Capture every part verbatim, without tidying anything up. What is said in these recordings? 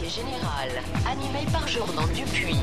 quartier général, animé par Jordan Dupuis.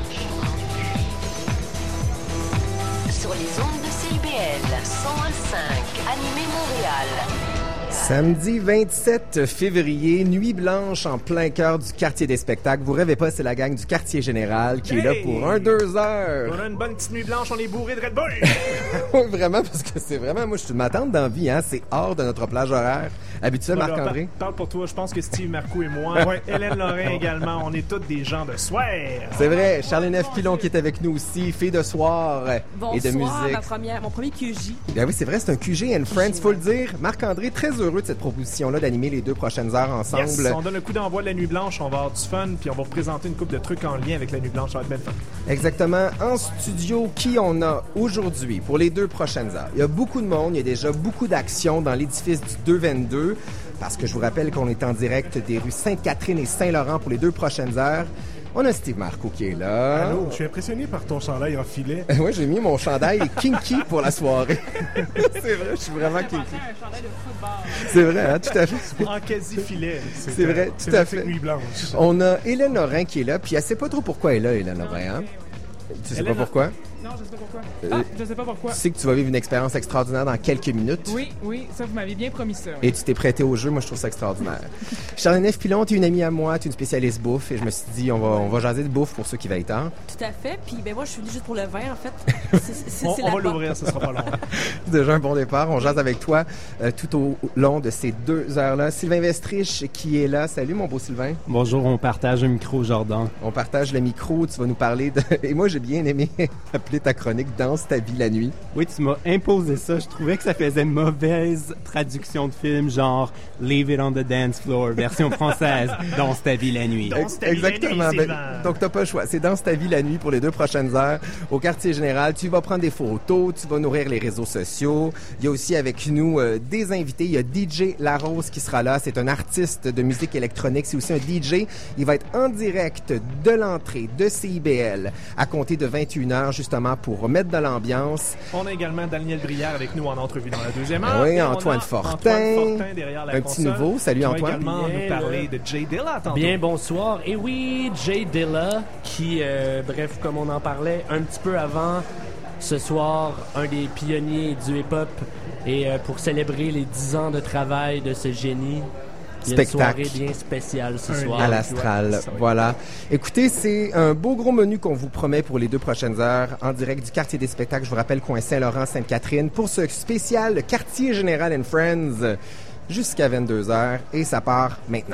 Sur les ondes de C I B L cent un virgule cinq, animé Montréal. Samedi vingt-sept février, nuit blanche en plein cœur du quartier des spectacles. Vous rêvez pas, c'est la gang du quartier général qui hey! est là pour un, deux heures. On a une bonne petite nuit blanche, on est bourré de Red Bull. Oui, vraiment, parce que c'est vraiment, moi, je suis de m'attendre d'envie, hein. C'est hors de notre plage horaire habituelle, voilà, Marc-André. Parle, parle pour toi, je pense que Steve Marcoux et moi, ouais, Hélène Lorrain également, on est tous des gens de soir. C'est vrai, Charles-Neuf Pilon qui est avec nous aussi, fille de soir Bonsoir, et de musique. Ma première, mon premier Q J. Ben oui, c'est vrai, c'est un Q J and Friends, faut le dire. Marc-André, très heureux de cette proposition-là d'animer les deux prochaines heures ensemble. Yes, on donne le coup d'envoi de la Nuit Blanche, on va avoir du fun, puis on va vous présenter une couple de trucs en lien avec la Nuit Blanche, ça va être belle fun. Exactement. En studio, qui on a aujourd'hui pour les deux prochaines heures? Il y a beaucoup de monde, il y a déjà beaucoup d'action dans l'édifice du deux vingt-deux, parce que je vous rappelle qu'on est en direct des rues Sainte-Catherine et Saint-Laurent pour les deux prochaines heures. On a Steve Marcoux qui est là. Allô, je suis impressionné par ton chandail en filet. Oui, j'ai mis mon chandail kinky pour la soirée. C'est vrai, je suis vraiment kinky. Un chandail de football. C'est vrai, hein, tout à fait. En quasi-filet. C'est, c'est vrai, tout à fait. Nuit blanche. On a Hélène Lorrain qui est là, puis elle sait pas trop pourquoi elle est là, Hélène Lorrain, hein? Tu sais Hélène... pas pourquoi? Non, je sais pas pourquoi. Euh, Ah, je sais pas pourquoi. Tu sais que tu vas vivre une expérience extraordinaire dans quelques minutes. Oui, oui, ça, vous m'avez bien promis ça. Oui. Et tu t'es prêté au jeu, moi je trouve ça extraordinaire. Charles-Neuf Pilon, tu es une amie à moi, tu es une spécialiste bouffe, et je me suis dit, on va, on va jaser de bouffe pour ceux qui veillent tard. Tout à fait, puis ben moi je suis venue juste pour le vin en fait. C'est, c'est, on c'est on la va l'ouvrir, ça sera pas long. C'est déjà un bon départ, on jase avec toi euh, tout au long de ces deux heures-là. Sylvain Vestriche qui est là, salut mon beau Sylvain. Bonjour, on partage un micro, Jordan. On partage le micro, tu vas nous parler de... Et moi j'ai bien aimé appeler ta chronique « Danse ta vie la nuit ». Oui, tu m'as imposé ça. Je trouvais que ça faisait mauvaise traduction de film, genre « Leave it on the dance floor », version française, « Danse ta vie la nuit ». Danse ta vie la nuit, exactement. Ben, donc t'as pas le choix. C'est « Danse ta vie la nuit » pour les deux prochaines heures au quartier général. Tu vas prendre des photos, tu vas nourrir les réseaux sociaux. Il y a aussi avec nous euh, des invités. Il y a D J Larose qui sera là. C'est un artiste de musique électronique. C'est aussi un D J. Il va être en direct de l'entrée de C I B L à compter de vingt et une heures justement pour mettre de l'ambiance. On a également Daniel Brière avec nous en entrevue dans la deuxième heure. Oui, Antoine Fortin. Antoine Fortin derrière la un console. petit nouveau. Salut Antoine. On va également Bien, nous parler de Jay Dilla tantôt. Bien, bonsoir. Et oui, Jay Dilla, qui, euh, bref, comme on en parlait un petit peu avant, ce soir, un des pionniers du hip-hop. Et euh, pour célébrer les dix ans de travail de ce génie, il y a une soirée bien spéciale ce un soir. À l'Astral, ouais, voilà. Écoutez, c'est un beau gros menu qu'on vous promet pour les deux prochaines heures en direct du quartier des spectacles. Je vous rappelle, coin Saint-Laurent, Sainte-Catherine, pour ce spécial Quartier Général and Friends jusqu'à vingt-deux heures. Et ça part maintenant.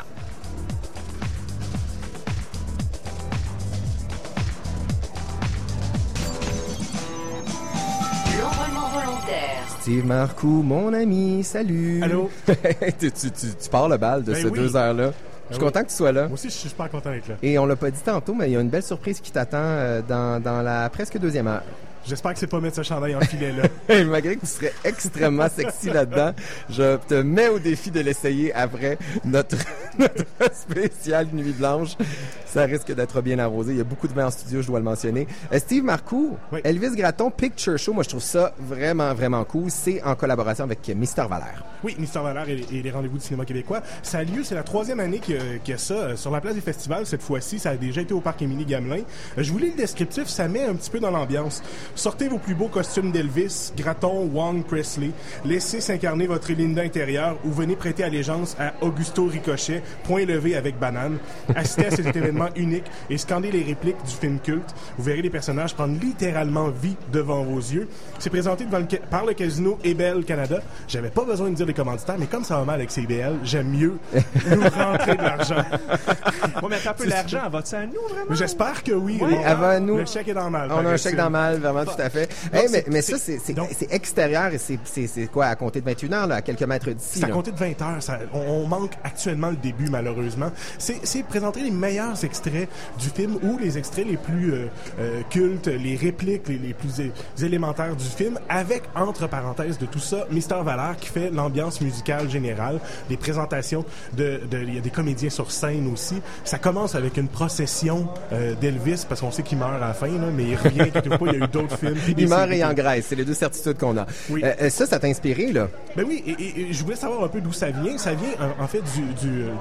Steve Marcoux, mon ami, salut! Allô? tu, tu, tu, tu pars le bal de ben ces oui. deux heures-là. Je suis oui. content que tu sois là. Moi aussi, je suis super content d'être là. Et on l'a pas dit tantôt, mais il y a une belle surprise qui t'attend euh, dans, dans la presque deuxième heure. J'espère que c'est pas mettre ce chandail en filet là. Malgré que tu serais extrêmement sexy là-dedans, je te mets au défi de l'essayer après notre, notre spécial Nuit Blanche. Ça risque d'être bien arrosé. Il y a beaucoup de vin en studio, je dois le mentionner. Euh, Steve Marcoux, oui. Elvis Gratton Picture Show, moi je trouve ça vraiment, vraiment cool. C'est en collaboration avec Mister Valère. Oui, Mister Valère et, et les rendez-vous du cinéma québécois. Ça a lieu, c'est la troisième année qu'il y a, qu'il y a ça. Euh, sur la place des festivals, cette fois-ci, ça a déjà été au Parc Émilie-Gamelin. Euh, je vous lis le descriptif, ça met un petit peu dans l'ambiance. Sortez vos plus beaux costumes d'Elvis, Gratton, Wong, Presley. Laissez s'incarner votre Linda intérieure ou venez prêter allégeance à Augusto Ricochet, point levé avec banane. Assistez à cet événement unique et scandez les répliques du film culte. Vous verrez les personnages prendre littéralement vie devant vos yeux. C'est présenté devant le, par le casino Ebel Canada. J'avais pas besoin de dire les commanditaires, mais comme ça va mal avec C I B L, j'aime mieux nous rentrer de l'argent. Ouais, mais t'as un peu l'argent, elle va-tu à nous, vraiment? J'espère que oui. Oui, elle va à nous. Le chèque est dans le mal. On a un chèque dans le mal, vraiment, tout à fait. Donc, hey, mais, c'est, mais c'est, ça, c'est, c'est, donc, c'est extérieur et c'est, c'est, c'est quoi, à compter de vingt et une heures, là, à quelques mètres d'ici? C'est à là. compter de vingt heures. Ça, on, on manque actuellement le début, malheureusement. C'est, c'est présenter les meilleurs extraits du film ou les extraits les plus euh, euh, cultes, les répliques les, les plus é- élémentaires du film, avec, entre parenthèses de tout ça, Mister Valère qui fait l'ambiance musicale générale, des présentations de... de il y a des comédiens sur scène aussi. Ça commence avec une procession euh, d'Elvis, parce qu'on sait qu'il meurt à la fin, là, mais il revient, inquiétez-vous pas, il y a eu d'autres films. Il meurt et engraisse, c'est les deux certitudes qu'on a. Oui. Euh, ça, ça t'a inspiré, là? Ben oui, et, et, et je voulais savoir un peu d'où ça vient. Ça vient, en, en fait, du, du,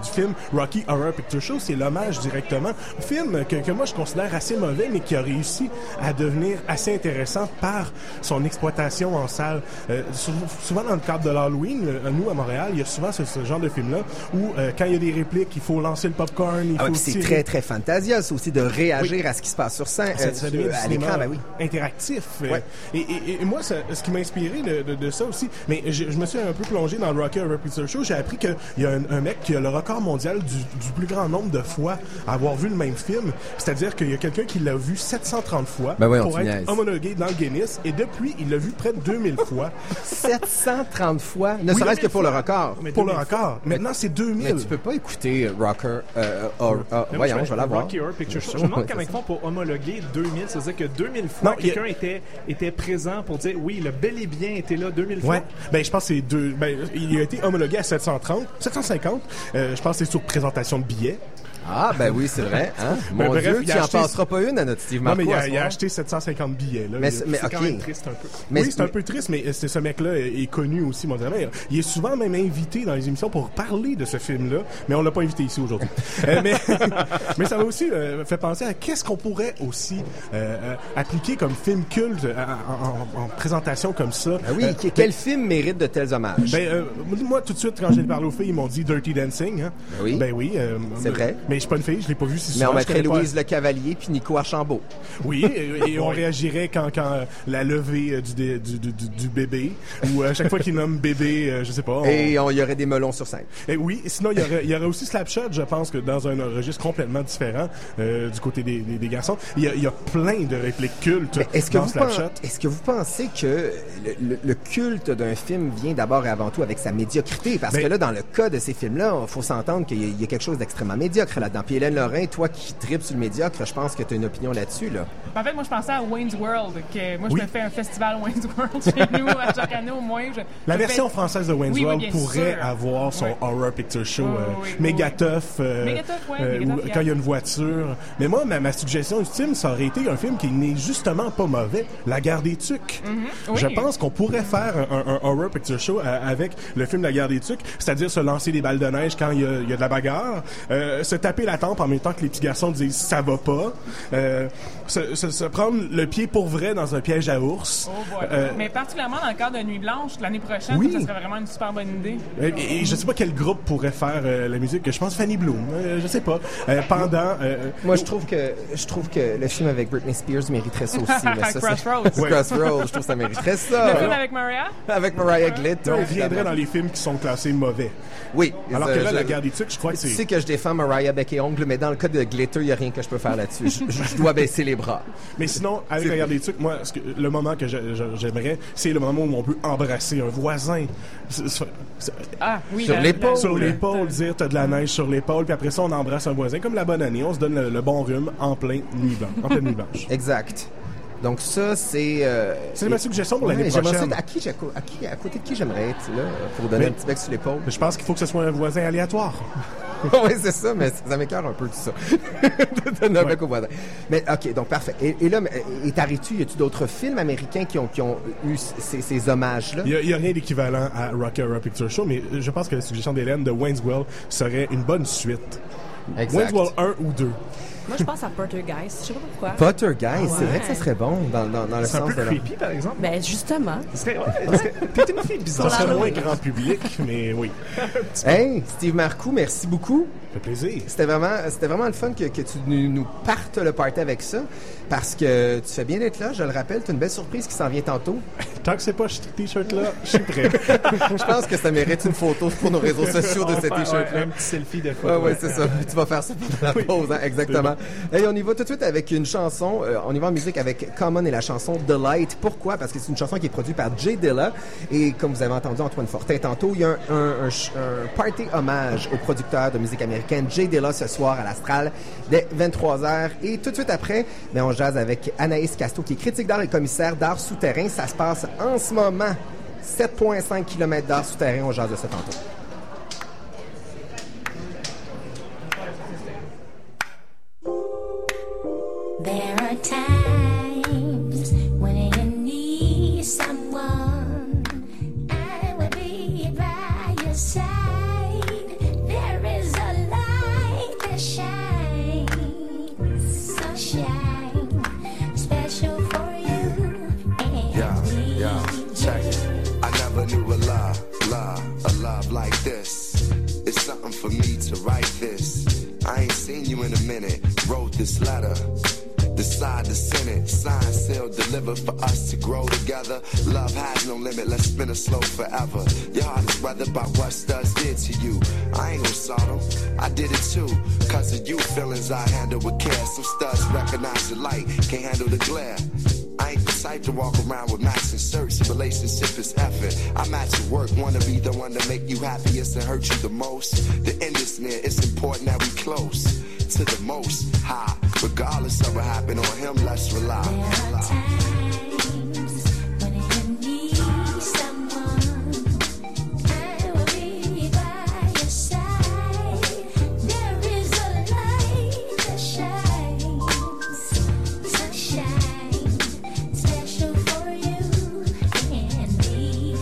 du film Rocky Horror Picture Show, c'est l'hommage directement. Un film que, que moi je considère assez mauvais, mais qui a réussi à devenir assez intéressant par son exploitation en salle. Euh, souvent dans le cadre de l'Halloween, euh, nous à Montréal, il y a souvent ce, ce genre de film-là où euh, quand il y a des répliques, il faut lancer le popcorn, il Ah faut ouais, c'est tirer. très, très Fantasia, c'est aussi de réagir Oui. à ce qui se passe sur scène, Ça, euh, ça devient du à cinéma l'écran, ben oui. interactif. Euh, Ouais. Et, et, et moi, ça, ce qui m'a inspiré de, de, de ça aussi, mais je, je me suis un peu plongé dans le Rocky Horror Picture Show, j'ai appris qu'il y a un, un mec qui a le record mondial du, du plus grand nombre de fois à avoir vu le même film. C'est-à-dire qu'il y a quelqu'un qui l'a vu sept cent trente fois Ben voyons, pour tu être niaises. homologué dans le Guinness, et depuis, il l'a vu près de deux mille fois sept cent trente fois, ne Oui, serait-ce que deux mille pour le fois. record. Mais pour le deux mille record. Maintenant, c'est deux Mais mille. tu peux pas écouter Rocker, euh, or, euh, Mais moi, voyons, je vais l'avoir. Rocky Horror Picture Show. Ouais, Je me demande c'est comment ils ça. font pour homologuer deux mille. Ça veut dire que deux mille fois, Non, il y a- quelqu'un était, était présent pour dire oui, il a bel et bien été là deux mille fois. Ouais. Ben, je pense que c'est deux. Ben, il a été homologué à sept cent trente, sept cent cinquante. Euh, je pense que c'est sur présentation de billets. Ah, ben oui, c'est vrai. Hein? Ben, Mon bref, Dieu, il tu a en acheté- passeras pas une à notre Steve Non, Marco. mais il à a, ce il a soir. acheté sept cent cinquante billets. Là. Mais, Il a- c'est- mais C'est quand ok. même triste un peu. Mais, oui, c'est un mais- peu triste, mais c'est- ce mec-là est, est connu aussi mondialement. Il est souvent même invité dans les émissions pour parler de ce film-là, mais on l'a pas invité ici aujourd'hui. Euh, mais, mais ça m'a aussi euh, fait penser à qu'est-ce qu'on pourrait aussi euh, euh, appliquer comme film culte euh, en, en- en présentation comme ça. Ah oui, Euh, que- quel film mérite de tels hommages? ben, euh, moi, tout de suite, quand j'ai parlé aux filles, ils m'ont dit Dirty Dancing. Hein? Ben oui. Ben oui. euh, C'est vrai. Mais je suis pas une fille, je l'ai pas vu si mais souvent. on je mettrait connais pas- Louise Le Cavalier puis Nico Archambault. Oui, et, et on réagirait quand, quand euh, la levée euh, du, dé- du, du, du- du bébé, ou à chaque fois qu'il nomme bébé, euh, je sais pas. on- Et on y aurait des melons sur scène. Et oui, sinon il y aurait, il y aurait aussi Slapshot, je pense que dans un registre complètement différent euh, du côté des, des, des garçons. Il y, a, il y a plein de répliques cultes Mais est-ce que, dans vous Slapshot. pen- est-ce que vous pensez que le, le- le culte d'un film vient d'abord et avant tout avec sa médiocrité? Parce Ben- que là, dans le cas de ces films-là, il faut s'entendre qu'il y, a- il y a quelque chose d'extrêmement médiocre là-dedans. Puis Hélène Lorrain, toi qui tripes sur le médiocre, je pense que tu as une opinion là-dessus. Là. En fait, moi, je pensais à Wayne's World, que moi, je Oui. me fais un festival Wayne's World chez nous à chaque année au moins. Je, La je version fais- française de Wayne's Oui, oui, World bien pourrait sûr. avoir son Ouais. horror picture show Oui, euh, oui, oui, méga oui. tough, euh, Méga tough, ouais, euh, méga ou tough, quand il y a une voiture. Mais moi, ma, ma suggestion ultime, ça aurait été un film qui n'est justement pas mauvais, La Guerre des Tucs. Mm-hmm. oui. Je pense qu'on pourrait faire un, un- un horror picture show euh, avec le film La Guerre des Tucs, c'est-à-dire se lancer des balles de neige quand il y a, il y a de la bagarre, euh, se taper la tempe en même temps que les petits garçons disent ça va pas, euh, se, se- se prendre le pied pour vrai dans un piège à ours. Oh boy. Euh, Mais particulièrement dans le cadre de Nuit Blanche, l'année prochaine, Oui. ça serait vraiment une super bonne idée. Et, et je sais pas quel groupe pourrait faire euh, la musique. Je pense Fanny Bloom. Euh, je sais pas. Euh, pendant. euh, Moi, je trouve que je trouve que le film avec Britney Spears mériterait ça aussi. mais ça, c'est- Crossroads. Ouais. Crossroads, je trouve que ça mériterait Le ça. film avec Maria? Avec Mariah Glitter. on évidemment. viendrait dans les films qui sont classés mauvais. Oui. Alors euh, que là, je- La Guerre des Tucs, je crois que Tu c'est. sais que je défends Mariah Bec et Ongle, mais dans le cas de Glitter, il n'y a rien que je peux faire là-dessus. Je, je- je dois baisser les bras. Mais sinon, avec La Guerre des Tucs, moi, ce que- le moment que je- je- j'aimerais, c'est le moment où on peut embrasser un voisin. C'est- c'est- c'est- Ah, oui. Sur la- l'épaule. la- Sur l'épaule, dire t'as de la neige sur l'épaule, puis après ça, on embrasse un voisin. Comme la bonne année, on se donne le, le bon rhume en plein nuit blanche. En pleine nuit blanche. Exact. Donc ça, c'est... euh, C'est ma suggestion pour Ouais, l'année j'aimerais prochaine. ça- à, qui, j'ai- à, qui, à côté de qui j'aimerais être, là, pour donner Mais- un petit bec sur l'épaule? Je pense qu'il faut que ce soit un voisin aléatoire. Oui, c'est ça, mais ça m'écoeure un peu tout ça. de donner un bec au voisin. Mais OK, donc parfait. Et, et là, mais- et t'arrêtes-tu, y a-tu d'autres films américains qui ont, qui ont eu ces, ces hommages-là? Il n'y a, a rien d'équivalent à Rocky Horror Picture Show, mais je pense que la suggestion d'Hélène de Wayne's World serait une bonne suite. Exact. Wayne's World un ou deux. Moi, je pense à Poltergeist. Je sais pas pourquoi. Poltergeist, c'est Ouais. vrai que ça serait bon dans, dans, dans le C'est un sens peu de... la- creepy, par exemple. Ben, justement. Ce serait- ouais, ce serait- T'es une fille Ça bizarre. serait moins Halloween. grand public, mais oui. Hey, Steve Marcoux, merci beaucoup. Ça fait plaisir. C'était vraiment, c'était vraiment le fun que, que tu nous, nous partes le party avec ça, parce que tu fais bien d'être là, je le rappelle, tu as une belle surprise qui s'en vient tantôt. Tant que c'est pas ce t-shirt-là, je suis prêt. Je pense que ça mérite une photo pour nos réseaux sociaux de On va cet faire, t-shirt-là. ouais, un petit selfie de Ouais, photo. ouais, c'est ça. Tu vas faire ça pendant la pause, hein, exactement. Et on y va tout de suite avec une chanson. Euh, on y va en musique avec Common et la chanson Delight. Pourquoi? Parce que c'est une chanson qui est produite par Jay Dilla. Et comme vous avez entendu Antoine Fortin tantôt, il y a un, un, un, ch- un party hommage au producteur de musique américaine Jay Dilla ce soir à l'Astral dès vingt-trois heures. Et tout de suite après, ben, on jase avec Anaïs Casto qui est critique d'art et commissaire d'art souterrain. Ça se passe en ce moment. sept virgule cinq kilomètres d'art souterrain. On jase de ça tantôt. There are times when you need someone, I will be by your side. There is a to write this. I ain't seen you in a minute. Wrote this letter. Decide to send it. Sign, seal, deliver for us to grow together. Love has no limit. Let's spin it slow forever. Your heart is weathered by what studs did to you. I ain't gon' saw them. I did it too. Cause of you, feelings I handle with care. Some studs recognize the light, can't handle the glare. I ain't the type to walk around with matching shirts. A relationship is effort. I'm at your work, wanna be the one to make you happiest and hurt you the most. The end is near, it's important that we close to the most high. Regardless of what happened on him, let's rely. There are times when you need someone, I will be by your side. There is a light that shines, sunshine, special for you and me,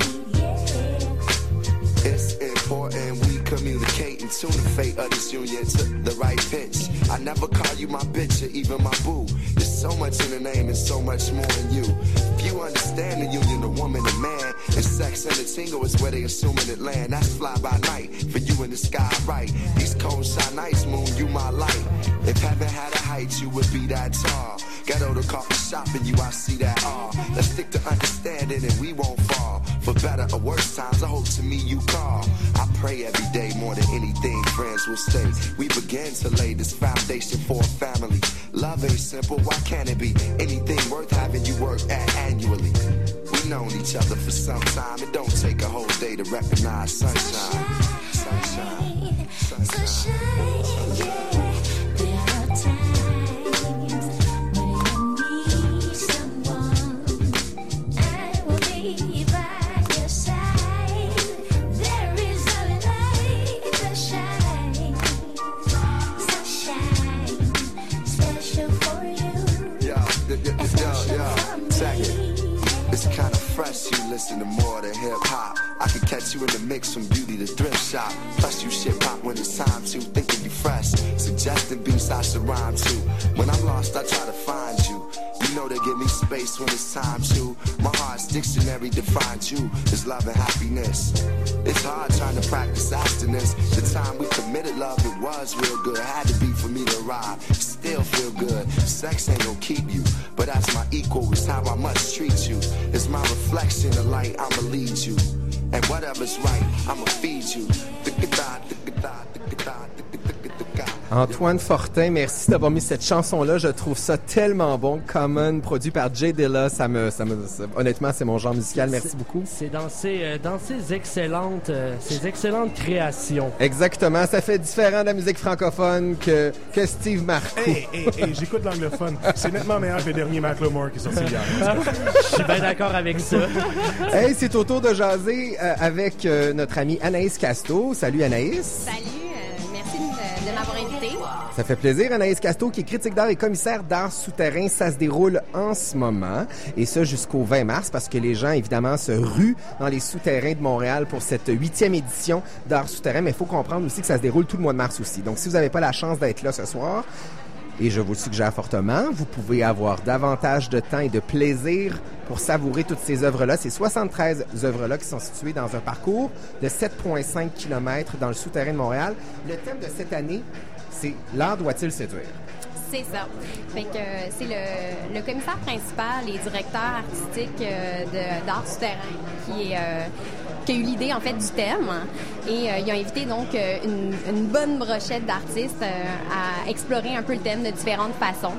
yeah. It's important we communicate and tune the fate of this union to the right pitch. I never call you my bitch or even my boo. There's so much in the name and so much more in you. If you understand the union, the woman and man, and sex and the tingle is where they assuming it land. That's fly by night for you in the sky, right? These cold shine nights, moon, you my light. If heaven had a height, you would be that tall. Ghetto to coffee shop and you, I see that all. Let's stick to understanding and we won't fall. For better or worse times, I hope to me you call. I pray every day more than anything, friends will stay. We begin to lay this foundation for a family. Love ain't simple, why can't it be? Anything worth having you work at annually. We've known each other for some time. It don't take a whole day to recognize sunshine. Sunshine. Sunshine. Sunshine, yeah. There are times when you need someone, I will be by your side. There is a light that shines, sunshine, special for you. Yo, yo, yo, yo, check it. It's kinda fresh, you listen to more than hip-hop. I could catch you in the mix from beauty to thrift shop. Plus you shit pop when it's time to. Thinking you fresh, suggesting beats I should rhyme to. When I'm lost, I try to find you. You know they give me space when it's time to. My heart's dictionary defines you as love and happiness. It's hard trying to practice abstinence. The time we committed love, it was real good. Had to be for me to arrive. Still feel good. Sex ain't gonna keep you, but as my equal, it's how I must treat you. It's my reflection, the light, I'ma lead you. And whatever's right, I'ma feed you. Antoine Fortin, merci d'avoir mis cette chanson-là. Je trouve ça tellement bon. Common, produit par Jay Dilla. Ça me, ça me, ça, honnêtement, c'est mon genre musical. Merci c'est, beaucoup. C'est dans ces, euh, dans ces excellentes, euh, ces excellentes créations. Exactement. Ça fait différent de la musique francophone que, que Steve Marcoux. Hey, hey, hey, j'écoute l'anglophone. C'est nettement meilleur que le dernier Macklemore qui est sorti hier. Je suis bien d'accord avec ça. Hey, c'est au tour de jaser euh, avec euh, notre amie Anaïs Casto. Salut Anaïs. Salut, euh, merci de, de m'avoir invité. Ça fait plaisir. Anaïs Casto, qui est critique d'art et commissaire d'art souterrain, ça se déroule en ce moment. Et ça jusqu'au vingt mars, parce que les gens, évidemment, se ruent dans les souterrains de Montréal pour cette huitième édition d'art souterrain. Mais il faut comprendre aussi que ça se déroule tout le mois de mars aussi. Donc, si vous n'avez pas la chance d'être là ce soir, et je vous le suggère fortement, vous pouvez avoir davantage de temps et de plaisir pour savourer toutes ces œuvres-là. Ces soixante-treize œuvres-là qui sont situées dans un parcours de sept virgule cinq kilomètres dans le souterrain de Montréal. Le thème de cette année, c'est « L'art doit-il séduire ». C'est ça. Fait que euh, c'est le, le commissaire principal et directeur artistique euh, de, d'art souterrain qui, est, euh, qui a eu l'idée en fait du thème et euh, il a invité donc euh, une, une bonne brochette d'artistes euh, à explorer un peu le thème de différentes façons.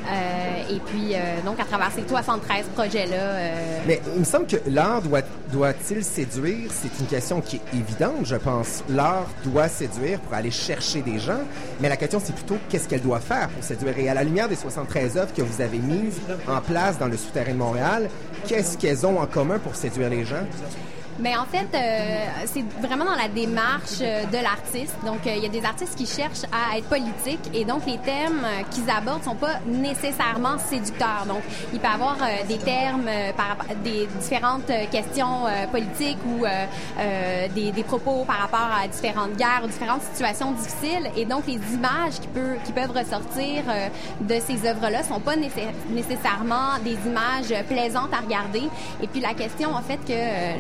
Euh, et puis, euh, donc, à travers ces soixante-treize projets-là... Euh... Mais il me semble que l'art doit, doit-il séduire? C'est une question qui est évidente, je pense. L'art doit séduire pour aller chercher des gens, mais la question, c'est plutôt qu'est-ce qu'elle doit faire pour séduire? Et à la lumière des soixante-treize œuvres que vous avez mises en place dans le souterrain de Montréal, qu'est-ce qu'elles ont en commun pour séduire les gens? Mais en fait, euh, c'est vraiment dans la démarche euh, de l'artiste. Donc, euh, il y a des artistes qui cherchent à être politiques et donc les thèmes euh, qu'ils abordent sont pas nécessairement séducteurs. Donc, il peut y avoir euh, des termes euh, par des différentes euh, questions euh, politiques ou euh, euh, des, des propos par rapport à différentes guerres ou différentes situations difficiles. Et donc, les images qui, peut, qui peuvent ressortir euh, de ces œuvres-là sont pas nécess- nécessairement des images plaisantes à regarder. Et puis, la question, en fait, que euh, le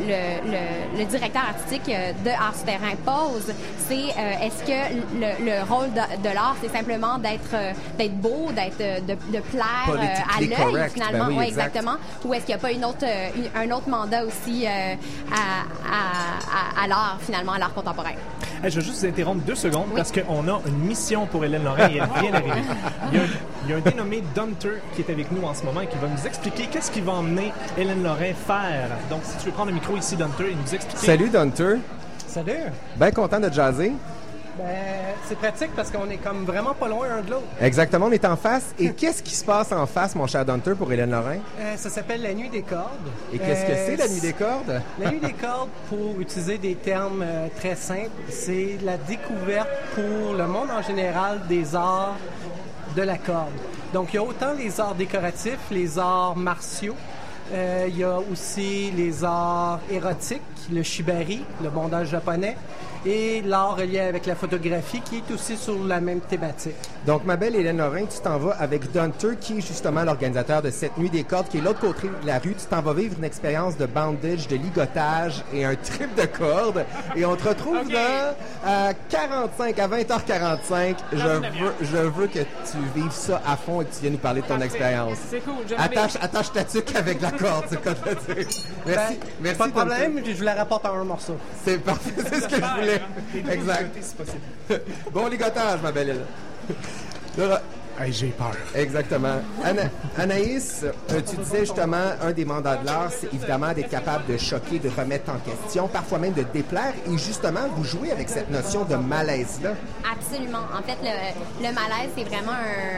le, le directeur artistique euh, de Art Souterrain pose, c'est euh, est-ce que le, le rôle de, de l'art, c'est simplement d'être euh, d'être beau, d'être euh, de, de plaire euh, à Politically l'œil correct. finalement, Ben oui, ouais, exact. exactement, ou est-ce qu'il n'y a pas une autre, euh, une- un autre mandat aussi euh, à, à, à, à l'art finalement, à l'art contemporain? Hey, je vais juste vous interrompre deux secondes parce qu'on a une mission pour Hélène Lorrain et elle vient d'arriver. Il y, a un, il y a un dénommé Dunter qui est avec nous en ce moment et qui va nous expliquer qu'est-ce qui va emmener Hélène Lorrain faire. Donc, si tu veux prendre le micro ici, Dunter, et nous expliquer... Salut, Dunter. Salut! Bien content de jaser. Ben, c'est pratique parce qu'on est comme vraiment pas loin un de l'autre. Exactement, on est en face. Et qu'est-ce qui se passe en face, mon cher Dunter, pour Hélène Lorrain? Euh, ça s'appelle la nuit des cordes. Et qu'est-ce que Euh, c'est, la nuit des cordes? La nuit des cordes, pour utiliser des termes euh, très simples, c'est la découverte pour le monde en général des arts de la corde. Donc, il y a autant les arts décoratifs, les arts martiaux, euh, il y a aussi les arts érotiques, le shibari, le bondage japonais, et l'art relié avec la photographie qui est aussi sur la même thématique. Donc, ma belle Hélène Lorrain, tu t'en vas avec Dunter, qui est justement l'organisateur de cette nuit des cordes, qui est l'autre côté de la rue. Tu t'en vas vivre une expérience de bandage, de ligotage et un trip de cordes. Et on te retrouve Ok. dans à quarante-cinq, à vingt heures quarante-cinq. Je veux, je veux que tu vives ça à fond et que tu viennes nous parler de ton Parfait. expérience. C'est cool. Je Attache, attache ta tuque avec la corde, c'est quoi te le dire. Merci, Ben, merci. pas de Dunter. problème, je vous la rapporte en un morceau. C'est parfait, c'est ce que je voulais. Exact. Bon ligotage, ma belle Hélène. Laura- Hey, j'ai peur. Exactement. Ana- Anaïs, euh, tu disais justement, un des mandats de l'art, c'est évidemment d'être capable de choquer, de remettre en question, parfois même de déplaire. Et justement, vous jouez avec cette notion de malaise-là. Absolument. En fait, le, le malaise, c'est vraiment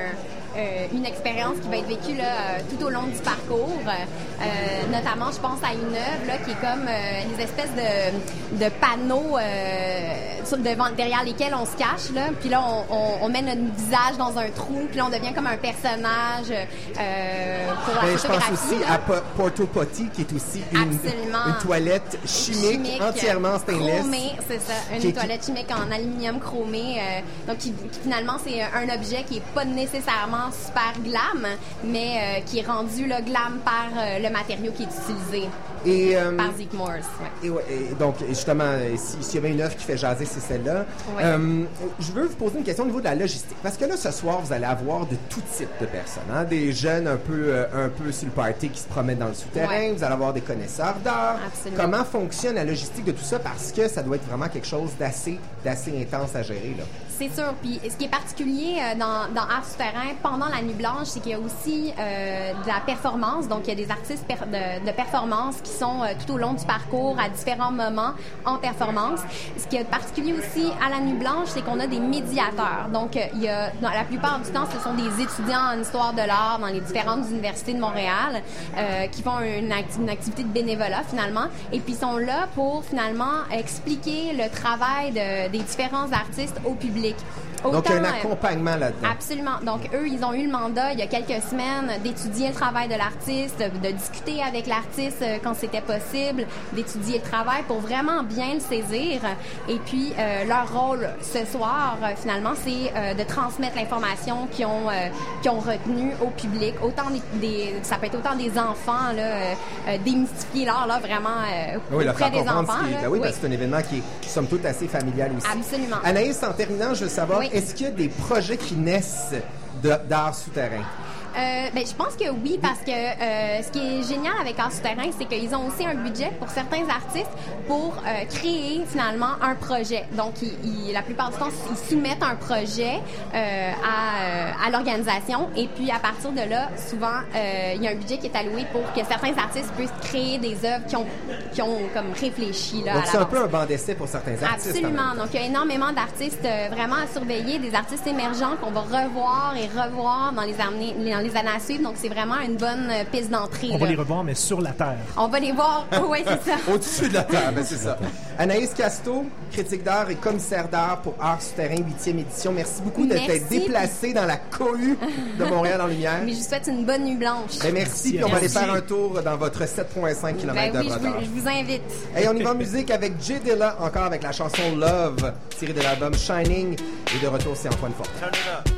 un, euh, une expérience qui va être vécue là, euh, tout au long du parcours. Euh, notamment, je pense à une œuvre là, qui est comme euh, des espèces de, de panneaux euh, sur- devant, derrière lesquels on se cache. Là. Puis là, on, on, on met notre visage dans un trou. Puis là, on devient comme un personnage euh, pour la Ben, je pense photographie. aussi là. à Po- Porto Potty, qui est aussi une, Absolument. une toilette chimique, Chimique, entièrement stainless. Chromée, c'est ça. Une Qui est- toilette chimique en aluminium chromé. euh, donc, qui, qui, finalement, c'est un objet qui est pas nécessairement super glam, mais euh, qui est rendu là, glam par euh, le matériau qui est utilisé Et, euh, par Zeke Morse. ouais. Et, ouais, et donc, justement, euh, si- s'il y avait une œuvre qui fait jaser, c'est celle-là. Ouais. Euh, je veux vous poser une question au niveau de la logistique. Parce que là, ce soir, vous allez avoir de tout type de personnes. Hein? Des jeunes un peu, euh, un peu sur le party qui se promènent dans le souterrain. Ouais. Vous allez avoir des connaisseurs d'art. Absolument. Comment fonctionne la logistique de tout ça? Parce que ça doit être vraiment quelque chose d'assez, d'assez intense à gérer, là. C'est sûr. Puis ce qui est particulier euh, dans, dans Art Souterrain pendant la Nuit Blanche, c'est qu'il y a aussi euh, de la performance. Donc, il y a des artistes per- de, de performance qui sont euh, tout au long du parcours, à différents moments, en performance. Ce qui est particulier aussi à la Nuit Blanche, c'est qu'on a des médiateurs. Donc, euh, il y a, dans la plupart du temps, ce sont des étudiants en histoire de l'art dans les différentes universités de Montréal euh, qui font une, acti- une activité de bénévolat, finalement. Et puis, ils sont là pour, finalement, expliquer le travail de- des différents artistes au public. Donc, il y a un Autant, euh, accompagnement là-dedans. Absolument. Donc, eux, ils ont eu le mandat, il y a quelques semaines, d'étudier le travail de l'artiste, de, de discuter avec l'artiste euh, quand c'était possible, d'étudier le travail pour vraiment bien le saisir. Et puis, euh, leur rôle ce soir, euh, finalement, c'est euh, de transmettre l'information qu'ils ont, euh, qu'ils ont retenue au public. Autant des, des- ça peut être autant des enfants, là, euh, euh, démystifier l'art, là, vraiment euh, Oui, le auprès faire des comprendre enfants. ce qui est- là. ben oui, Oui. parce que c'est un événement qui est, somme toute, assez familial aussi. Absolument. Anaïs, en terminant, je veux savoir, Oui. est-ce qu'il y a des projets qui naissent de- d'art souterrain? Euh, ben, je pense que oui, parce que euh, ce qui est génial avec Art Souterrain, c'est qu'ils ont aussi un budget pour certains artistes pour euh, créer finalement un projet. Donc, ils, ils- la plupart du temps, ils soumettent un projet euh, à, euh, à l'organisation et puis à partir de là, souvent, euh, il y a un budget qui est alloué pour que certains artistes puissent créer des œuvres qui ont, qui ont comme réfléchi là, Donc, à c'est un l'avance. peu un banc d'essai pour certains artistes. Absolument. en même Donc, il y a énormément d'artistes euh, vraiment à surveiller, des artistes émergents qu'on va revoir et revoir dans les années, dans les années à suivre. Donc, c'est vraiment une bonne euh, piste d'entrée. On va là. les revoir, mais sur la Terre. On va les voir. Oui, c'est ça. Au-dessus de la table, ben, c'est ça. Anaïs Casto, critique d'art et commissaire d'art pour Art Souterrain, huitième édition. Merci beaucoup de Merci. t'être déplacé dans la cohue de Montréal en lumière. Mais je vous souhaite une bonne nuit blanche. Ben, merci, puis on va aller Merci. faire un tour dans votre sept virgule cinq Ben kilomètres oui, de je retard. vous, je vous invite. Et on y va en musique avec Jay Dilla, encore avec la chanson Love, tirée de l'album Shining. Et de retour, c'est Antoine Fortin. Turn it up.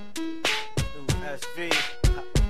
Ooh, S V.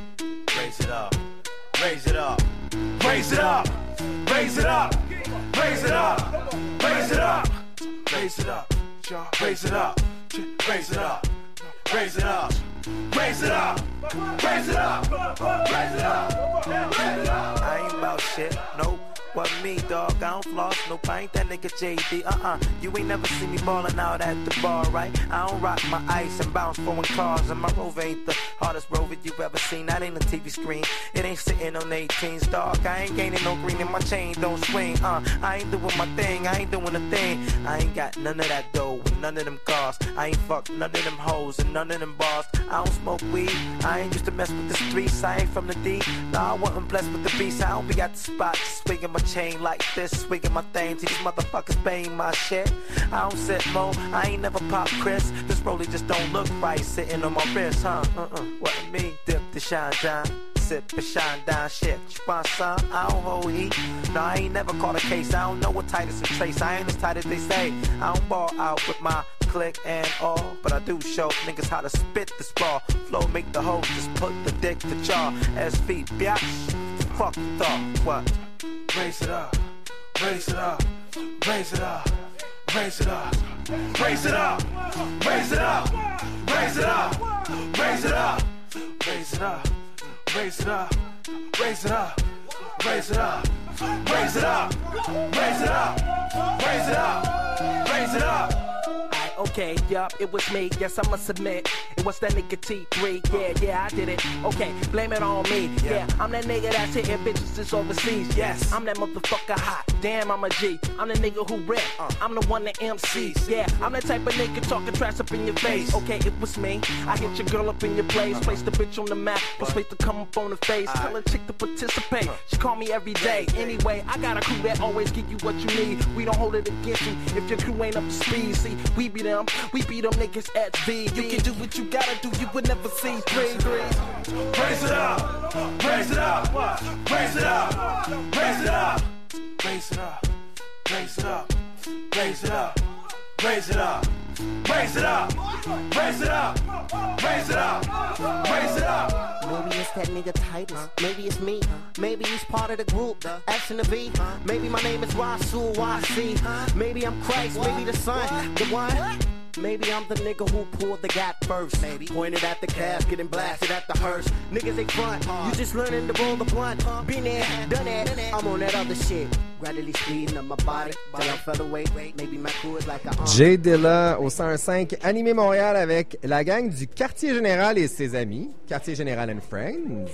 Raise it up. Raise it up. Raise it up. Raise it up. Raise raise it up, raise it up, raise it up, raise it up, raise it up, raise it up, raise it up, raise it up, raise it up, raise it up. I ain't about shit, nope. What me, dog? I don't floss, nope, I ain't that nigga J D. Uh-uh, you ain't never seen me ballin' out at the bar, right? I don't rock my ice and bounce foreign cars, and my Rover ain't the hardest Rover you've ever seen. That ain't a T V screen, it ain't sitting on eighteens, dog. I ain't gaining no green and my chain don't swing. Uh, I ain't doing my thing, I ain't doing a thing. I ain't got none of that dough with none of them cars. I ain't fucked none of them hoes and none of them bars. I don't smoke weed, I ain't used to mess with the streets. I ain't from the D, nah, I wasn't blessed with the beast. I don't be at the spot, swinging my chain like this, swinging my thing till these motherfuckers paying my shit. I don't sit mo, I ain't never pop Chris. This rollie just don't look right, sitting on my wrist, huh? Uh-uh, what me? Dip the shine down, sip and shine down shit. You want some? I don't hold heat. No, I ain't never caught a case. I don't know what tight is in trace. I ain't as tight as they say. I don't ball out with my click and all, but I do show niggas how to spit this ball. Flow make the hoe just put the dick to jaw. S feet, biatch. Fuck the thought. What? Raise it up, raise it up, raise it up, raise it up, raise it up, raise it up, raise it up, raise it up, raise it up, raise it up, raise it up, raise it up, raise it up, raise it up, raise it up, raise it up. Okay, yup, it was me, yes, I must admit. It was that nigga T three, yeah, yeah, I did it. Okay, blame it on me, yeah. I'm that nigga that's hitting bitches that's overseas, yes. I'm that motherfucker hot, damn, I'm a G. I'm the nigga who rap, I'm the one that M Cs, yeah. I'm that type of nigga talking trash up in your face. Okay, it was me, I hit your girl up in your place. Place the bitch on the map, was supposed to come up on the face. Tell a chick to participate, she call me every day. Anyway, I got a crew that always give you what you need. We don't hold it against you if your crew ain't up to speed. See, we be them, we beat them niggas at V. You can do what you gotta do, you would never see three, three. Raise it up, raise it up, raise it up, raise it up, raise it up, raise it up, raise it up, raise it up, raise it up, raise it up, raise it up, raise it up. Maybe it's that nigga Titus, maybe it's me, maybe he's part of the group, X and the V. Maybe my name is Rasul Y C, maybe I'm Christ, maybe the Son, the one. Maybe I'm the nigga who pulled the gap first. Maybe pointed at the casket and blasted at the hearse. Niggas ain't front, you just learning to roll the blunt. Been there, done that, I'm on that other shit. Gradually speeding up my body till I'm featherweight. Maybe my crew is like a Jay Dilla au cent un cinq, Animé Montréal avec la gang du Quartier Général et ses amis. Quartier Général and Friends.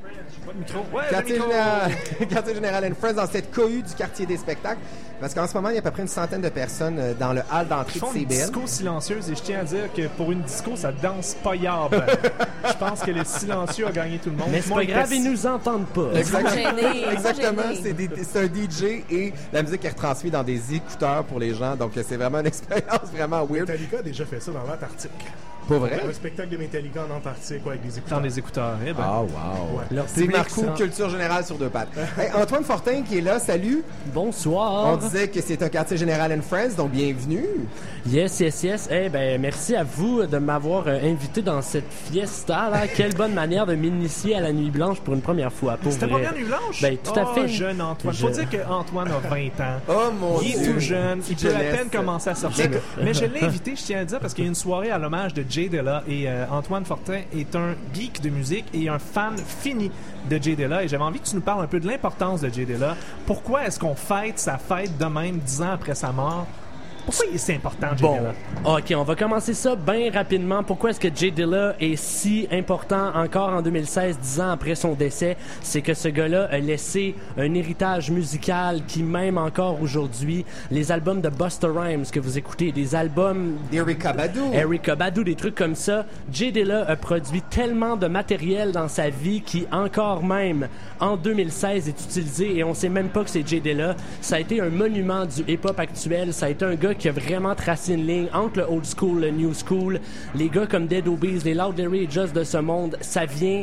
Ouais, Quartier Général, Quartier Général and Friends dans cette cohue du quartier des spectacles. Parce qu'en ce moment, il y a à peu près une centaine de personnes euh, dans le hall d'entrée Ils de font une C B L. disco silencieuse et je tiens à dire que pour une disco, ça danse pas yable. Je pense que le silencieux a gagné tout le monde. Mais c'est pas grave, ils nous entendent pas. Exactement. Exactement. C'est, des, c'est un D J et la musique est retransmise dans des écouteurs pour les gens. Donc, c'est vraiment une expérience vraiment weird. Metallica a déjà fait ça dans l'Antarctique. Pas vrai? Un spectacle de Metallica en Antarctique ouais, avec des écouteurs. Dans des écouteurs, eh ben. Ah, wow. Ouais. Leur c'est Marco, culture générale sur deux pattes. Hey, Antoine Fortin qui est là, salut. Bonsoir. On disait que c'est un quartier général and Friends, donc bienvenue. Yes, yes, yes. Eh ben, merci à vous de m'avoir euh, invité dans cette fiesta, là. Quelle bonne manière de m'initier à la Nuit Blanche pour une première fois. Pour C'était vrai. pas bien Nuit Blanche? Ben, tout oh, à fait. jeune Antoine. Je... Faut dire qu'Antoine a vingt ans. Oh mon il Dieu. Il est tout jeune. Il peut à Jeunesse. peine commencer à sortir. Mais je l'ai invité, je tiens à dire, parce qu'il y a une soirée à l'hommage de Jay Dilla et euh, Antoine Fortin est un geek de musique et un fan fini de Jay Dilla. Et j'avais envie que tu nous parles un peu de l'importance de Jay Dilla. Pourquoi est-ce qu'on fête sa fête de même dix ans après sa mort? Pourquoi c'est important, Jay bon. Dilla? OK, on va commencer ça bien rapidement. Pourquoi est-ce que Jay Dilla est si important encore en deux mille seize, dix ans après son décès? C'est que ce gars-là a laissé un héritage musical qui, même encore aujourd'hui, les albums de Busta Rhymes que vous écoutez, des albums... d'Erykah Badu. Erykah Badu, des trucs comme ça. Jay Dilla a produit tellement de matériel dans sa vie qui, encore même, en deux mille seize, est utilisé et on sait même pas que c'est Jay Dilla. Ça a été un monument du hip-hop actuel. Ça a été un gars qui a vraiment tracé une ligne entre le old school, le new school. Les gars comme Dead Obies, les Loud Larry et Just de ce monde, ça vient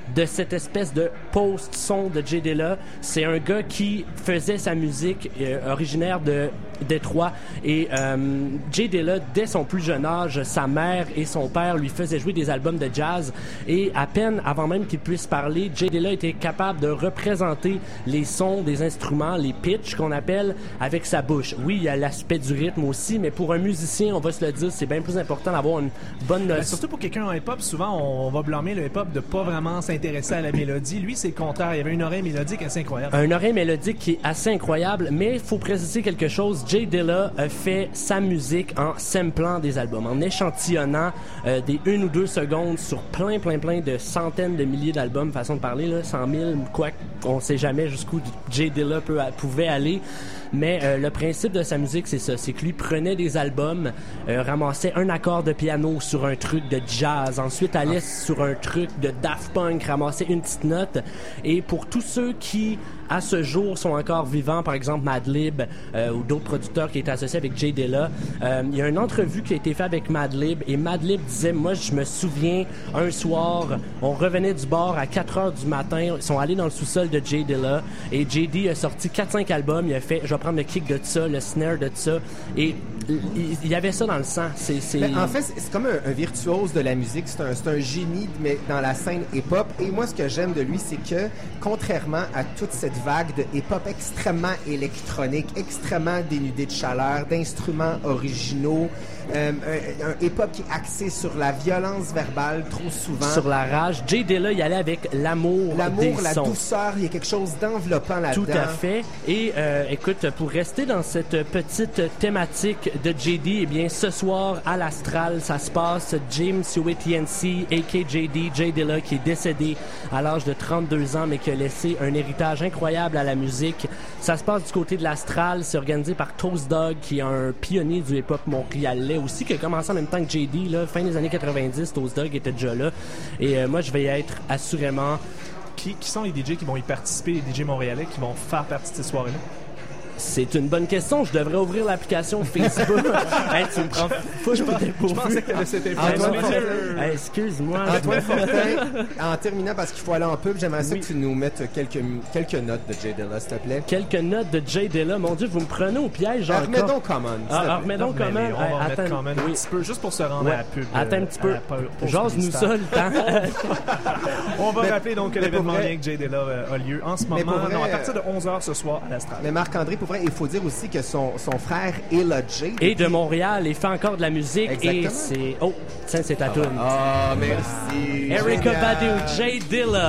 de cette espèce de post-son de Jay Dilla. C'est un gars qui faisait sa musique euh, originaire de Détroit. Et euh, Jay Dilla, dès son plus jeune âge, sa mère et son père lui faisaient jouer des albums de jazz. Et à peine avant même qu'il puisse parler, Jay Dilla était capable de représenter les sons des instruments, les pitchs qu'on appelle, avec sa bouche. Oui, il y a l'aspect du rythme aussi, mais pour un musicien, on va se le dire, c'est bien plus important d'avoir une bonne... Ben, surtout pour quelqu'un en hip-hop, souvent on, on va blâmer le hip-hop de pas vraiment s'intéresser à la mélodie. Lui, c'est le contraire. Il y avait une oreille mélodique assez incroyable. Une oreille mélodique qui est assez incroyable, mais il faut préciser quelque chose. Jay Dilla a fait sa musique en samplant des albums, en échantillonnant euh, des une ou deux secondes sur plein, plein, plein de centaines de milliers d'albums, façon de parler, là, cent mille, quoi, on sait jamais jusqu'où Jay Dilla peut, pouvait aller. Mais euh, le principe de sa musique, c'est ça. C'est que lui prenait des albums, euh, ramassait un accord de piano sur un truc de jazz, ensuite allait sur un truc de Daft Punk, ramassait une petite note. Et pour tous ceux qui, à ce jour, sont encore vivants, par exemple Madlib euh, ou d'autres producteurs qui étaient associés avec Jay Dilla, euh, il y a une entrevue qui a été faite avec Madlib et Madlib disait, moi je me souviens, un soir, on revenait du bar à quatre heures du matin, ils sont allés dans le sous-sol de Jay Dilla et J D a sorti quatre cinq albums, il a fait, je vais prendre le kick de ça, le snare de ça, et il, il y avait ça dans le sang. C'est, c'est... Ben, en fait, c'est, c'est comme un, un virtuose de la musique, c'est un, c'est un génie, mais dans la scène hip-hop. Et moi, ce que j'aime de lui, c'est que, contrairement à toute cette vague de hip-hop extrêmement électronique, extrêmement dénudé de chaleur, d'instruments originaux, euh, un, un hip-hop qui est axé sur la violence verbale trop souvent. Sur la rage. Jay Dilla y allait avec l'amour, l'amour, des la sons. douceur, il y a quelque chose d'enveloppant là-dedans. Tout à fait. Et euh, écoute, pour rester dans cette petite thématique de J D, eh bien, ce soir à l'Astral, ça se passe. James Hewitt Yancey, a k a. J D, Jay Dilla, qui est décédé à l'âge de trente-deux ans, mais qui a laissé un héritage incroyable à la musique. Ça se passe du côté de l'Astral. C'est organisé par Toast Dog, qui est un pionnier du hip-hop montréalais aussi, qui a commencé en même temps que J D, là, fin des années quatre-vingt-dix. Toast Dog était déjà là. Et euh, moi, je vais y être assurément... Qui, qui sont les D J qui vont y participer, les D J montréalais qui vont faire partie de cette soirée-là? C'est une bonne question. Je devrais ouvrir l'application Facebook. Hey, tu me prends full pour dépourvu. Je pensais que t'avais cette information. Hey, excuse-moi. Antoine Fortin, en terminant, parce qu'il faut aller en pub, j'aimerais ça Oui. que tu nous mettes quelques, quelques notes de Jay Dilla, s'il te plaît. Quelques notes de Jay Dilla. Mon Dieu, vous me prenez au piège. Ah, remets encore. donc Common, s'il te Ah, plaît. ah, remets donc Non, mais Common. on va Hey, remettre attends, Common un petit peu, juste pour se rendre Ouais. à la pub. Attends un euh, petit à peu. la pause Jase-nous publicitaire. ça, le temps. On va Mais- rappeler donc que mais l'événement pour vrai- lien que Jay Dilla euh, a lieu en ce Mais moment, pour vrai, non, à partir de onze heures ce soir à l'Astral. Mais Marc-André, pour vrai, il faut dire aussi que son, son frère Ella J. Et de Montréal, il fait encore de la musique. Exactement. Et c'est... Oh, tiens, c'est ta toune. Ah, merci. Erykah Génial. Badu, Jay Dilla.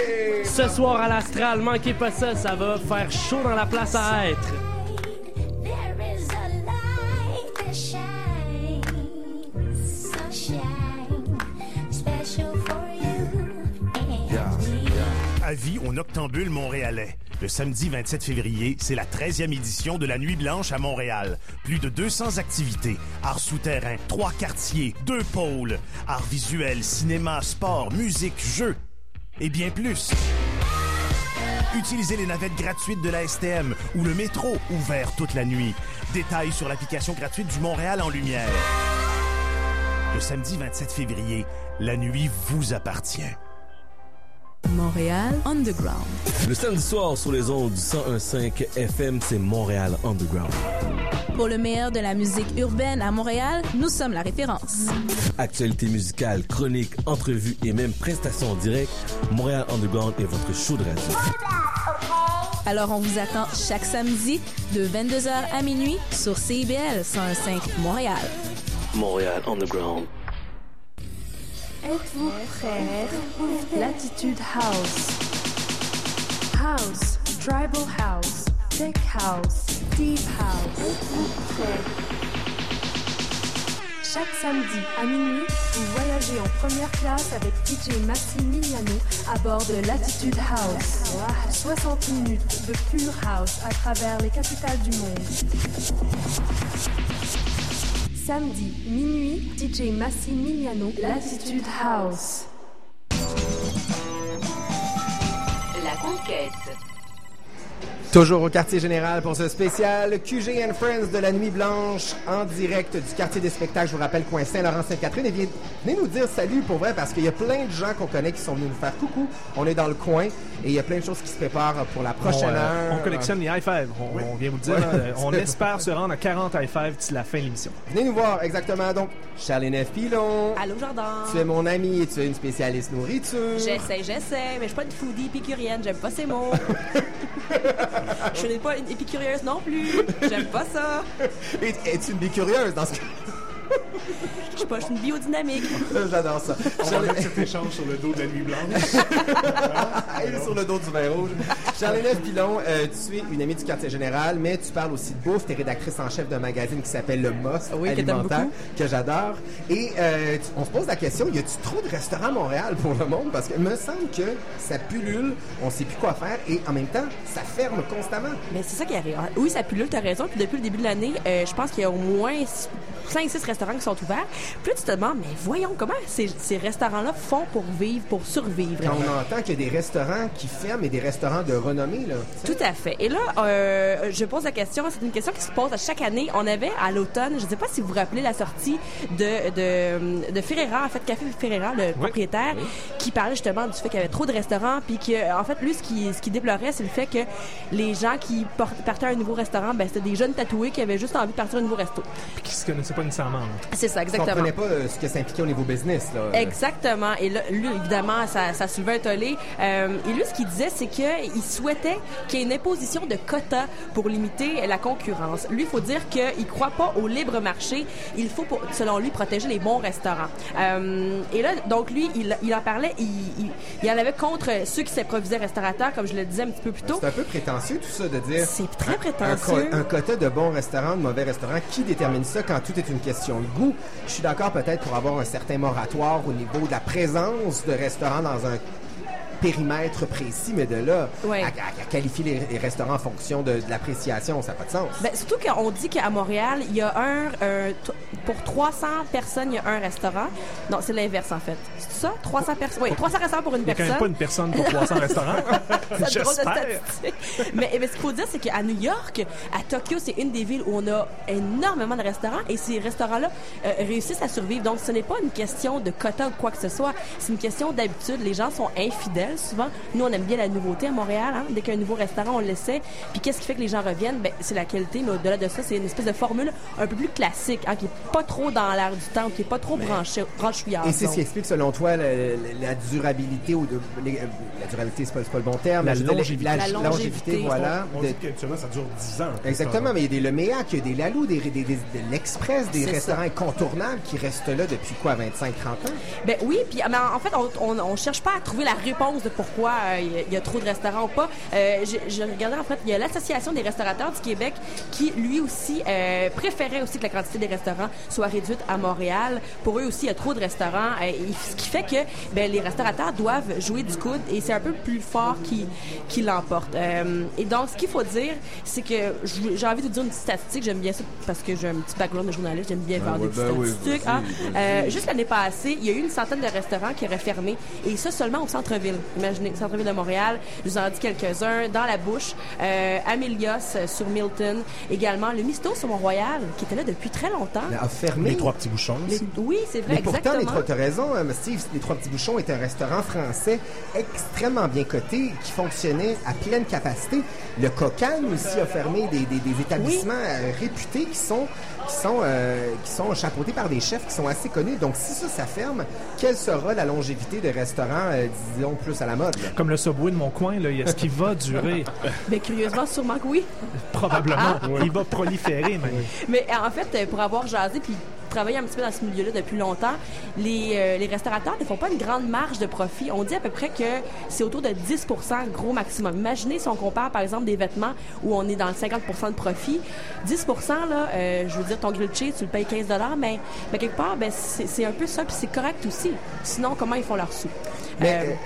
Ce soir à l'Astral, manquez pas ça, ça va faire chaud dans la place à être. There is a light that shines, sunshine, special for you and me. Avis aux noctambules montréalais. Le samedi vingt-sept février, c'est la treizième édition de la Nuit Blanche à Montréal. Plus de deux cents activités. Art souterrain, trois quartiers, deux pôles. Art visuel, cinéma, sport, musique, jeux. Et bien plus. Utilisez les navettes gratuites de la S T M ou le métro, ouvert toute la nuit. Détails sur l'application gratuite du Montréal en lumière. Le samedi vingt-sept février, la nuit vous appartient. Montréal Underground. Le samedi soir sur les ondes du cent un virgule cinq F M, c'est Montréal Underground. Pour le meilleur de la musique urbaine à Montréal, nous sommes la référence. Actualité musicale, chroniques, entrevues et même prestations en direct, Montréal Underground est votre show de radio. Alors on vous attend chaque samedi de vingt-deux heures à minuit sur C I B L cent un virgule cinq Montréal. Montréal Underground. Êtes-vous prêts? Latitude House. House, Tribal House, Tech House, Deep House. Êtes-vous prêts? Chaque samedi à minuit, vous voyagez en première classe avec D J Massimiliano à bord de Latitude House. soixante minutes de pure house à travers les capitales du monde. Samedi, minuit, D J Massimiliano, Latitude House. La conquête. Toujours au quartier général pour ce spécial Q G and Friends de la Nuit Blanche en direct du quartier des spectacles, je vous rappelle, coin Saint-Laurent-Sainte-Catherine. Et bien, venez nous dire salut pour vrai parce qu'il y a plein de gens qu'on connaît qui sont venus nous faire coucou. On est dans le coin et il y a plein de choses qui se préparent pour la prochaine on, euh, heure. On collectionne les high five. On, Oui. on vient vous le dire. Ouais. Là, on espère se rendre à quarante high five d'ici la fin de l'émission. Venez nous voir, exactement. Donc, Charlie-Neve Pilon. Allô, Jordan. Tu es mon ami et tu es une spécialiste nourriture. J'essaie, j'essaie, mais je suis pas une foodie épicurienne, j'aime pas ces mots. Je n'ai pas une épicurieuse non plus, j'aime pas ça. Et, es-tu une bicurieuse dans ce cas? Je sais pas, je suis une biodynamique. J'adore ça. On va mettre cet échange sur le dos de la Nuit Blanche. Et sur le dos du vin rouge. Charlie-Neve Pilon, euh, tu es une amie du quartier général, mais tu parles aussi de bouffe. Tu es rédactrice en chef d'un magazine qui s'appelle Le Must Oui, que t'aimes alimentaire, beaucoup. que j'adore. Et euh, tu- on se pose la question, y a-tu trop de restaurants à Montréal pour le monde? Parce qu'il me semble que ça pullule, on sait plus quoi faire et en même temps, ça ferme constamment. Mais c'est ça qui arrive. Oui, ça pullule, t'as raison. Puis depuis le début de l'année, euh, je pense qu'il y a au moins cinq six restaurants qui sont ouverts. Puis là, tu te demandes, mais voyons, comment ces, ces restaurants-là font pour vivre, pour survivre? Quand on entend qu'il y a des restaurants qui ferment et des restaurants de renommée, là. Tout à fait. Et là, euh, je pose la question, c'est une question qui se pose à chaque année. On avait à l'automne, je ne sais pas si vous vous rappelez la sortie de, de, de Ferreira, en fait, Café Ferreira, le propriétaire, qui parlait justement du fait qu'il y avait trop de restaurants, puis que, en fait, lui, ce qui, ce qui déplorait, c'est le fait que les gens qui por- partaient à un nouveau restaurant, ben, c'était des jeunes tatoués qui avaient juste envie de partir à un nouveau resto. Puis qui se connaissaient pas nécessairement. là. C'est ça, Ils exactement. comprenaient pas euh, ce que ça impliquait au niveau business, là. Exactement. Et là, lui, évidemment, ça, ça soulevait un tollé. Euh, et lui, ce qu'il disait, c'est qu'il souhaitait qu'il y ait une imposition de quotas pour limiter la concurrence. Lui, il faut dire qu'il croit pas au libre marché. Il faut, pour, selon lui, protéger les bons restaurants. Euh, et là, donc, lui, il, il en parlait, il, il, il en avait contre ceux qui s'improvisaient restaurateurs, comme je le disais un petit peu plus tôt. C'est un peu prétentieux, tout ça, de dire... C'est très un- prétentieux. Un, co- un quota de bons restaurants, de mauvais restaurants, qui détermine ça quand tout est une question de goût? Je suis d'accord peut-être pour avoir un certain moratoire au niveau de la présence de restaurants dans un périmètre précis, mais de là Ouais. à, à- à qualifier les, les restaurants en fonction de, de l'appréciation, ça n'a pas de sens. Ben, surtout qu'on dit qu'à Montréal, il y a un, un t- pour trois cents personnes, il y a un restaurant. Non, c'est l'inverse en fait. C'est ça? trois cents personnes. Oui, trois cents restaurants pour une Il y a quand personne. même pas une personne pour trois cents restaurants. C'est une drôle de J'espère. statistique. mais, mais ce qu'il faut dire, c'est qu'à New York, à Tokyo, c'est une des villes où on a énormément de restaurants et ces restaurants-là euh, réussissent à survivre. Donc, ce n'est pas une question de quota ou quoi que ce soit. C'est une question d'habitude. Les gens sont infidèles souvent. Nous, on aime bien la nouveauté à Montréal. Hein? Dès qu'il y a un nouveau restaurant, on l'essaie. Puis qu'est-ce qui fait que les gens reviennent? Ben, c'est la qualité, mais au-delà de ça, c'est une espèce de formule un peu plus classique, hein, qui est pas trop dans l'air du temps, qui est pas trop branché, branchouillard. Et c'est ce qui donc. explique, selon toi, la, la- la durabilité ou de, les- euh, la durabilité, c'est pas, c'est pas le bon terme. La mais je veux dire, longévité. La, La longévité, longévité. voilà. On de- dit qu'actuellement, ça dure dix ans. Exactement, mais il y a des Leméac, il y a des Lalou, des, des, des- de l'Express, des C'est restaurants ça. incontournables qui restent là depuis quoi, vingt-cinq trente ans? Ben oui, puis mais en fait, on, on, on cherche pas à trouver la réponse de pourquoi euh, il y a- il y, a trop de restaurants ou pas. Euh, j'ai j'ai regardé, en fait, il y a l'Association des restaurateurs du Québec qui, lui aussi, euh, préférait aussi que la quantité des restaurants soit réduite à Montréal. Pour eux aussi, il y a trop de restaurants, euh, et ce qui fait que ben, les restaurateurs doivent jouer du coude et c'est un peu plus fort qui, qui l'emporte. Euh, et donc, ce qu'il faut dire, c'est que je- j'ai envie de vous dire une petite statistique. J'aime bien ça parce que j'ai un petit background de journaliste. J'aime bien Ben faire oui, des petites ben oui, statistiques. vas-y, hein. vas-y. Euh, juste l'année passée, il y a eu une centaine de restaurants qui auraient fermé, et ça seulement au centre-ville. Imaginez, centre-ville de Montréal, je vous en dis quelques-uns. Dans la bouche, euh, Amelios euh, sur Milton, également le Misto sur Mont-Royal, qui était là depuis très longtemps. Mais a fermé. Les trois petits bouchons. Les- aussi. Oui, c'est vrai, Mais pourtant, les exactement. trois, t'as raison, hein, Steve, les Trois Petits Bouchons est un restaurant français extrêmement bien coté qui fonctionnait à pleine capacité. Le Cocan aussi a fermé des, des, des établissements euh, réputés qui sont qui sont euh, qui sont chapeautés par des chefs qui sont assez connus. Donc si ça, ça ferme, quelle sera la longévité des restaurants, euh, disons, plus à la mode? là? Comme le Subway de mon coin, là, est-ce qu'il va durer? Mais curieusement, sûrement que oui. Probablement. Ah. Il va proliférer, même. Mais euh, en fait, euh, pour avoir jasé puis travaillé un petit peu dans ce milieu-là depuis longtemps, les, euh, les restaurateurs ne font pas une grande marge de profit. On dit à peu près que c'est autour de dix pour cent gros maximum. Imaginez si on compare, par exemple, des vêtements où on est dans le cinquante pour cent de profit. dix pour cent, là, euh, je veux dire, ton grilled cheese, tu le payes quinze dollars, mais, mais quelque part, ben, c'est c'est un peu ça, puis c'est correct aussi. Sinon, comment ils font leurs sous? Mais Euh, euh,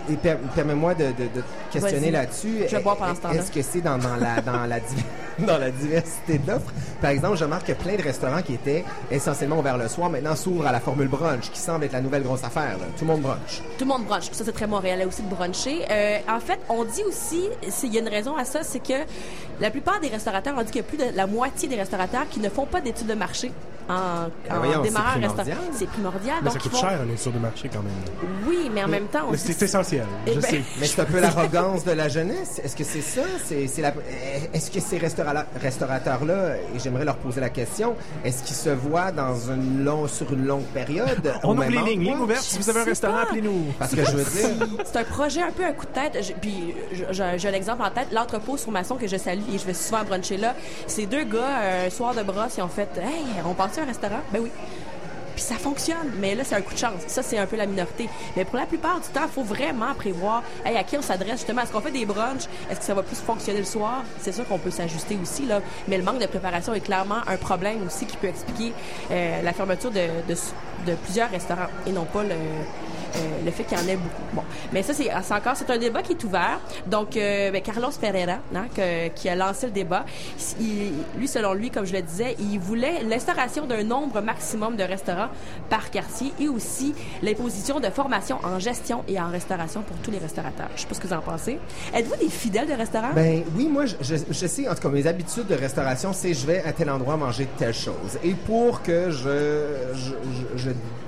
et per- permets-moi de, de, de te questionner Vas-y. là-dessus. Je vais boire pendant ce temps-là. Est-ce que c'est dans, dans, la, dans, la, div- dans la diversité d'offres? Par exemple, je remarque que plein de restaurants qui étaient essentiellement ouverts le soir, maintenant s'ouvrent à la formule brunch, qui semble être la nouvelle grosse affaire. Là. Tout le monde brunch. Tout le monde brunch. Ça, c'est très montréalais aussi de bruncher. Euh, en fait, on dit aussi, c'est- il y a une raison à ça, c'est que la plupart des restaurateurs, on dit qu'il y a plus de la moitié des restaurateurs qui ne font pas d'études de marché en, Ben en voyons, démarrant c'est un restaurant. primordial. C'est primordial. Mais donc ça ils coûte font- cher, une étude de marché, quand même. Oui, mais en même temps, on Mais dit- c'est essentiel, Eh je ben- sais. Mais c'est un peu l'arrogance de la jeunesse. Est-ce que c'est ça? C'est, c'est la... Est-ce que ces restaura- restaurateurs-là, et j'aimerais leur poser la question, est-ce qu'ils se voient dans une long... sur une longue période? On au ouvre même les lignes, endroit? lignes ouvertes. Si vous avez un sais restaurant, pas. appelez-nous. Parce que je veux dire... C'est un projet un peu un coup de tête. Je- puis je- je- j'ai un exemple en tête. L'entrepôt sur Masson que je salue et je vais souvent bruncher là. Ces deux gars, un soir de brosse, ils ont fait « Hey, on part à un restaurant? » Ben oui. Puis ça fonctionne. Mais là, c'est un coup de chance. Ça, c'est un peu la minorité. Mais pour la plupart du temps, il faut vraiment prévoir hey, à qui on s'adresse justement. Est-ce qu'on fait des brunchs? Est-ce que ça va plus fonctionner le soir? C'est sûr qu'on peut s'ajuster aussi, là. Mais le manque de préparation est clairement un problème aussi qui peut expliquer euh, la fermeture de, de, de plusieurs restaurants et non pas le... Euh, le fait qu'il y en ait beaucoup. Bon, mais ça c'est, c'est encore c'est un débat qui est ouvert. Donc euh, ben, Carlos Ferreira, hein, que- qui a lancé le débat, il- lui selon lui, comme je le disais, il voulait l'instauration d'un nombre maximum de restaurants par quartier et aussi l'imposition de formations en gestion et en restauration pour tous les restaurateurs. Je sais pas ce que vous en pensez. Êtes-vous des fidèles de restaurants? Ben oui, moi, je, je, je sais, en tout cas, mes habitudes de restauration, c'est je vais à tel endroit manger telle chose. Et pour que je, je, je, je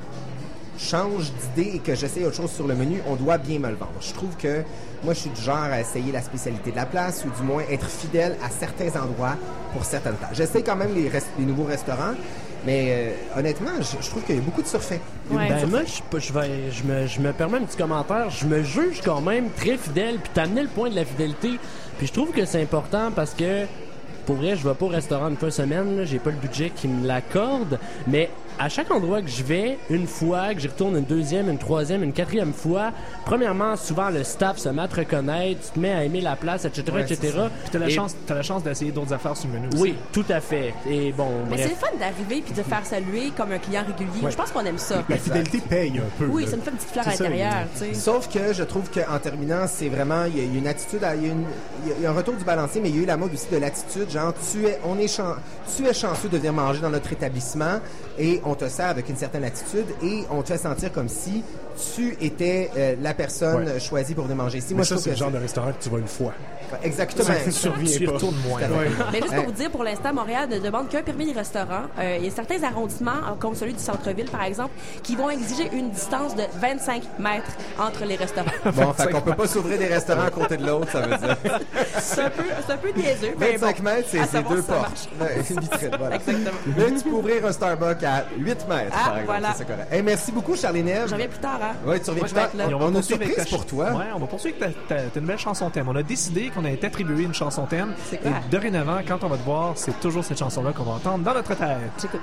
change d'idée et que j'essaye autre chose sur le menu, on doit bien me le vendre. Je trouve que moi, je suis du genre à essayer la spécialité de la place ou du moins être fidèle à certains endroits pour certaines tâches. J'essaie quand même les, rest- les nouveaux restaurants, mais euh, honnêtement, je, je trouve qu'il y a beaucoup de surfaits. Ben, moi, je, je, vais, je, me, je me permets un petit commentaire. Je me juge quand même très fidèle, puis t'as amené le point de la fidélité. Puis je trouve que c'est important parce que, pour vrai, je vais pas au restaurant une fois semaine, là, j'ai pas le budget qui me l'accorde, mais à chaque endroit que je vais, une fois, que j'y retourne une deuxième, une troisième, une quatrième fois, premièrement, souvent, le staff se met à te reconnaître, tu te mets à aimer la place, et cetera, Ouais, et c'est cetera. ça. Puis t'as la Et- chance, t'as la chance d'essayer d'autres affaires sur le menu aussi. Oui, tout à fait. Et bon, Mais bref. c'est le fun d'arriver puis de faire saluer comme un client régulier. Ouais. Je pense qu'on aime ça. La fidélité paye un peu. Oui, là. ça me fait une petite fleur à C'est ça, l'intérieur, il- tu sais. Sauf que je trouve qu'en terminant, c'est vraiment, il y, a il y a une attitude, à- il y, a une- il y a- il y a un retour du balancier, mais il y a eu la mode aussi de l'attitude, genre, tu es, on est chan- tu es chanceux de venir manger dans notre établissement et on te sert avec une certaine attitude et on te fait sentir comme si tu étais euh, la personne Ouais. choisie pour venir manger ici. Mais Moi, je ça, trouve c'est le que genre de restaurant que tu vas une fois. Exactement. Ça ne survient Tu pas. retournes moins. Tout à fait. Ouais. Mais juste Hein. pour vous dire, pour l'instant, Montréal ne demande qu'un permis de restaurant. Euh, il y a certains arrondissements, euh, comme celui du centre-ville, par exemple, qui vont exiger une distance de vingt-cinq mètres entre les restaurants. Bon, fait qu'on peut pas s'ouvrir des restaurants à côté de l'autre, ça veut dire. C'est un peu, c'est un peu niaiseux. mais vingt-cinq bon, mètres, c'est à c'est savoir deux si ça portes. Ouais, c'est une vitrine, voilà. Exactement. Là, tu peux ouvrir un Starbucks à huit mètres, Ah, par exemple. voilà. Ça, c'est correct. Hey, merci beaucoup, Charlie Neige. Je reviens plus tard, hein? Oui, tu reviens Moi, plus je vais tard. être là. Et On, a une poursuivre avec surprise ta- pour toi. Ouais, on va poursuivre avec ta, ta, ta nouvelle chanson thème. On a décidé qu'on allait t'attribuer une chanson thème. C'est quoi? Et dorénavant, quand on va te voir, c'est toujours cette chanson-là qu'on va entendre dans notre tête. J'écoute.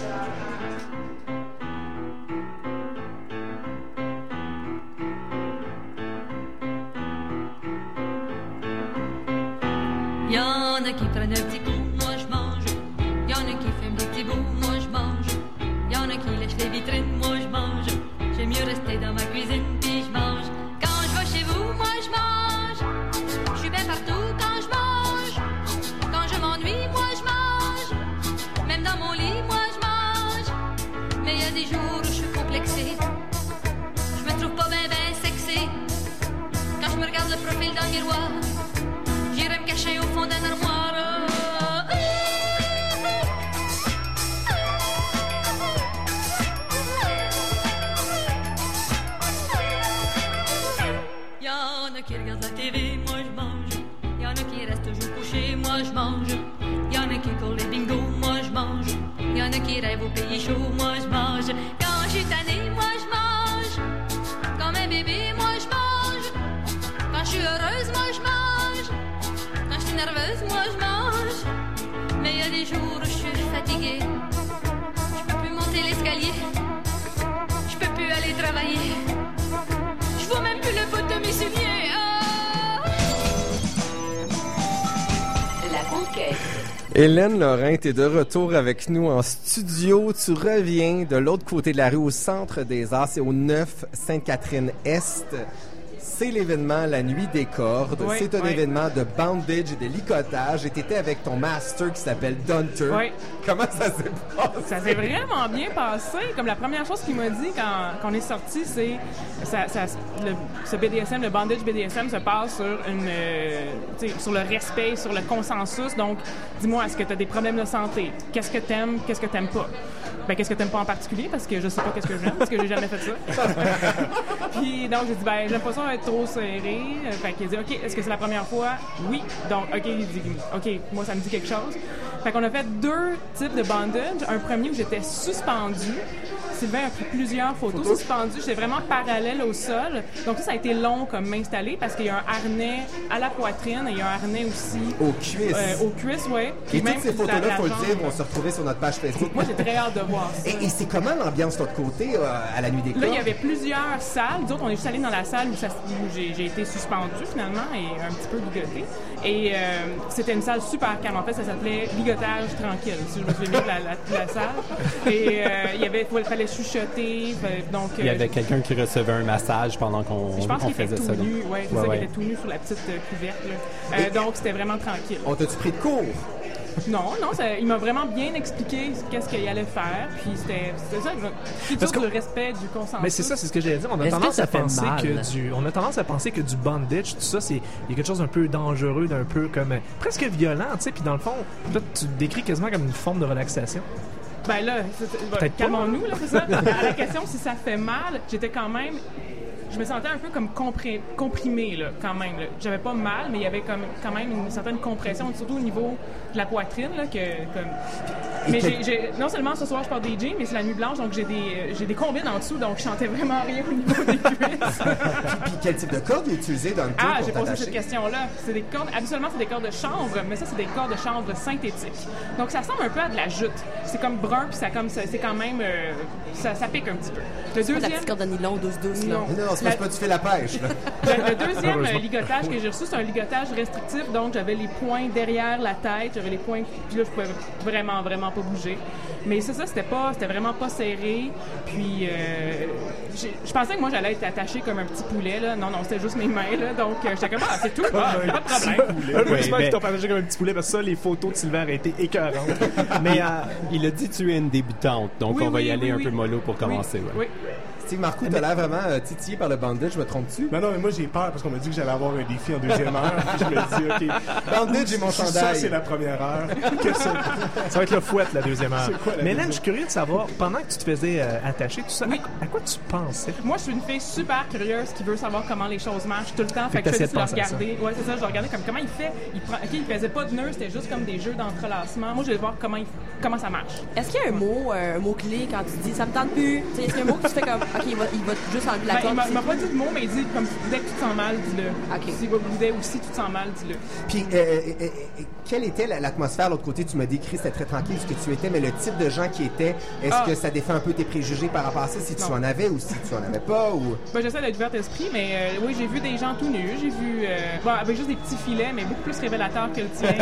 Y'en a qui prennent un petit coup, moi je mange. Y'en a qui fument des petits bouts, moi je mange. Y'en a qui lèchent les vitrines, moi je mange. J'aime mieux rester dans ma cuisine puis je mange. Quand je vais chez vous, moi je mange. Je suis bien partout quand je mange. Quand je m'ennuie, moi je mange. Même dans mon lit, moi je mange. Mais il y a des jours où je suis complexée. Je me trouve pas bien ben sexy. Quand je me regarde le profil dans le miroir, j'irai me cacher au fond d'un armoire. Y'en a qui regardent la T V, moi je mange. Y'en a qui restent toujours couchés, moi je mange. Y'en a qui courent les bingos, moi je mange. Y'en a qui rêvent au pays chaud, moi je mange. Quand je suis tannée, moi je mange. Comme un bébé, moi je mange. Quand je suis heureuse, moi je mange. Quand je suis nerveuse, moi je mange. Mais il y a des jours où je suis fatiguée. Je peux plus monter l'escalier. Je peux plus aller travailler. Je vois même plus le bout de mes souliers. Ah! La conquête. Hélène Lorrain, t'es de retour avec nous en studio. Tu reviens de l'autre côté de la rue, au Centre des Arts. C'est au neuf Sainte-Catherine-Est. C'est l'événement La Nuit des Cordes. Oui, c'est un oui. événement de bandage et de licotage. Et t'étais avec ton master qui s'appelle Dunter. Oui. Comment ça s'est passé? Ça s'est vraiment bien passé. Comme la première chose qu'il m'a dit quand, quand on est sorti, c'est ça, ça, le, ce B D S M, le bandage B D S M se passe sur une, euh, tu sais, sur le respect, sur le consensus. Donc, dis-moi, est-ce que tu as des problèmes de santé? Qu'est-ce que t'aimes? Qu'est-ce que t'aimes pas? Ben, qu'est-ce que t'aimes pas en particulier? Parce que je sais pas qu'est-ce que j'aime, parce que j'ai jamais fait ça. Puis, donc, j'ai dit, ben, j'aime pas ça être trop serré. Fait qu'il a dit, OK, est-ce que c'est la première fois? Oui. Donc, OK, il dit, OK, moi, ça me dit quelque chose. Fait qu'on a fait deux types de bandage. Un premier où j'étais suspendue. Sylvain a pris plusieurs photos Photos. suspendues. J'étais vraiment parallèle au sol. Donc, ça, ça a été long comme m'installer parce qu'il y a un harnais à la poitrine et il y a un harnais aussi Aux cuisses. euh, aux cuisses, oui. Et toutes ces photos-là, faut le dire, vont se retrouver sur notre page Facebook. Moi, j'ai très hâte de voir ça. Et, et c'est comment l'ambiance de l'autre côté euh, à la Nuit des Cordes? Là, il y avait plusieurs salles. D'autres, on est juste allé dans la salle où, ça- où j'ai, j'ai été suspendue finalement et un petit peu ligotée. Et euh, c'était une salle super calme. En fait, ça s'appelait Ligotage tranquille, si je me souviens bien de la, la, la salle. Et euh, il y avait, il fallait chuchoter. fait- Donc, Il y euh, avait quelqu'un qui recevait un massage pendant qu'on je pense on qu'il était faisait tout ça. donc. nu. Ouais, c'est Ouais, ça, ouais. qu'il était tout nu sur la petite euh, couverte. là. Euh, donc, c'était vraiment tranquille. On t'a-tu pris de cours? Non, non, ça- il m'a vraiment bien expliqué qu'est-ce qu'il allait faire. Puis c'était c'était ça, toujours Parce le respect du consensus. Mais c'est ça, c'est ce que j'allais dire. On a Est-ce que tendance ça à fait penser mal? que du, on a tendance à penser que du bondage, tout ça, c'est il y a quelque chose d'un peu dangereux, d'un peu comme euh, presque violent, tu sais. Puis dans le fond, là, tu le décris quasiment comme une forme de relaxation. Ben là, c'est- c'est- Peut-être pas. calmons-nous, là, c'est ça. À la question si ça fait mal, j'étais quand même... Je me sentais un peu comme compré- comprimée, là, quand même. Là. J'avais pas mal, mais il y avait comme, quand même une certaine compression, surtout au niveau de la poitrine, là, que... Comme... Mais j'ai, j'ai- non seulement ce soir, je porte des jeans, mais c'est la nuit blanche, donc j'ai des, euh, j'ai des combines en dessous, donc je sentais vraiment rien au niveau des cuisses. Puis quel type de corde il a utilisé dans le tour Ah, pour j'ai posé t'attacher? cette question-là. C'est des cordes, habituellement, c'est des cordes de chanvre, mais ça, c'est des cordes de chanvre synthétiques. Donc, ça ressemble un peu à de la jute. C'est comme brun, puis ça, comme, ça- c'est quand même... euh, ça, ça pique un petit peu. Le C'est pas de la petite corde de nylon douce-douce, là. Non. Mais non, c'est La- parce que tu fais la pêche, là. Le, le deuxième Heureusement. euh, ligotage que j'ai reçu, c'est un ligotage restrictif. Donc, j'avais les poings derrière la tête, j'avais les poings... Puis là, je pouvais vraiment, vraiment pas bouger. Mais c'est ça, c'était pas... C'était vraiment pas serré. Puis, euh, j'ai- je pensais que moi, j'allais être attachée comme un petit poulet, là. Non, non, c'était juste mes mains, là. Donc, euh, j'étais comme, ah, c'est tout. Ah, pas de problème. Un peu Oui, j'espère ben- qu'ils t'ont partagé comme un petit poulet parce que ça, les photos de Sylvain auraient été écœurantes. Mais euh, Il a dit tu es une débutante, donc Oui, on va oui, y aller oui, un oui. peu mollo pour commencer. ouais. Oui. Steve Marcoux, t'as l'air vraiment euh, titillé par le bandage, je me trompe-tu? Non, non, mais moi j'ai peur parce qu'on m'a dit que j'allais avoir un défi en deuxième heure. Puis je me dis, OK. Bandage et mon Ça, chandail. c'est la première heure. Que ça? ça va être le fouette la deuxième heure. C'est quoi, la Mais Hélène, deuxième? je suis curieux de savoir, pendant que tu te faisais euh, attacher, tout ça, Oui. à, à quoi tu pensais? Moi, je suis une fille super curieuse qui veut savoir comment les choses marchent tout le temps. Fait Fait que que je fais t'essaies juste de le penser à ça. regarder. Ouais, c'est ça, je le regardais comme comment il fait. Il prend, OK, il faisait pas de nœuds, c'était juste comme des jeux d'entrelacement. Moi, je voulais voir comment, il- comment ça marche. Est-ce qu'il y a un mot, euh, un mot-clé quand tu dis ça me tente plus? Tu sais, est-ce qu'il y a un mot que tu fais comme, OK, il va, il va juste enlever la Ben, il corde? m'a- puis il m'a c'est pas tout? dit de mot, mais il dit comme dès que tu te sens mal, dis-le. OK. Si vous dès aussi tu te sens mal, dis-le. Puis, euh, euh, euh, euh, quelle était la- l'atmosphère de l'autre côté? Tu m'as décrit, c'était très tranquille ce que tu étais, mais le type de gens qui étaient, est-ce Ah. que ça défait un peu tes préjugés par rapport à ça, si tu Non. en avais ou si tu en avais pas? Ou... Ben, j'essaie d'être ouverte d'esprit, mais euh, oui, j'ai vu des gens tout nus. J'ai vu, euh, bon, avec juste des petits filets, mais beaucoup plus révélateurs que le tien.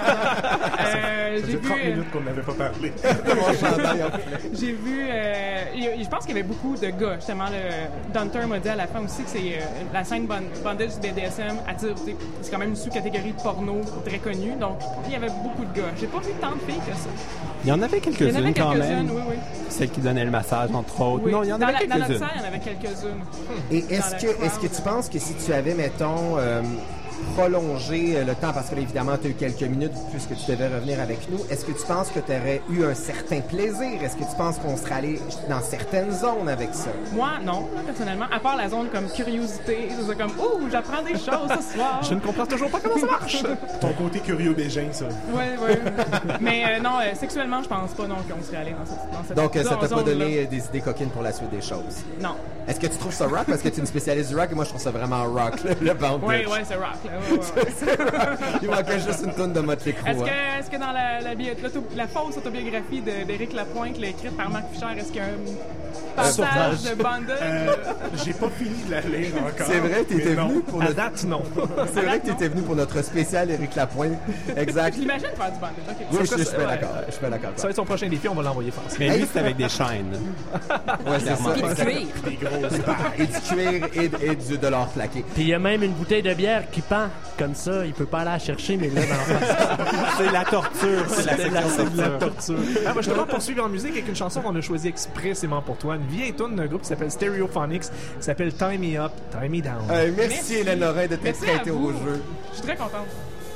Euh, Ça j'ai fait vu, trente euh, minutes qu'on n'avait pas parlé. Mon chandail en poulet. J'ai vu, euh, il- je pense qu'il y avait beaucoup de gars. Justement, le Dunter m'a dit à la fin aussi que c'est euh, la scène bon- bondage du B D S M attire, tu sais, c'est quand même une sous-catégorie de porno très connue. Donc, il y avait beaucoup de gars. J'ai pas vu tant de filles que ça. Il y en avait Il y en quelques-unes avait quand quelques-unes, même. oui, oui. Celle qui donnait le massage, entre autres. Oui. Non, il y en dans avait la- Dans notre quelques-unes. salle, il y en avait quelques-unes. Et Dans est-ce la que, est-ce que crowd. tu penses que si tu avais, mettons, euh, prolongé euh, le temps, parce que là, évidemment, tu as eu quelques minutes puisque tu devais revenir avec nous, est-ce que tu penses que tu aurais eu un certain plaisir? Est-ce que tu penses qu'on serait allé dans certaines zones avec ça? Moi, non, là, personnellement. À part la zone comme curiosité, c'est comme, ouh, j'apprends des choses ce soir. Je ne comprends toujours pas comment ça marche. Ton côté curieux bégin, ça. Oui, oui. Mais euh, non, euh, sexuellement, je pense pas non qu'on serait allé dans cette, dans cette Donc, euh, ça t'a pas zone-là. donné euh, des idées coquines pour la suite des choses? Non. Est-ce que tu trouves ça rock? Parce que tu es une spécialiste du rock et moi, je trouve ça vraiment rock, le, le bandage. Oui, oui, c'est rock. là. Ouais, ouais, ouais. Il manquait juste une tonne de Motley Crue. Est-ce hein. que, est-ce que dans la, la, bio- l'auto- la fausse autobiographie de- d'Éric Lapointe, écrite par Marc Fischer, est-ce qu'il y a un passage de bondage? Euh, j'ai pas fini de la lire encore. C'est vrai, tu étais mais non. venu pour À notre... date, non. C'est vrai que tu étais venu pour notre spécial Éric Lapointe. Exact. Je l'imagine faire du bondage. OK. Oui, je, je Ouais, suis bien d'accord. Je suis bien d'accord. Ça va être son prochain défi, on va l'envoyer faire ça. Mais lui, c'est avec des chaînes. Ouais, c'est ça. Puis du cuir. Des grosses Et du cuir et, de- et du de l'or plaqué. Puis il y a même une bouteille de bière qui pend comme ça. Il peut pas aller la chercher, mais là, dans la face. C'est la torture. C'est la C'est de la- section c'est de la torture. Ah, moi, je te poursuivre en musique avec une chanson qu'on a choisie expressément pour toi. Une vieille tune d'un groupe qui s'appelle Stereophonics, qui s'appelle Tie Me Up, Tie Me Down. Euh, merci, Merci. Hélène Lorrain de t'être Merci prêtée à au vous. jeu. Je suis très contente.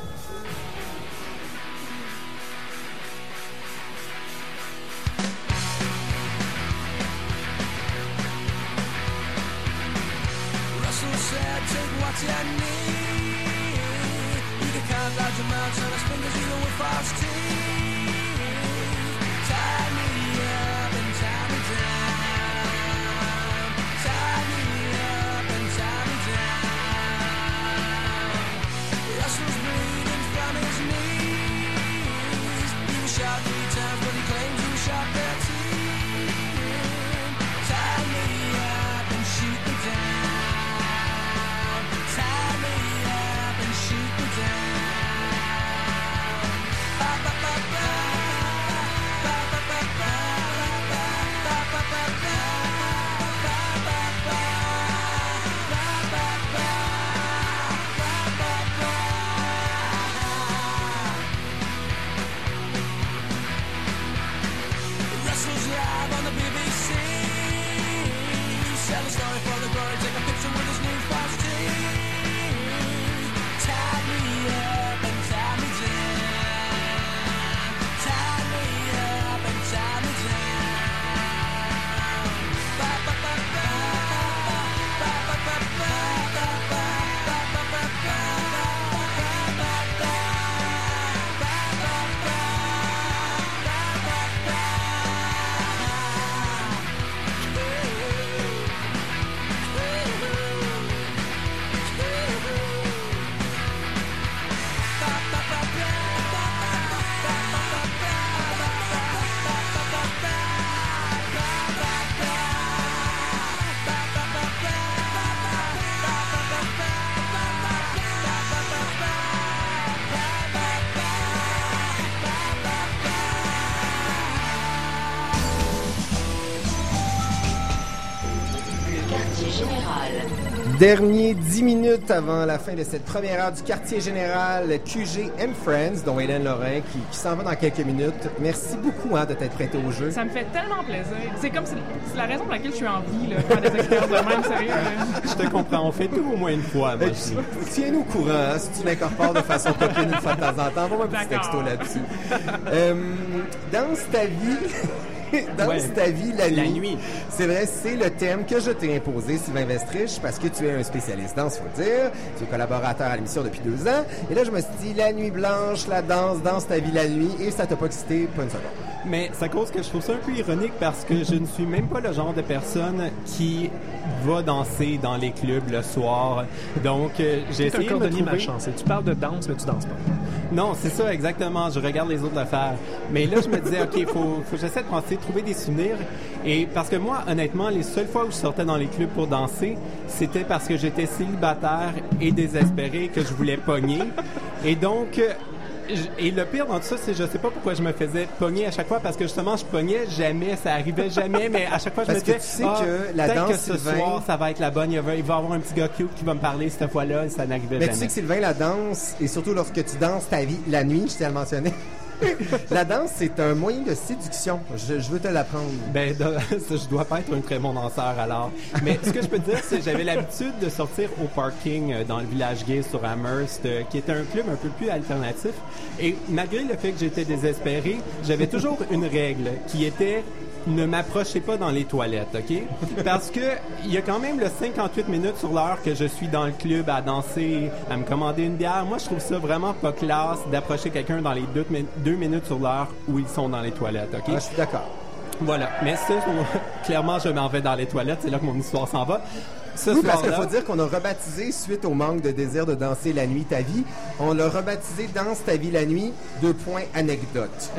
Russell said, take what you need. You can count out your mouths on his fingers, even with false teeth. Tie me up and tie me down. Tie me up and tie me down. Russell's bleeding from his knees. He was shot three times, but he claims he was shot thirteen. Tie me up and shoot me down. Tie me up and shoot me down. Ba ba ba ba, ba ba ba ba, ba ba ba ba, ba ba ba, ba ba ba, ba ba ba. Russell's live on the B B C. Sell a story for the glory, take a picture with his new false teeth. Tie me up and tie me down. Tie me up and tie me down. Ba ba ba ba, ba ba ba ba, ba ba ba ba ba, ba ba ba, ba ba ba, ba ba ba. Le quartier général. Dernier dix minutes avant la fin de cette première heure du quartier général Q G and Friends, dont Hélène Lorrain, qui, qui s'en va dans quelques minutes. Merci beaucoup hein, de t'être prêtée au jeu. Ça me fait tellement plaisir. C'est comme, c'est c'est la raison pour laquelle je suis en vie, là, faire des expériences de même, sérieux. là. Je te comprends. On fait tout au moins une fois. Moi, Euh, aussi. Tiens-nous au courant hein, si tu l'incorpores de façon copine une fois de temps en temps. Envoie-moi un petit D'accord. texto là-dessus. Euh, danse ta vie. Danse Ouais. ta vie la nuit. La nuit. C'est vrai, c'est le thème que je t'ai imposé, Sylvain Vestrich, parce que tu es un spécialiste danse, faut le dire. Tu es collaborateur à l'émission depuis deux ans. Et là, je me suis dit, la nuit blanche, la danse, danse ta vie la nuit, et ça t'a pas excité, pas une seconde. Mais ça cause que je trouve ça un peu ironique parce que je ne suis même pas le genre de personne qui va danser dans les clubs le soir. Donc, euh, j'ai C'est un essayé de me cordonnier trouver... malchanceux. Tu parles de danse, mais tu danses pas. Non, c'est ça, exactement. Je regarde les autres le faire. Mais là, je me disais, OK, faut, faut que j'essaie de penser, trouver des souvenirs. Et parce que moi, honnêtement, les seules fois où je sortais dans les clubs pour danser, c'était parce que j'étais célibataire et désespéré, que je voulais pogner. Et donc... euh, j- Et le pire dans tout ça, c'est je sais pas pourquoi je me faisais pogner à chaque fois parce que justement je pognais jamais, ça arrivait jamais, mais à chaque fois je Parce me que disais tu sais ah, que la peut-être danse, que ce Sylvain- soir ça va être la bonne, il va, il va y avoir un petit gars cute qui va me parler cette fois-là, et ça n'arrivait Mais jamais. tu sais que Sylvain, la danse, et surtout lorsque tu danses ta vie la nuit, je tiens à le mentionner, la danse, c'est un moyen de séduction. Je, je veux te l'apprendre. Ben, de- je dois pas être un très bon danseur alors. Mais ce que je peux te dire, c'est que j'avais l'habitude de sortir au parking euh, dans le village gay sur Amherst, euh, qui était un club un peu plus alternatif. Et malgré le fait que j'étais désespéré, j'avais toujours une règle qui était ne m'approchez pas dans les toilettes, OK? Parce que il y a quand même le cinquante-huit minutes sur l'heure que je suis dans le club à danser, à me commander une bière. Moi, je trouve ça vraiment pas classe d'approcher quelqu'un dans les deux, mi- deux minutes sur l'heure où ils sont dans les toilettes, OK? Ah, je suis d'accord. Voilà. Mais ça, je- clairement, je m'en vais dans les toilettes. C'est là que mon histoire s'en va. Ce Oui, parce qu'il soir-là- faut dire qu'on a rebaptisé, suite au manque de désir de danser la nuit ta vie, on l'a rebaptisé Danse ta vie la nuit, deux points anecdote.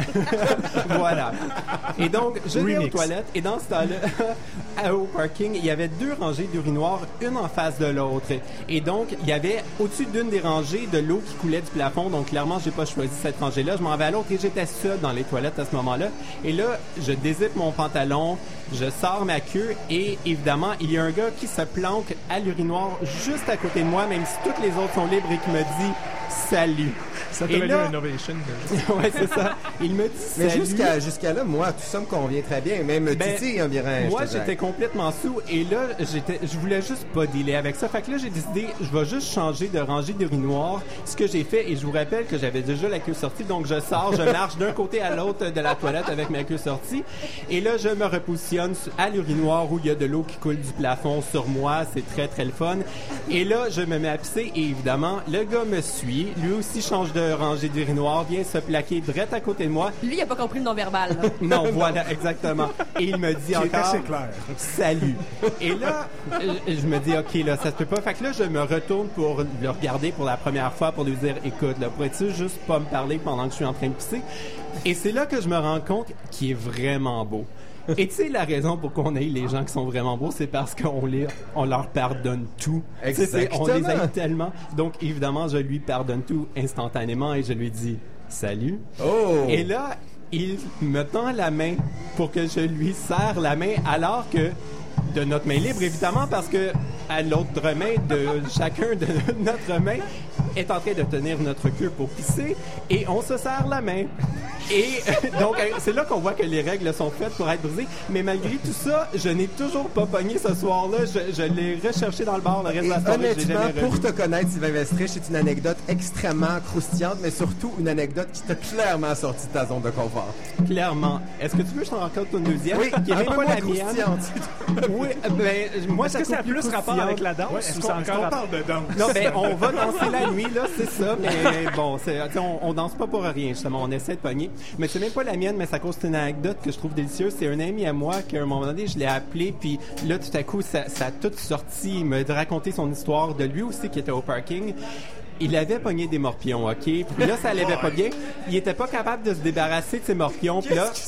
Voilà. Et donc, je vais aux Remix. toilettes et dans ce temps-là, au parking, il y avait deux rangées d'urinoirs, une en face de l'autre. Et donc, il y avait au-dessus d'une des rangées de l'eau qui coulait du plafond. Donc, clairement, j'ai pas choisi cette rangée-là. Je m'en vais à l'autre et j'étais seul dans les toilettes à ce moment-là. Et là, je dézippe mon pantalon, je sors ma queue et évidemment, il y a un gars qui se planque à l'urinoir juste à côté de moi, même si toutes les autres sont libres et qui me dit salut. Ça Et t'aurait là- eu un ovation. ouais, c'est ça. Il me dit Mais salut. jusqu'à jusqu'à là, moi, tout ça me convient très bien. Même Ben, Titi environ. Moi, je te dirais. j'étais complètement sous et là, j'étais, je voulais juste pas dealer avec ça. Fait que là, j'ai décidé, je vais juste changer de rangée d'urinoir. Ce que j'ai fait, et je vous rappelle que j'avais déjà la queue sortie, donc je sors, je marche d'un côté à l'autre de la toilette avec ma queue sortie. Et là, je me repositionne à l'urinoir où il y a de l'eau qui coule du plafond sur moi. C'est très, très le fun. Et là, je me mets à pisser et évidemment, le gars me suit. Lui aussi change de rangée d'urinoir, vient se plaquer direct à côté de moi. Lui, il a pas compris le non-verbal. là. Non, voilà, exactement. Et il me dit Qui est encore assez clair. salut. Et là, je, je me dis ok, là, ça se peut pas. Fait que là, je me retourne pour le regarder pour la première fois pour lui dire écoute, là, pourrais-tu juste pas me parler pendant que je suis en train de pisser? Et c'est là que je me rends compte qu'il est vraiment beau. Et tu sais, la raison pour qu'on ait les gens qui sont vraiment beaux, c'est parce qu'on les, on leur pardonne tout. Tu sais, c'est- on les Exactement. aime tellement. Donc, évidemment, je lui pardonne tout instantanément et je lui dis salut. Oh! Et là, il me tend la main pour que je lui serre la main alors que de notre main libre, évidemment, parce que à l'autre main de chacun de notre main est en train de tenir notre queue pour pisser et on se serre la main. Et euh, donc, euh, c'est là qu'on voit que les règles sont faites pour être brisées. Mais malgré tout ça, je n'ai toujours pas pogné ce soir-là. Je, je l'ai recherché dans le bar le reste de la soirée. Je l'ai Honnêtement, jamais pour revu. te connaître, Sylvain Vestrich, c'est une anecdote extrêmement croustillante, mais surtout une anecdote qui t'a clairement sorti de ta zone de confort. Clairement. Est-ce que tu veux que je t'en raconte une deuxième? Oui, qui est un même peu pas moins la mienne. croustillante. Oui, ben, moi, Est-ce que ça a plus rapport avec la danse Ouais, ou est-ce c'est qu'on est-ce encore qu'on parle de danse? Non, ben, on va danser la nuit, là, c'est ça. Mais bon, c'est, tu sais, on, on danse pas pour rien, justement. On essaie de pogner. Mais c'est même pas la mienne, mais ça cause une anecdote que je trouve délicieuse. C'est un ami à moi qu'à un moment donné, je l'ai appelé, puis là, tout à coup, ça, ça a tout sorti. Il m'a raconté son histoire de lui aussi qui était au parking. Il avait pogné des morpions, OK? Puis là, ça allait pas bien. Il était pas capable de se débarrasser de ses morpions. Puis là,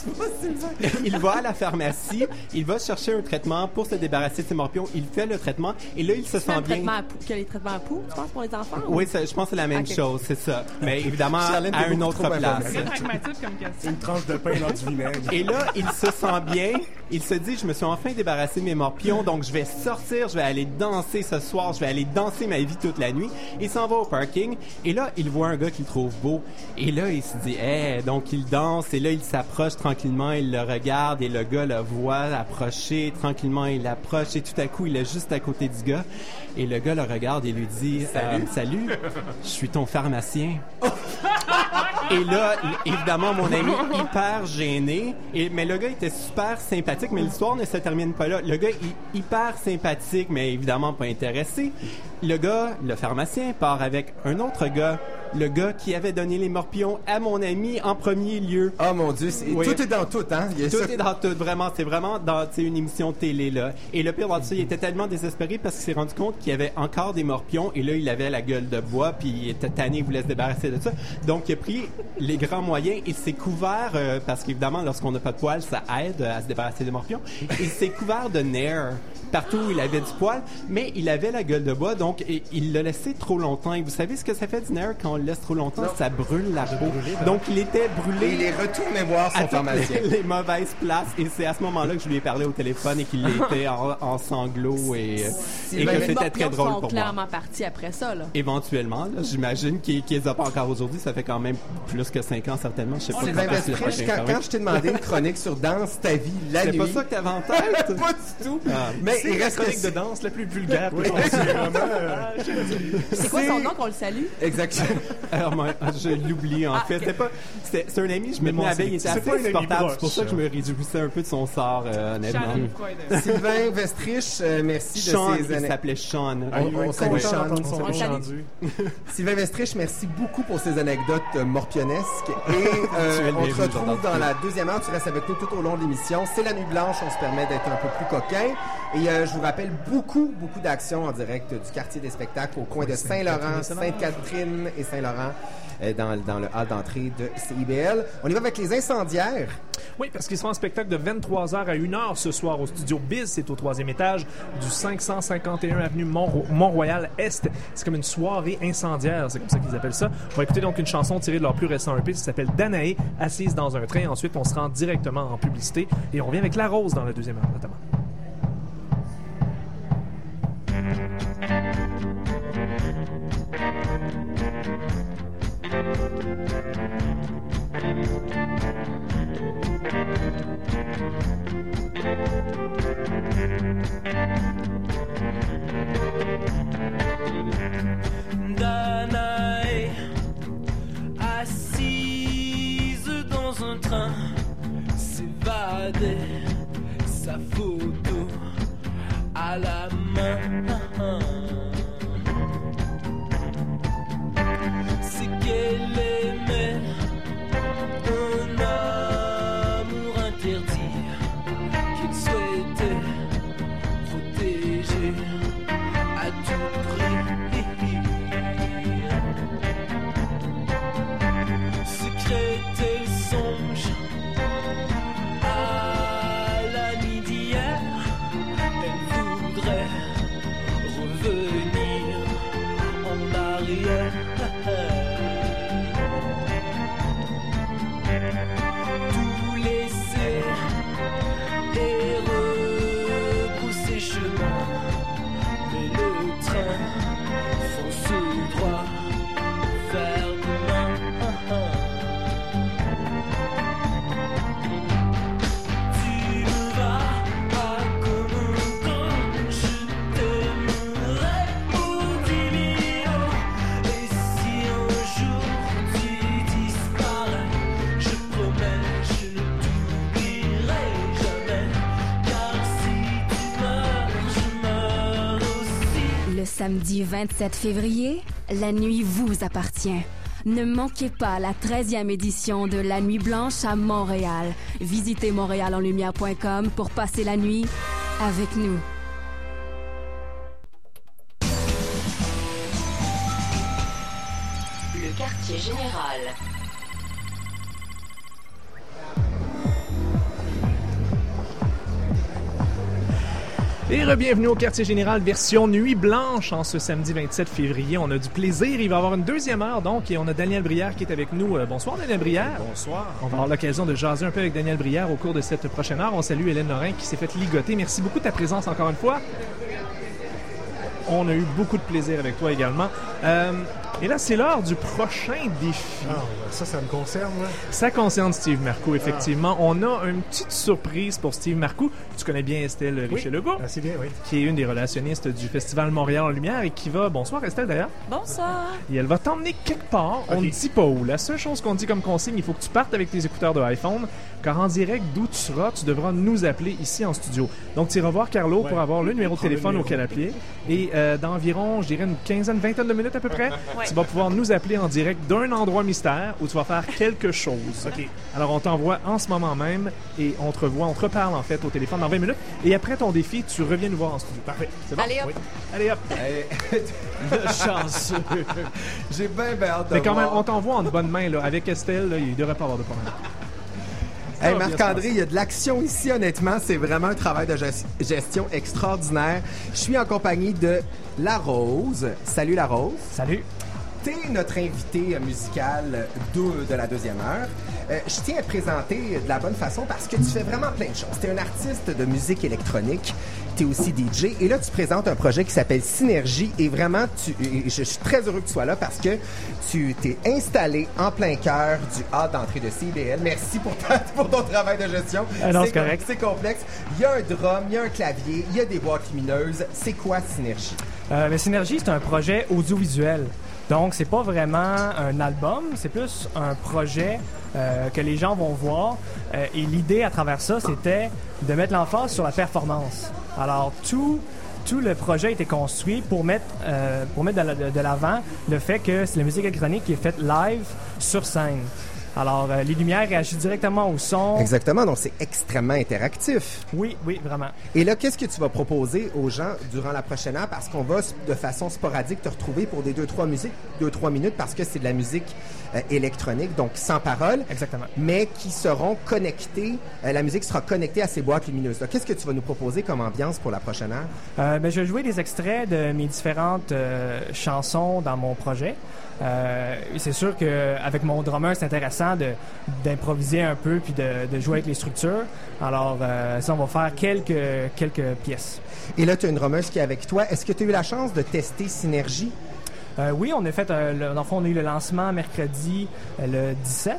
il va à la pharmacie, il va chercher un traitement pour se débarrasser de ses morpions. Il fait le traitement et là, il se C'est sent un bien. traitement à poux, que les traitements à poux, tu penses, pour les enfants? ou- Oui, ça- je pense que c'est la même Ok. chose, c'est ça. Mais évidemment, Charlène, à t'es une beaucoup autre trop place. informée. C'est pragmatique comme question. Une tranche de pain dans du vinaigre. Et là, il se sent bien. Il se dit, je me suis enfin débarrassé de mes morpions, donc je vais sortir, je vais aller danser ce soir, je vais aller danser ma vie toute la nuit. Il s'en va au parking. Et là, il voit un gars qu'il trouve beau. Et là, il se dit, eh, donc il danse. Et là, il s'approche tranquillement, il le regarde et le gars le voit approcher. Tranquillement, il approche et tout à coup, il est juste à côté du gars. Et le gars le regarde et lui dit, Salut. Euh, salut, je suis ton pharmacien. Et là, évidemment, mon ami hyper gêné. Et, mais le gars était super sympathique, mais l'histoire ne se termine pas là. Le gars est hyper sympathique, mais évidemment pas intéressé. Le gars, le pharmacien, part avec un autre gars. Le gars qui avait donné les morpions à mon ami en premier lieu. Oh mon Dieu, c'est- Oui. tout est dans tout, hein? Il y a Tout ça- est dans tout, vraiment. C'est vraiment dans tu sais, une émission de télé, là. Et le pire dans tout ça, il était tellement désespéré parce qu'il s'est rendu compte qu'il y avait encore des morpions et là, il avait la gueule de bois puis il était tanné, il voulait se débarrasser de ça. Donc, il a pris les grands moyens. Il s'est couvert, euh, parce qu'évidemment, lorsqu'on n'a pas de poils, ça aide à se débarrasser des morpions. Il s'est couvert de nerfs partout où il avait du poil, mais il avait la gueule de bois, donc et, il l'a laissé trop longtemps. Et vous savez ce que ça fait du nerf quand on le laisse trop longtemps? Ça brûle la peau. Donc, il était brûlé. Et il est retourné voir à son toutes pharmacien. les, les mauvaises places. Et c'est à ce moment-là que je lui ai parlé au téléphone et qu'il était en, en sanglots et, et Les que c'était très morpions drôle sont pour moi. clairement partis après ça, là. Éventuellement, là, j'imagine qu'il qu'il les a pas encore aujourd'hui. Ça fait quand même plus que cinq ans, certainement. Je sais pas Sylvain quand est-ce que le Vestrich, prochain quand, sera. quand je t'ai demandé une chronique sur Danse ta vie la C'est nuit... pas ça que t'avais en tête? Pas du tout. Ah. Mais C'est il la reste chronique que- de danse la plus vulgaire que Oui. j'ai C'est vraiment, euh, C'est quoi son nom qu'on le salue? Exactement. Alors, moi, je l'oublie, en Ah, fait. ok. C'était pas, c'était, c'est un ami, je me Mais tenais bon, avec, c'est- il était c'est assez pas un ami insupportable. proche. C'est pour ça que je me réjouissais un peu de son sort, euh, honnêtement. Charlie Croydon. Sylvain Vestrich, euh, merci Sean, de ces il années. s'appelait Sean. On, on salue content Sean. d'entendre son On nom salue. rendu. Sylvain Vestrich, merci beaucoup pour ces anecdotes euh, morpionnesques. Et euh, Tu es le on te bienvenu, retrouve j'entends. dans la deuxième heure. Tu restes avec nous tout au long de l'émission. C'est la nuit blanche. On se permet d'être un peu plus coquin. Et euh, je vous rappelle beaucoup, beaucoup d'actions en direct du quartier des spectacles au coin de Saint-Laurent, Sainte-Catherine et Saint-Laurent. euh, Dans, dans le hall d'entrée de C I B L. On y va avec les incendiaires. Oui, parce qu'ils sont en spectacle de vingt-trois heures à une heure ce soir au studio Biz. C'est au troisième étage du cinq cent cinquante et un avenue Mont- Mont-Royal-Est. C'est comme une soirée incendiaire, c'est comme ça qu'ils appellent ça. On va écouter donc une chanson tirée de leur plus récent E P qui s'appelle Danae, assise dans un train. Ensuite, on se rend directement en publicité et on revient avec La Rose dans la deuxième heure notamment. Danae, assise dans un train, s'évader, sa photo à la main. C'est qu'elle aimait un amour interdit qu'il souhaitait protéger à tout prix. Secréter songe à la nuit d'hier. Elle voudrait revenir en arrière. Tout laisser et rebrousser chemin. Mais le train fonce droit vers demain. Tu me vas pas comme un con, je t'aimerai pour dix mille ans. Et si un jour tu disparais, je promets, je ne t'oublierai jamais. Car si tu meurs, je meurs aussi. Le samedi vingt-sept février, la nuit vous appartient. Ne manquez pas la treizième édition de La Nuit Blanche à Montréal. Visitez montréal en lumière point com pour passer la nuit avec nous. Le quartier général. Et re-bienvenue au quartier général version Nuit Blanche en ce samedi vingt-sept février. On a du plaisir. Il va y avoir une deuxième heure donc et on a Daniel Brière qui est avec nous. Euh, bonsoir Daniel Brière. Bonsoir. On va avoir l'occasion de jaser un peu avec Daniel Brière au cours de cette prochaine heure. On salue Hélène Lorrain qui s'est fait ligoter. Merci beaucoup de ta présence encore une fois. On a eu beaucoup de plaisir avec toi également. Euh, et là, c'est l'heure du prochain défi. Ah, ça, ça me concerne, là. Ça concerne Steve Marcoux, effectivement. On a une petite surprise pour Steve Marcoux. Tu connais bien Estelle Richer-Legault, assez bien, oui. qui est une des relationnistes du Festival Montréal en Lumière et qui va... Bonsoir Estelle, d'ailleurs. Bonsoir. Et elle va t'emmener quelque part. On ne dit pas où. La seule chose qu'on dit comme consigne, il faut que tu partes avec tes écouteurs de iPhone, car en direct d'où tu seras, tu devras nous appeler ici en studio. Donc, tu iras voir Carlo Ouais. pour avoir le numéro de Prends le téléphone numéro. auquel appeler. Et euh, dans environ, je dirais, une quinzaine, vingtaine de minutes à peu près, Ouais. tu vas pouvoir nous appeler en direct d'un endroit mystère où tu vas faire quelque chose. OK. Alors, on t'envoie en ce moment même et on te revoit, on te reparle en fait au téléphone dans vingt minutes. Et après ton défi, tu reviens nous voir en studio. Parfait. C'est bon? Allez, hop. Oui. Allez hop. Le chanceux. J'ai bien ben hâte de Mais quand même, voir. on t'envoie en bonne main. Là. Avec Estelle, là, il ne devrait pas avoir de problème. Ça Hey, va bien se Marc-André, passer. il y a de l'action ici, honnêtement. C'est vraiment un travail de gest- gestion extraordinaire. Je suis en compagnie de La Rose. Salut, La Rose. Salut. T'es notre invité musical de, de la deuxième heure. Euh, je tiens à te présenter de la bonne façon parce que tu fais vraiment plein de choses. T'es un artiste de musique électronique. tu es aussi D J. Et là, tu présentes un projet qui s'appelle Synergie. Et vraiment, tu, et je suis très heureux que tu sois là parce que tu t'es installé en plein cœur du hall d'entrée de C I B L. Merci pour, ta, pour ton travail de gestion. Ah non, c'est c'est correct. C'est complexe. Il y a un drum, il y a un clavier, il y a des boîtes lumineuses. C'est quoi Synergie? Euh, mais Synergie, c'est un projet audiovisuel. Donc, c'est pas vraiment un album, c'est plus un projet euh, que les gens vont voir. Euh, et l'idée à travers ça, c'était de mettre l'emphase sur la performance. Alors, tout, tout le projet a été construit pour mettre, euh, pour mettre de, la- de l'avant le fait que c'est la musique électronique qui est faite live sur scène. Alors, euh, les lumières réagissent directement au son. Exactement, donc c'est extrêmement interactif. Oui, oui, vraiment. Et là, qu'est-ce que tu vas proposer aux gens durant la prochaine heure? Parce qu'on va, de façon sporadique, te retrouver pour des deux trois musiques, deux trois minutes, parce que c'est de la musique euh, électronique, donc sans parole. Exactement. Mais qui seront connectés, euh, la musique sera connectée à ces boîtes lumineuses. Là, qu'est-ce que tu vas nous proposer comme ambiance pour la prochaine heure? Euh, ben, je vais jouer des extraits de mes différentes euh, chansons dans mon projet. Euh, c'est sûr qu'avec mon drummer, c'est intéressant de, d'improviser un peu puis de, de jouer avec les structures. Alors, euh, ça, on va faire quelques, quelques pièces. Et là, tu as une drummeuse qui est avec toi. Est-ce que tu as eu la chance de tester Synergie? Euh, oui, on a fait, euh, le, dans le fond, on a eu le lancement mercredi euh, le dix-sept.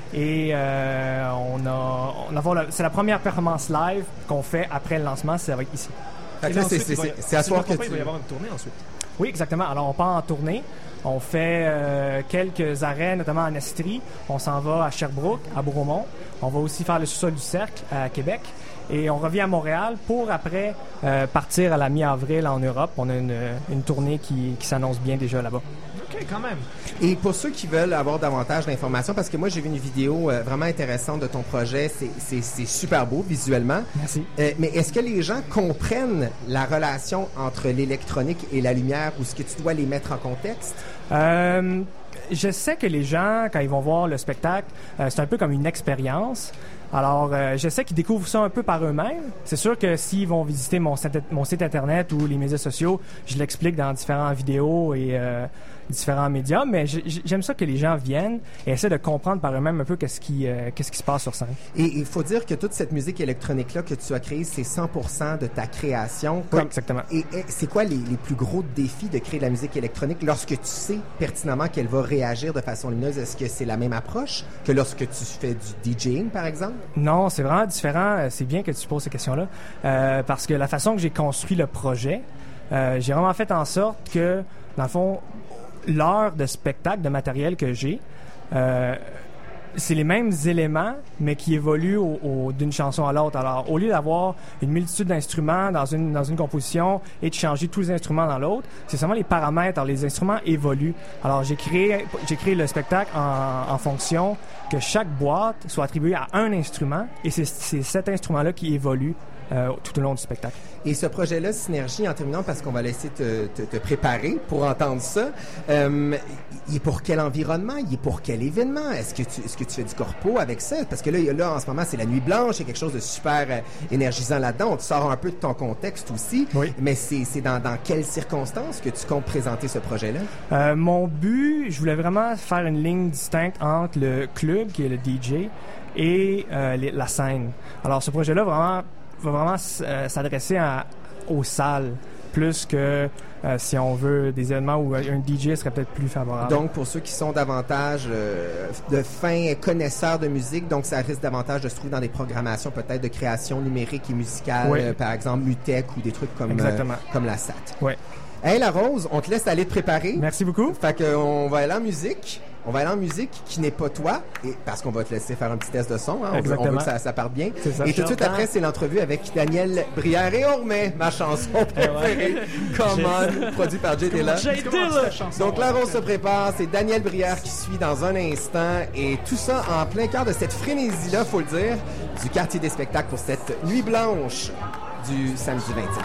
Et euh, on a, on a la- c'est la première performance live qu'on fait après le lancement, ça va être ici. Fait que là, c'est- c'est- c'est- c'est à soir que tu- Il va y avoir une tournée ensuite. Oui, exactement. Alors, on part en tournée. On fait euh, quelques arrêts, notamment en Estrie. On s'en va à Sherbrooke, à Bromont. On va aussi faire le sous-sol du Cercle à Québec. Et on revient à Montréal pour après euh, partir à la mi-avril en Europe. On a une, une tournée qui, qui s'annonce bien déjà là-bas. OK, quand même. Et pour ceux qui veulent avoir davantage d'informations, parce que moi, j'ai vu une vidéo euh, vraiment intéressante de ton projet. C'est, c'est, c'est super beau visuellement. Merci. Euh, mais est-ce que les gens comprennent la relation entre l'électronique et la lumière ou est-ce que tu dois les mettre en contexte? Euh, je sais que les gens, quand ils vont voir le spectacle, euh, c'est un peu comme une expérience. Alors, euh, je sais qu'ils découvrent ça un peu par eux-mêmes. C'est sûr que s'ils vont visiter mon site, mon site Internet ou les médias sociaux, je l'explique dans différentes vidéos et euh, différents médias, mais j- j- j'aime ça que les gens viennent et essaient de comprendre par eux-mêmes un peu qu'est-ce qui, euh, qu'est-ce qui se passe sur scène. Et il faut dire que toute cette musique électronique-là que tu as créée, c'est cent pour cent de ta création. Oui, exactement. Et, et c'est quoi les, les plus gros défis de créer de la musique électronique lorsque tu sais pertinemment qu'elle va réagir de façon lumineuse? Est-ce que c'est la même approche que lorsque tu fais du DJing, par exemple? Non, c'est vraiment différent. Euh, C'est bien que tu poses ces questions-là. Euh, parce que la façon que j'ai construit le projet, euh, j'ai vraiment fait en sorte que, dans le fond, l'heure de spectacle, de matériel que j'ai, euh, c'est les mêmes éléments, mais qui évoluent au, au- d'une chanson à l'autre. Alors, au lieu d'avoir une multitude d'instruments dans une, dans une composition et de changer tous les instruments dans l'autre, c'est seulement les paramètres. Alors, les instruments évoluent. Alors, j'ai créé, j'ai créé le spectacle en, en fonction que chaque boîte soit attribuée à un instrument et c'est, c'est cet instrument-là qui évolue euh, tout au long du spectacle. Et ce projet-là, Synergie, en terminant, parce qu'on va laisser te, te, te préparer pour entendre ça, euh, il est pour quel environnement? Il est pour quel événement? Est-ce que tu, est-ce que tu fais du corpo avec ça? Parce que là, il y a- là en ce moment, c'est la nuit blanche, il y a quelque chose de super euh, énergisant là-dedans. On te sort un peu de ton contexte aussi. Oui. Mais c'est, c'est dans, dans quelles circonstances que tu comptes présenter ce projet-là? Euh, mon but, je voulais vraiment faire une ligne distincte entre le club, qui est le D J, et euh, les- la scène. Alors, ce projet-là vraiment, va vraiment s- euh, s'adresser à- aux salles, plus que, euh, si on veut, des événements où un D J serait peut-être plus favorable. Donc, pour ceux qui sont davantage euh, de fins connaisseurs de musique, donc ça risque davantage de se trouver dans des programmations peut-être de création numérique et musicale, Oui. euh, par exemple Mutech ou des trucs comme, Exactement. euh, comme la S A T. Oui. Hey, la Rose, on te laisse aller te préparer. Merci beaucoup. Fait qu'on va aller en musique. On va aller en musique qui n'est pas toi, et parce qu'on va te laisser faire un petit test de son. Hein. On, veut, on veut Exactement. que ça, ça parte bien. C'est ça. Et tout de suite J'entends. après, c'est l'entrevue avec Daniel Brière. Et on remet ma chanson préférée, Come On, produit par Jay Dilla. Jay Dilla. Donc la Rose se prépare, c'est Daniel Brière qui suit dans un instant. Et tout ça en plein cœur de cette frénésie-là, faut le dire, du quartier des spectacles pour cette nuit blanche du samedi vingt-sept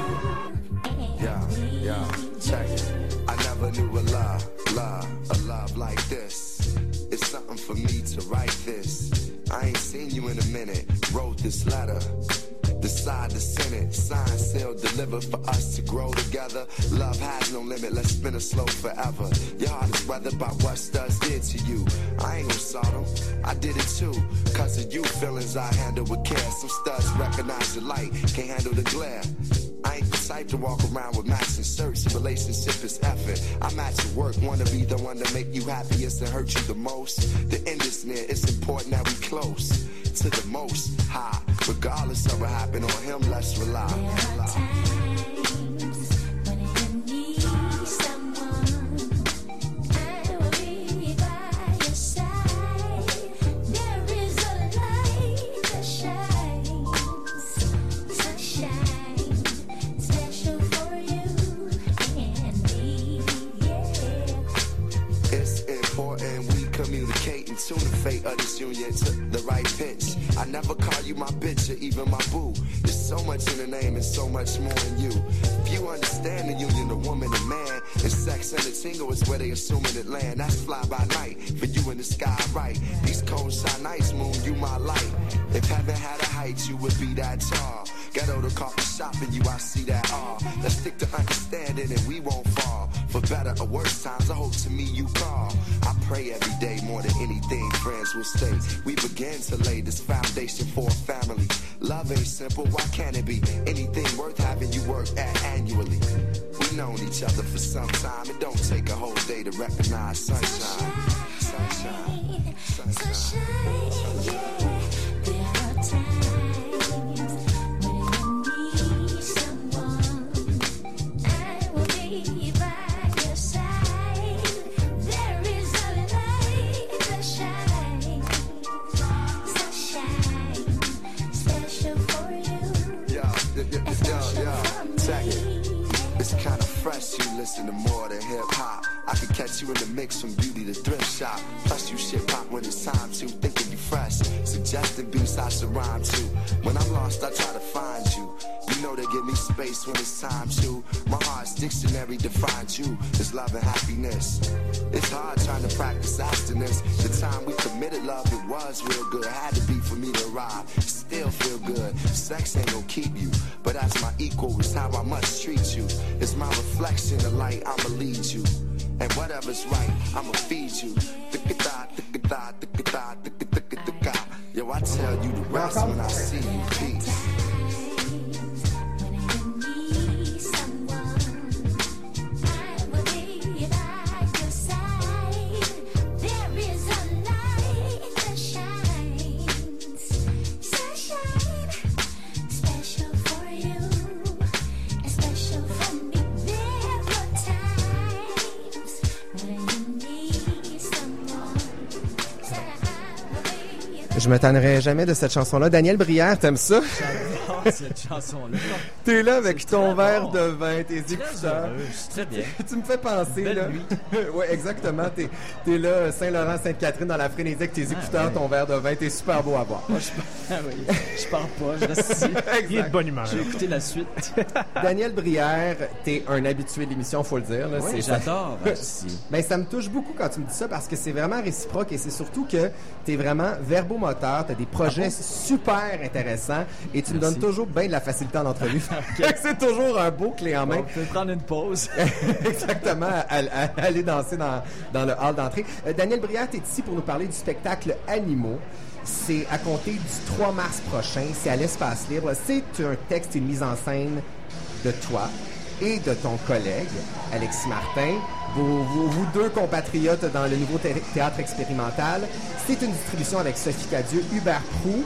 février. Yeah, yeah, check it. I never knew a love, love, a love like this. It's something for me to write this. I ain't seen you in a minute. Wrote this letter. decide to send it. Sign, seal, deliver for us to grow together. Love has no limit, let's spin it slow forever. Your heart is weathered by what studs did to you. I ain't no Sodom, I did it too. Cause of you, feelings I handle with care. Some studs recognize the light, can't handle the glare. I ain't the type to walk around with matching shirts. Relationship is effort. I'm at your work, wanna be the one to make you happiest and hurt you the most. The end is near, it's important that we close to the most high. Regardless of what happened on him, let's rely. There are times when you need someone, I will be by your side. There is a light that shines, sunshine, special for you and me, yeah. It's important we communicate and tune the fate of this union to the right pitch. I never call you my bitch or even my boo. There's so much in the name and so much more in you. If you understand the union of woman and man, and sex and the tingle is where they assuming it land. That's fly by night, for you in the sky right. These cold shine nights, moon, you my light. If heaven had a height, you would be that tall. Ghetto to coffee shop and you, I see that all. Let's stick to understanding and we won't fall. For better or worse times, I hope to me you call. I pray every day more than anything, friends will stay. We begin to lay this foundation for a family. Love ain't simple, why can't it be? Anything worth having you work at annually. We've known each other for some time. It don't take a whole day to recognize sunshine. Sunshine. Sunshine. Sunshine. Yeah. There are times when you need someone, I will be by your side. There is a light that shines, sunshine, special for you. Yo, yo, yo, yo, check it. It's kinda fresh, you listen to more than hip hop. I could catch you in the mix from beauty to thrift shop. Plus you shit pop when it's time to, thinking you fresh. Suggesting beats I should rhyme to. When I'm lost, I try to find you. You know they give me space when it's time to. My heart's dictionary defines you as love and happiness. It's hard trying to practice abstinence. The time we committed love, it was real good. Had to be for me to arrive. Still feel good. Sex ain't gonna keep you, but as my equal is how I must treat you. It's my reflection, the light, I'ma lead you. And whatever's right, I'ma feed you. Yo, I tell you the rest when I see you. Peace. Je me tannerai jamais de cette chanson-là. Daniel Brière, t'aimes ça? J'adore cette chanson-là. T'es là avec C'est ton très verre bon. de vin, tes écouteurs. Très bien. Tu me fais penser, Belle là. nuit. Ouais, exactement. T'es, t'es là, Saint-Laurent, Sainte-Catherine, dans la frénésie avec tes écouteurs, ouais. ton verre de vin. T'es super beau à voir. Moi, je, ah oui, je pars pas, je reste ici. Il est de bonne humeur. J'ai écouté la suite. Daniel Brière, t'es un habitué de l'émission, faut le dire. Là. Oui, c'est, j'adore. Ça... aussi. Ben, ça me touche beaucoup quand tu me dis ça parce que c'est vraiment réciproque et c'est surtout que t'es vraiment verbomoteur, t'as des projets ah bon? super intéressants et tu Merci. me donnes toujours bien de la facilité en entrevue. Okay. C'est toujours un beau clé en main. Bon, on peut prendre une pause. Exactement, à, à, à aller danser dans, dans le hall d'entrée. Euh, Daniel Brière, t'es ici pour nous parler du spectacle Animaux. C'est à compter du trois mars prochain. C'est à l'Espace Libre. C'est un texte et une mise en scène de toi et de ton collègue, Alexis Martin. Vous, vous, vous deux compatriotes dans le nouveau thé- théâtre expérimental. C'est une distribution avec Sophie Cadieux, Hubert Proulx,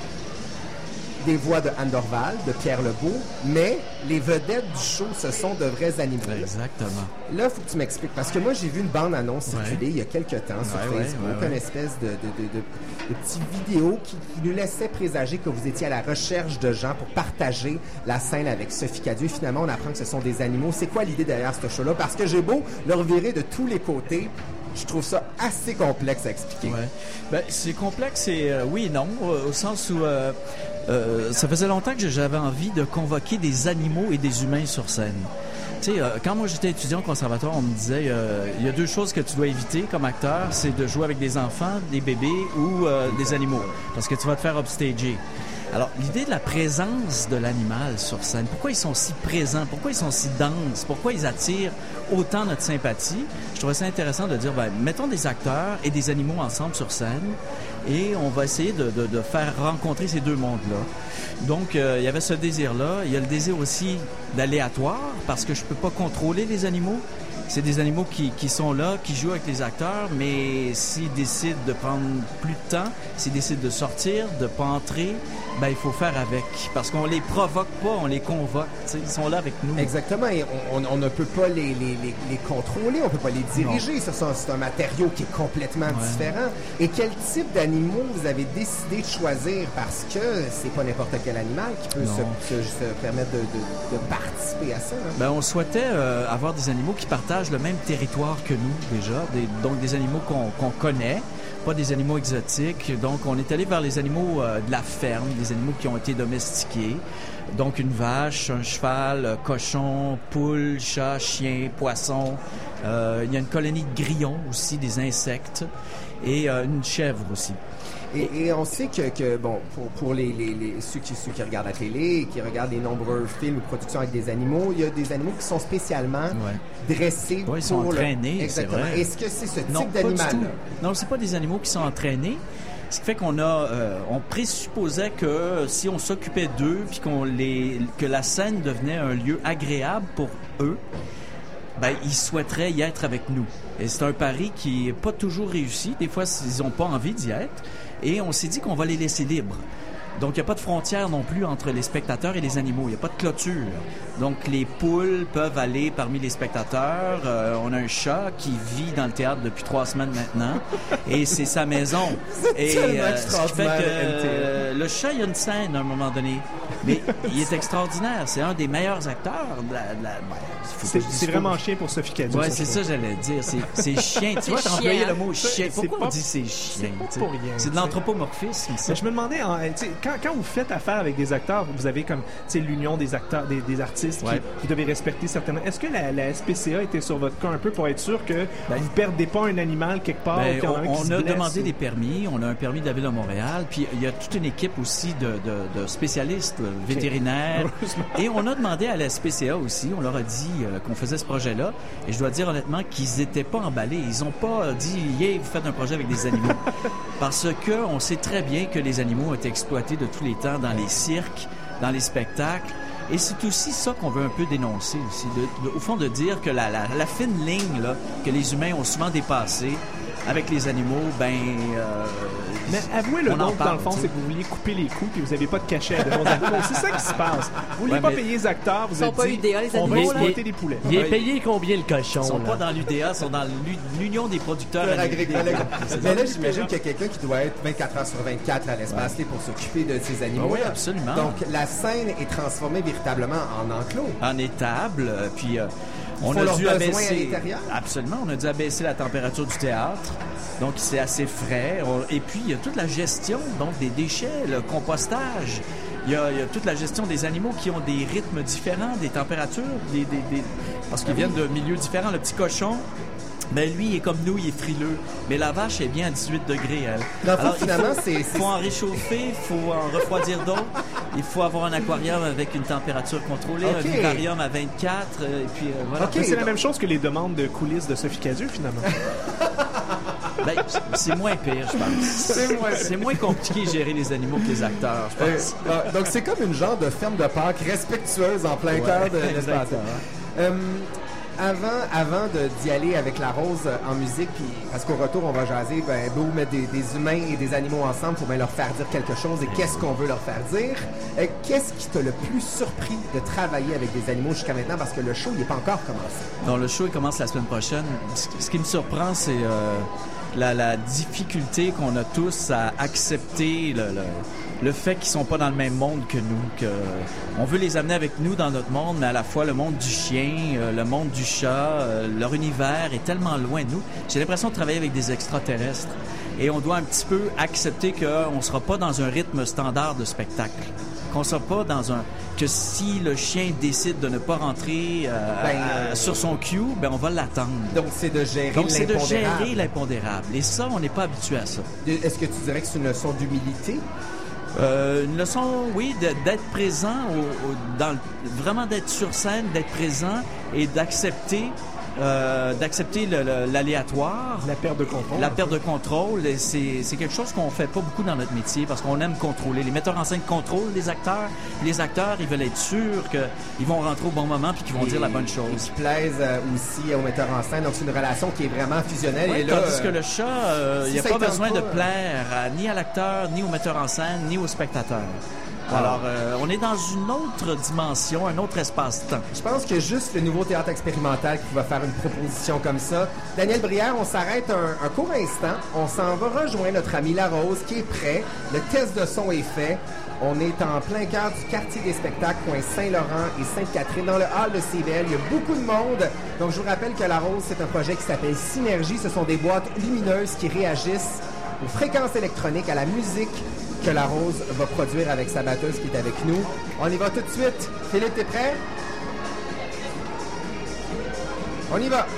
des voix de Anne Dorval, de Pierre Legault, mais les vedettes du show, ce sont de vrais animaux. Exactement. Là, il faut que tu m'expliques, parce que moi, j'ai vu une bande-annonce circuler ouais. il y a quelques temps sur ouais, Facebook, ouais, ouais, une ouais. espèce de, de, de, de, de petite vidéo qui, qui nous laissait présager que vous étiez à la recherche de gens pour partager la scène avec Sophie Cadieux. Finalement, on apprend que ce sont des animaux. C'est quoi l'idée derrière ce show-là? Parce que j'ai beau le revirer de tous les côtés, je trouve ça assez complexe à expliquer. Ouais. Ben, c'est complexe et euh, oui et non, euh, au sens où euh, euh, ça faisait longtemps que j'avais envie de convoquer des animaux et des humains sur scène. Tu sais, euh, quand moi j'étais étudiant au conservatoire, on me disait euh, il y a deux choses que tu dois éviter comme acteur, c'est de jouer avec des enfants, des bébés ou euh, des animaux, parce que tu vas te faire upstager. Alors, l'idée de la présence de l'animal sur scène, pourquoi ils sont si présents, pourquoi ils sont si denses, pourquoi ils attirent autant notre sympathie, je trouvais ça intéressant de dire, ben, mettons des acteurs et des animaux ensemble sur scène et on va essayer de, de, de faire rencontrer ces deux mondes-là. Donc, euh, il y avait ce désir-là. Il y a le désir aussi d'aléatoire, parce que je peux pas contrôler les animaux. C'est des animaux qui, qui sont là, qui jouent avec les acteurs, mais s'ils décident de prendre plus de temps, s'ils décident de sortir, de pas entrer, ben il faut faire avec. Parce qu'on les provoque pas, on les convoque. T'sais, ils sont là avec nous. Exactement. Et on, on, on ne peut pas les, les, les, les contrôler, on peut pas les diriger. Ça, c'est un, c'est un matériau qui est complètement Ouais. différent. Et quel type d'animaux vous avez décidé de choisir? Parce que c'est pas n'importe quel animal qui peut se, se, se permettre de, de, de participer à ça. Hein. Ben, on souhaitait euh, avoir des animaux qui partagent le même territoire que nous, déjà. Des, donc, des animaux qu'on qu'on connaît, pas des animaux exotiques. Donc, on est allé vers les animaux euh, de la ferme, des animaux qui ont été domestiqués. Donc, une vache, un cheval, un cochon, poule, chat, chien, poisson. Euh, il y a une colonie de grillons aussi, des insectes. Et euh, une chèvre aussi. Et, et on sait que, que bon, pour, pour les, les, les, ceux, qui, ceux qui regardent la télé et qui regardent les nombreux films ou productions avec des animaux, il y a des animaux qui sont spécialement Ouais. dressés Ouais, ils sont pour entraînés, le... c'est Exactement. vrai. Est-ce que c'est ce Non, type pas du d'animal? tout. Non, c'est pas des animaux qui sont entraînés. Ce qui fait qu'on a, euh, on présupposait que si on s'occupait d'eux, puis qu'on les, que la scène devenait un lieu agréable pour eux, ben ils souhaiteraient y être avec nous. Et c'est un pari qui est pas toujours réussi. Des fois, ils ont pas envie d'y être. Et on s'est dit qu'on va les laisser libres. Donc, il n'y a pas de frontière non plus entre les spectateurs et les animaux. Il n'y a pas de clôture. Donc, les poules peuvent aller parmi les spectateurs. Euh, on a un chat qui vit dans le théâtre depuis trois semaines maintenant. Et c'est sa maison. Et euh, ce qui fait que euh, le chat, il y a une scène à un moment donné. Mais il est extraordinaire. C'est un des meilleurs acteurs de la... de la- ben, faut C'est que je dise c'est pas. vraiment chien pour Sophie Cadieux. Ouais, ça, c'est je ça, trouve. j'allais dire. C'est, c'est chien. Tu vois, t'as employé le mot chien. C'est Pourquoi pas- on dit c'est chien? c'est pas tu sais? pour rien, C'est de tu sais. l'anthropomorphisme, ça. Mais je me demandais, en- tu sais, quand, quand vous faites affaire avec des acteurs, vous avez comme tu sais, l'union des acteurs, des, des artistes Ouais. qui vous devez respecter certainement. Est-ce que la, la S P C A était sur votre cas un peu pour être sûr que vous perdez pas un animal quelque part? Ben, ou qu'il y en a un on qui on se a blesse, demandé ou- des permis. On a un permis de la Ville de Montréal. Puis il y a toute une équipe aussi de, de, de spécialistes euh, vétérinaires. Heureusement. Et on a demandé à la S P C A aussi. On leur a dit euh, qu'on faisait ce projet-là. Et je dois dire honnêtement qu'ils n'étaient pas emballés. Ils n'ont pas euh, dit « Yeah, vous faites un projet avec des animaux ». Parce que on sait très bien que les animaux ont été exploités de tous les temps dans les cirques, dans les spectacles. Et c'est aussi ça qu'on veut un peu dénoncer aussi. De- de- au fond, de dire que la, la, la fine ligne là, que les humains ont souvent dépassée avec les animaux, ben... euh, Mais avouez-le on en donc, dans parle, le fond, tu sais. c'est que vous vouliez couper les coûts puis vous n'avez pas de cachet à vos animaux. C'est ça qui se passe. Vous vouliez Ouais, pas mais- payer les acteurs, vous Ils sont êtes pas dit, U D A, les on va animaux, là. exploiter des poulets. Il est Ouais. payé combien le cochon? Ils sont là? pas dans l'U D A, ils sont dans l'U- l'Union des producteurs agricole. agricoles. Mais là, j'imagine qu'il y a quelqu'un qui doit être vingt-quatre heures sur vingt-quatre à l'espace T pour s'occuper de ces animaux. Ah oui, absolument. Donc, la scène est transformée véritablement en enclos. En étable, euh, puis euh, Ils on font a leurs dû besoins abaisser... à l'intérieur? Absolument, on a dû abaisser la température du théâtre. Donc, c'est assez frais. On- Et puis, il y a toute la gestion, donc des déchets, le compostage. Il y, a, il y a toute la gestion des animaux qui ont des rythmes différents, des températures, des, des- des- parce qu'ils viennent de milieux différents. Le petit cochon, ben lui, il est comme nous, il est frileux. Mais la vache est bien à dix-huit degrés, elle. Dans le fond, Alors, il finalement, faut, c'est- c'est- faut en réchauffer, il faut en refroidir d'autres. Il faut avoir un aquarium avec une température contrôlée, Ok. un vivarium à vingt-quatre, euh, et puis euh, voilà. Mais c'est la même chose que les demandes de coulisses de Sophie Cadieux, finalement. Ben, c'est moins pire, je pense. C'est moins- C'est moins compliqué de gérer les animaux que les acteurs, je Euh, pense. ah, donc, c'est comme une genre de ferme de Pâques respectueuse en plein Ouais, cœur de l'espace. exactement. Euh, avant, avant de, d'y aller avec la rose en musique, puis parce qu'au retour, on va jaser, ben, beau mettre des, des humains et des animaux ensemble, faut bien leur faire dire quelque chose et qu'est-ce qu'on veut leur faire dire. Euh, qu'est-ce qui t'a le plus surpris de travailler avec des animaux jusqu'à maintenant? Parce que le show, il n'est pas encore commencé. Non, le show il commence la semaine prochaine. Ce ce qui me surprend, c'est euh, la, la difficulté qu'on a tous à accepter le, le, le fait qu'ils sont pas dans le même monde que nous. Que on veut les amener avec nous dans notre monde, mais à la fois le monde du chien, euh, le monde du chat, euh, leur univers est tellement loin de nous. J'ai l'impression de travailler avec des extraterrestres. Et on doit un petit peu accepter qu'on ne sera pas dans un rythme standard de spectacle. Qu'on ne sera pas dans un... Que si le chien décide de ne pas rentrer euh, Ben, à- euh, sur son cue, ben on va l'attendre. Donc, c'est de gérer Donc, c'est de l'impondérable. gérer l'impondérable. Et ça, on n'est pas habitué à ça. Est-ce que tu dirais que c'est une leçon d'humilité? Euh, une leçon, oui, de- d'être présent, au, au- dans, le- vraiment d'être sur scène, d'être présent et d'accepter euh, d'accepter le- le- l'aléatoire. La perte de contrôle. La perte de contrôle, et c'est c'est quelque chose qu'on fait pas beaucoup dans notre métier parce qu'on aime contrôler. Les metteurs en scène contrôlent les acteurs. Les acteurs, ils veulent être sûrs qu'ils vont rentrer au bon moment puis qu'ils vont Et- dire la bonne chose. Et qui plaisent euh, aussi aux metteurs en scène. Donc, c'est une relation qui est vraiment fusionnelle. Ouais, et là, tandis que euh, le chat, euh, il si n'y a ça pas y tente besoin de pas, euh, plaire à- ni à l'acteur, ni au metteur en scène, ni au spectateur. Wow. Alors, euh, on est dans une autre dimension, un autre espace-temps. Je pense que juste le nouveau théâtre expérimental qui va faire une proposition comme ça. Daniel Brière, on s'arrête un, un court instant. On s'en va rejoindre notre ami Larose qui est prêt. Le test de son est fait. On est en plein cœur du quartier des spectacles, coin Saint-Laurent et Sainte-Catherine, dans le hall de C B L. Il y a beaucoup de monde. Donc, je vous rappelle que Larose, c'est un projet qui s'appelle Synergie. Ce sont des boîtes lumineuses qui réagissent aux fréquences électroniques, à la musique que la Rose va produire avec sa batteuse qui est avec nous. On y va tout de suite. Philippe, t'es prêt? On y va.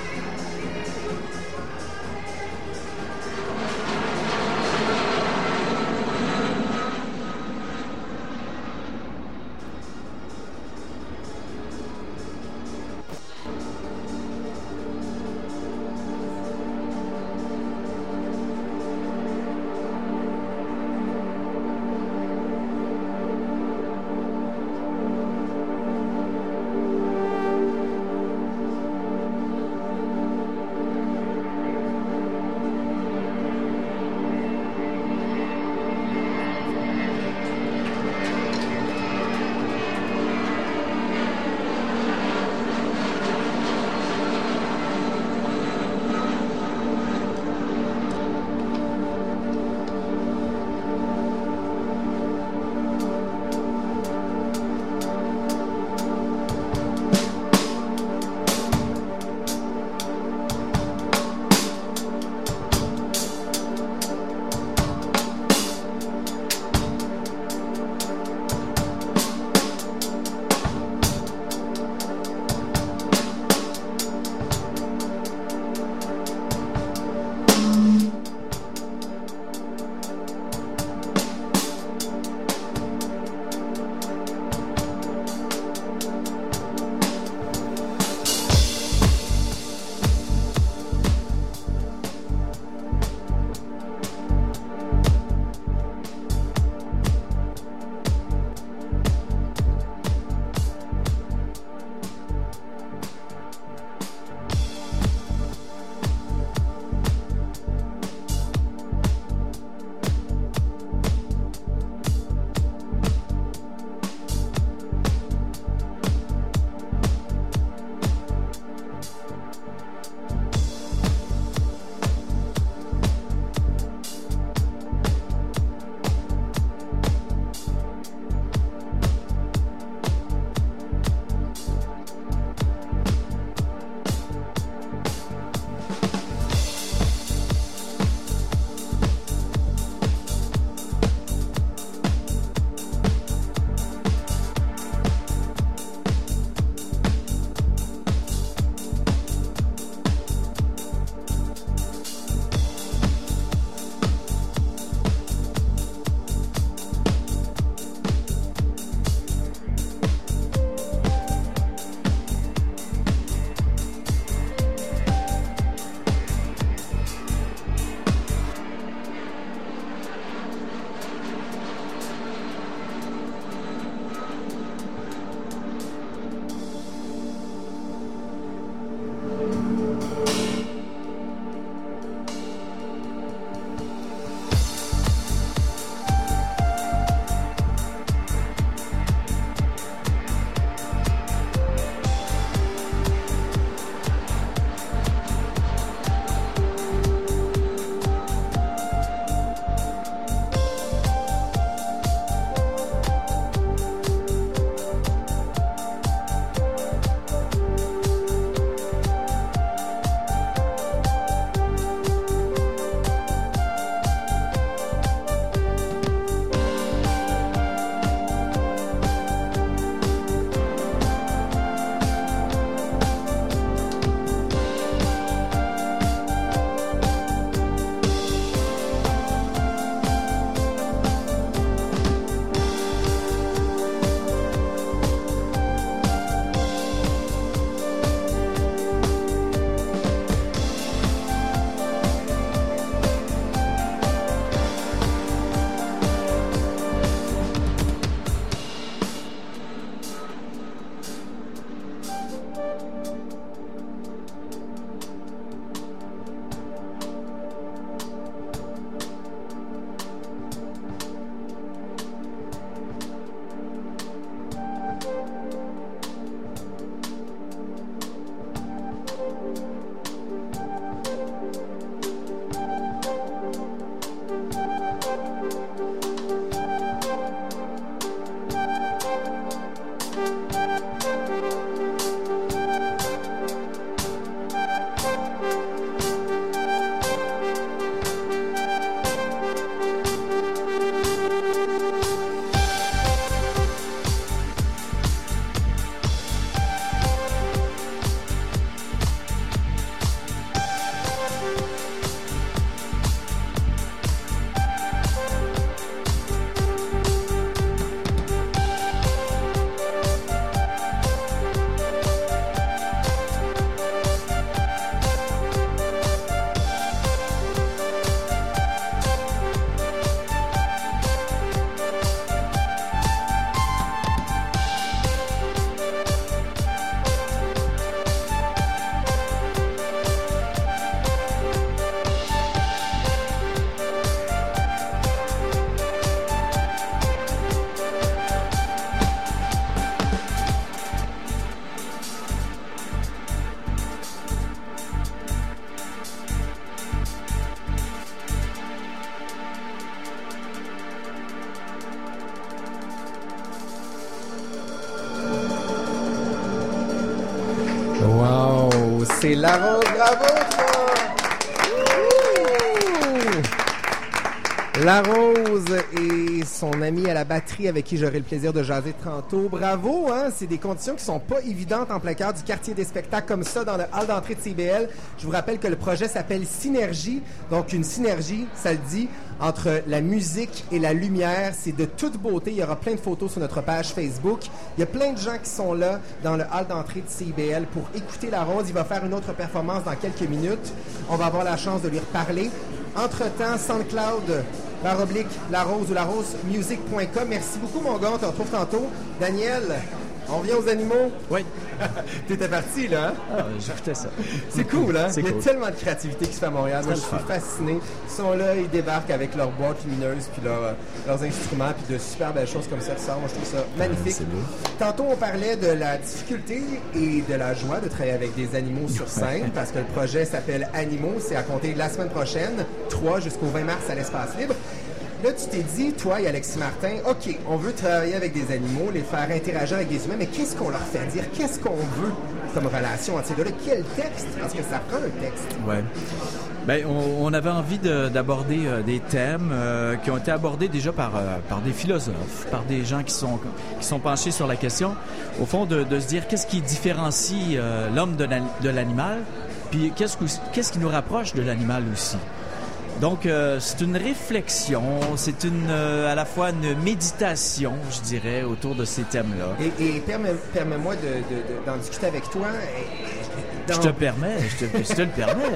Wow, c'est La Rose, bravo toi! La Rose et son ami à la batterie avec qui j'aurai le plaisir de jaser tantôt. Bravo, hein? C'est des conditions qui sont pas évidentes en plein cœur du quartier des spectacles comme ça dans le hall d'entrée de C B L. Je vous rappelle que le projet s'appelle Synergie. Donc une synergie, ça le dit, entre la musique et la lumière. C'est de toute beauté. Il y aura plein de photos sur notre page Facebook. Il y a plein de gens qui sont là dans le hall d'entrée de C B L pour écouter La Rose. Il va faire une autre performance dans quelques minutes. On va avoir la chance de lui reparler. Entre-temps, SoundCloud, barre oblique, La Rose ou larosemusic point com. Merci beaucoup, mon gars. On te retrouve tantôt. Daniel, on vient aux animaux? Oui. T'étais parti, là, hein? Ah, j'écoutais ça. C'est cool, hein? C'est Il y a cool. tellement de créativité qui se fait à Montréal. Moi, je suis fasciné. Ils sont là, ils débarquent avec leurs boîtes lumineuses, puis leur, leurs instruments, puis de super belles choses comme ça qui sortent. Moi, je trouve ça magnifique. Tantôt, on parlait de la difficulté et de la joie de travailler avec des animaux sur scène, parce que le projet s'appelle Animaux. C'est à compter de la semaine prochaine, trois jusqu'au vingt mars à l'Espace Libre. Là, tu t'es dit, toi et Alexis Martin, OK, on veut travailler avec des animaux, les faire interagir avec des humains, mais qu'est-ce qu'on leur fait dire? Qu'est-ce qu'on veut comme relation entre ces deux-là? Quel texte? Parce que ça prend un texte. Ouais. Ben, on, on avait envie de- d'aborder euh, des thèmes euh, qui ont été abordés déjà par, euh, par des philosophes, par des gens qui sont, qui sont penchés sur la question. Au fond, de, de se dire qu'est-ce qui différencie euh, l'homme de la- de l'animal, puis qu'est-ce, que- qu'est-ce qui nous rapproche de l'animal aussi. Donc, euh, c'est une réflexion, c'est une euh, à la fois une méditation, je dirais, autour de ces thèmes-là. Et, et permets, permets-moi de, de- de- d'en discuter avec toi. Et- Je te permets, je te, je te le permets.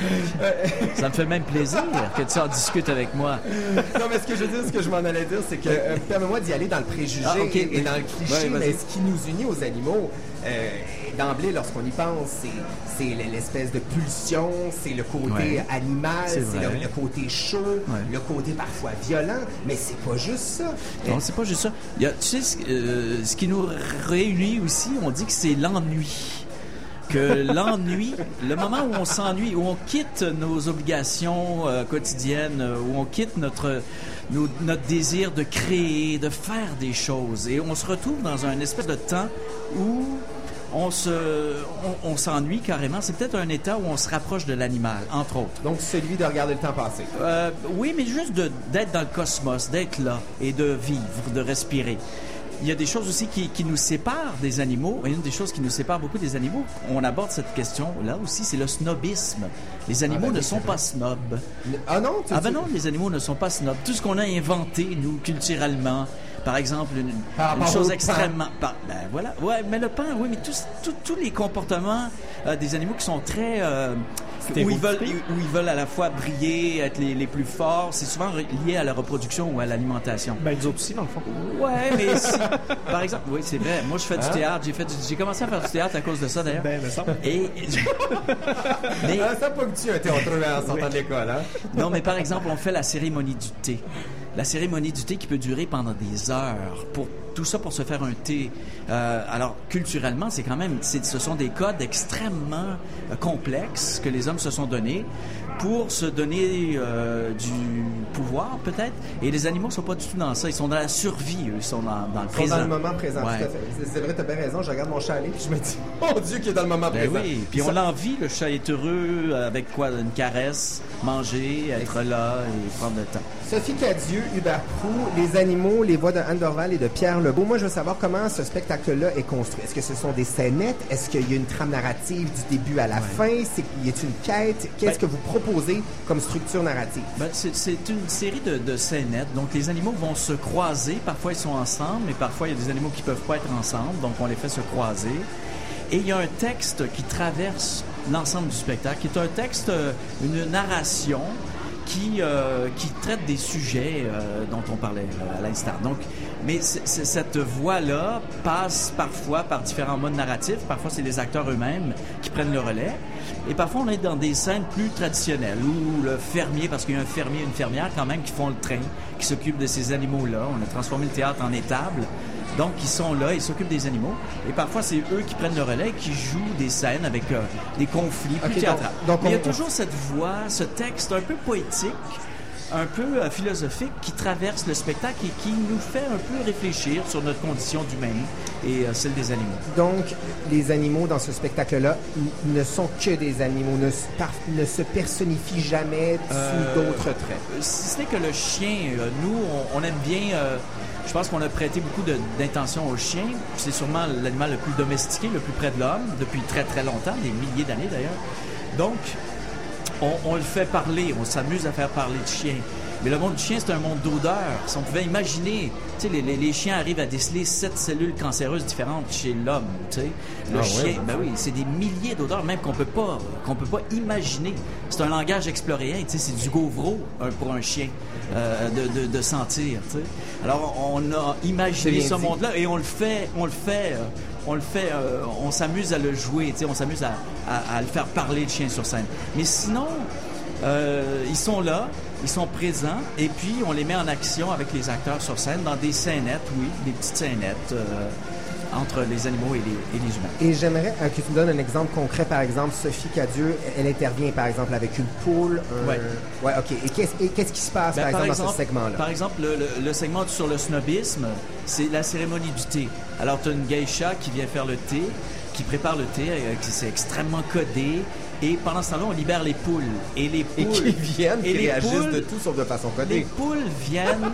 Ça me fait même plaisir que tu en discutes avec moi. Non, mais ce que je veux dire, ce que je m'en allais dire, c'est que euh, permets-moi d'y aller dans le préjugé Ah, ok. et, et dans le cliché, Ouais, vas-y. mais ce qui nous unit aux animaux, euh, d'emblée, lorsqu'on y pense, c'est, c'est l'espèce de pulsion, c'est le côté Ouais. animal, C'est c'est, vrai. le, le côté chaud, Ouais. le côté parfois violent, mais c'est pas juste ça. Non, c'est pas juste ça. Il y a, tu sais, ce, euh, ce qui nous réunit aussi, on dit que c'est l'ennui. Que l'ennui, le moment où on s'ennuie, où on quitte nos obligations euh, quotidiennes, euh, où on quitte notre, nos- notre désir de créer, de faire des choses, et on se retrouve dans un espèce de temps où on se, on, on s'ennuie carrément. C'est peut-être un état où on se rapproche de l'animal, entre autres. Donc celui de regarder le temps passer. Euh, oui, mais juste de- d'être dans le cosmos, d'être là et de vivre, de respirer. Il y a des choses aussi qui, qui nous séparent des animaux. Et une des choses qui nous sépare beaucoup des animaux, on aborde cette question-là aussi, c'est le snobisme. Les animaux Ah ben ne oui, sont c'est pas vrai. snobs. Ah non? Tu Ah ben dis- non, les animaux ne sont pas snobs. Tout ce qu'on a inventé, nous, culturellement, par exemple, une, Par une rapport au chose pain. extrêmement... par- ben voilà, ouais, mais le pain, oui, mais tous, tous, tous les comportements euh, des animaux qui sont très... euh, où ils, veulent, où ils veulent à la fois briller, être les, les plus forts, c'est souvent re- lié à la reproduction ou à l'alimentation. Ben, nous autres aussi, dans le fond. Ouais, mais si, par exemple, oui, c'est vrai. Moi, je fais du Hein? théâtre. J'ai fait, du- j'ai commencé à faire du théâtre à cause de ça, d'ailleurs. Ben, me semble. Et mais Ah, ça pas que tu as été retrouvé en sortant de l'école, hein? non, mais par exemple, on fait la cérémonie du thé. La cérémonie du thé qui peut durer pendant des heures. Pour tout ça pour se faire un thé. Euh, alors, culturellement, c'est quand même, c'est, ce sont des codes extrêmement euh, complexes que les hommes se sont donnés pour se donner euh, du pouvoir, peut-être. Et les animaux sont pas du tout dans ça. Ils sont dans la survie, eux. Ils sont dans, dans le Ils sont présent. dans le moment présent, Ouais. tout à fait. C'est, c'est vrai, t'as bien raison. Je regarde mon chalet puis je me dis, mon Dieu, qu'il est dans le moment Ben présent. oui, puis on Ça- l'envie, le chat est heureux, avec quoi? Une caresse, manger, être là et prendre le temps. Sophie Cadieux, Hubert Proulx, les animaux, les voix de Anne Dorval et de Pierre Lebeau. Moi, je veux savoir comment ce spectacle-là est construit. Est-ce que ce sont des scénettes? Est-ce qu'il y a une trame narrative du début à la fin? C'est, y a-t-il une quête? Qu'est-ce que vous proposez comme structure narrative? Ben, c'est, c'est une série de, de scénettes. Donc, les animaux vont se croiser. Parfois, ils sont ensemble, mais parfois, il y a des animaux qui peuvent pas être ensemble. Donc, on les fait se croiser. Et il y a un texte qui traverse l'ensemble du spectacle, qui est un texte, euh, une narration qui, euh, qui traite des sujets euh, dont on parlait euh, à l'instant. Donc, mais c- c- cette voix-là passe parfois par différents modes narratifs. Parfois, c'est les acteurs eux-mêmes qui prennent le relais. Et parfois, on est dans des scènes plus traditionnelles où le fermier, parce qu'il y a un fermier et une fermière quand même qui font le train, qui s'occupent de ces animaux-là. On a transformé le théâtre en étable. Donc, ils sont là, ils s'occupent des animaux. Et parfois, c'est eux qui prennent le relais, qui jouent des scènes avec euh, des conflits plus Ok, donc- théâtrales. donc Mais il y a on- toujours cette voix, ce texte un peu poétique, un peu euh, philosophique qui traverse le spectacle et qui nous fait un peu réfléchir sur notre condition d'humain et euh, celle des animaux. Donc, les animaux dans ce spectacle-là n- ne sont que des animaux, ne, se par- ne se personnifient jamais sous Euh, d'autres traits. Si ce n'est que le chien, euh, nous, on, on aime bien... euh, je pense qu'on a prêté beaucoup de- d'intention au chien. C'est sûrement l'animal le plus domestiqué, le plus près de l'homme, depuis très très longtemps, des milliers d'années d'ailleurs. Donc, on, on le fait parler, on s'amuse à faire parler de chien. Mais le monde du chien, c'est un monde d'odeurs. Si on pouvait imaginer, tu sais, les, les, les chiens arrivent à déceler sept cellules cancéreuses différentes chez l'homme, tu sais. Le Ah chien, ouais? ben oui, c'est des milliers d'odeurs, même qu'on peut pas, qu'on peut pas imaginer. C'est un langage exploréen, tu sais, c'est du gauvreau euh, pour un chien euh, de, de, de sentir, tu sais. Alors, on a imaginé C'est ce bien dit. monde-là et on le fait, on le fait, euh, on le fait, euh, on s'amuse à le jouer, tu sais, on s'amuse à, à, à le faire parler de chien sur scène. Mais sinon, euh, ils sont là, ils sont présents, et puis on les met en action avec les acteurs sur scène dans des scénettes, oui, des petites scénettes euh, entre les animaux et les, et les humains. Et j'aimerais euh, que tu me donnes un exemple concret, par exemple, Sophie Cadieux, elle intervient, par exemple, avec une poule. Un... Ouais. Ouais, OK. Et qu'est-ce, et qu'est-ce qui se passe, Ben, par, exemple, dans ce segment-là? Par exemple, le, le- le segment sur le snobisme, c'est la cérémonie du thé. Alors, tu as une geisha qui vient faire le thé, qui prépare le thé, euh, qui- c'est extrêmement codé. Et pendant ce temps-là, on libère les poules. Et les poules... Et qui viennent, et qui les réagissent poules- de tout sauf de façon codée. Les poules viennent,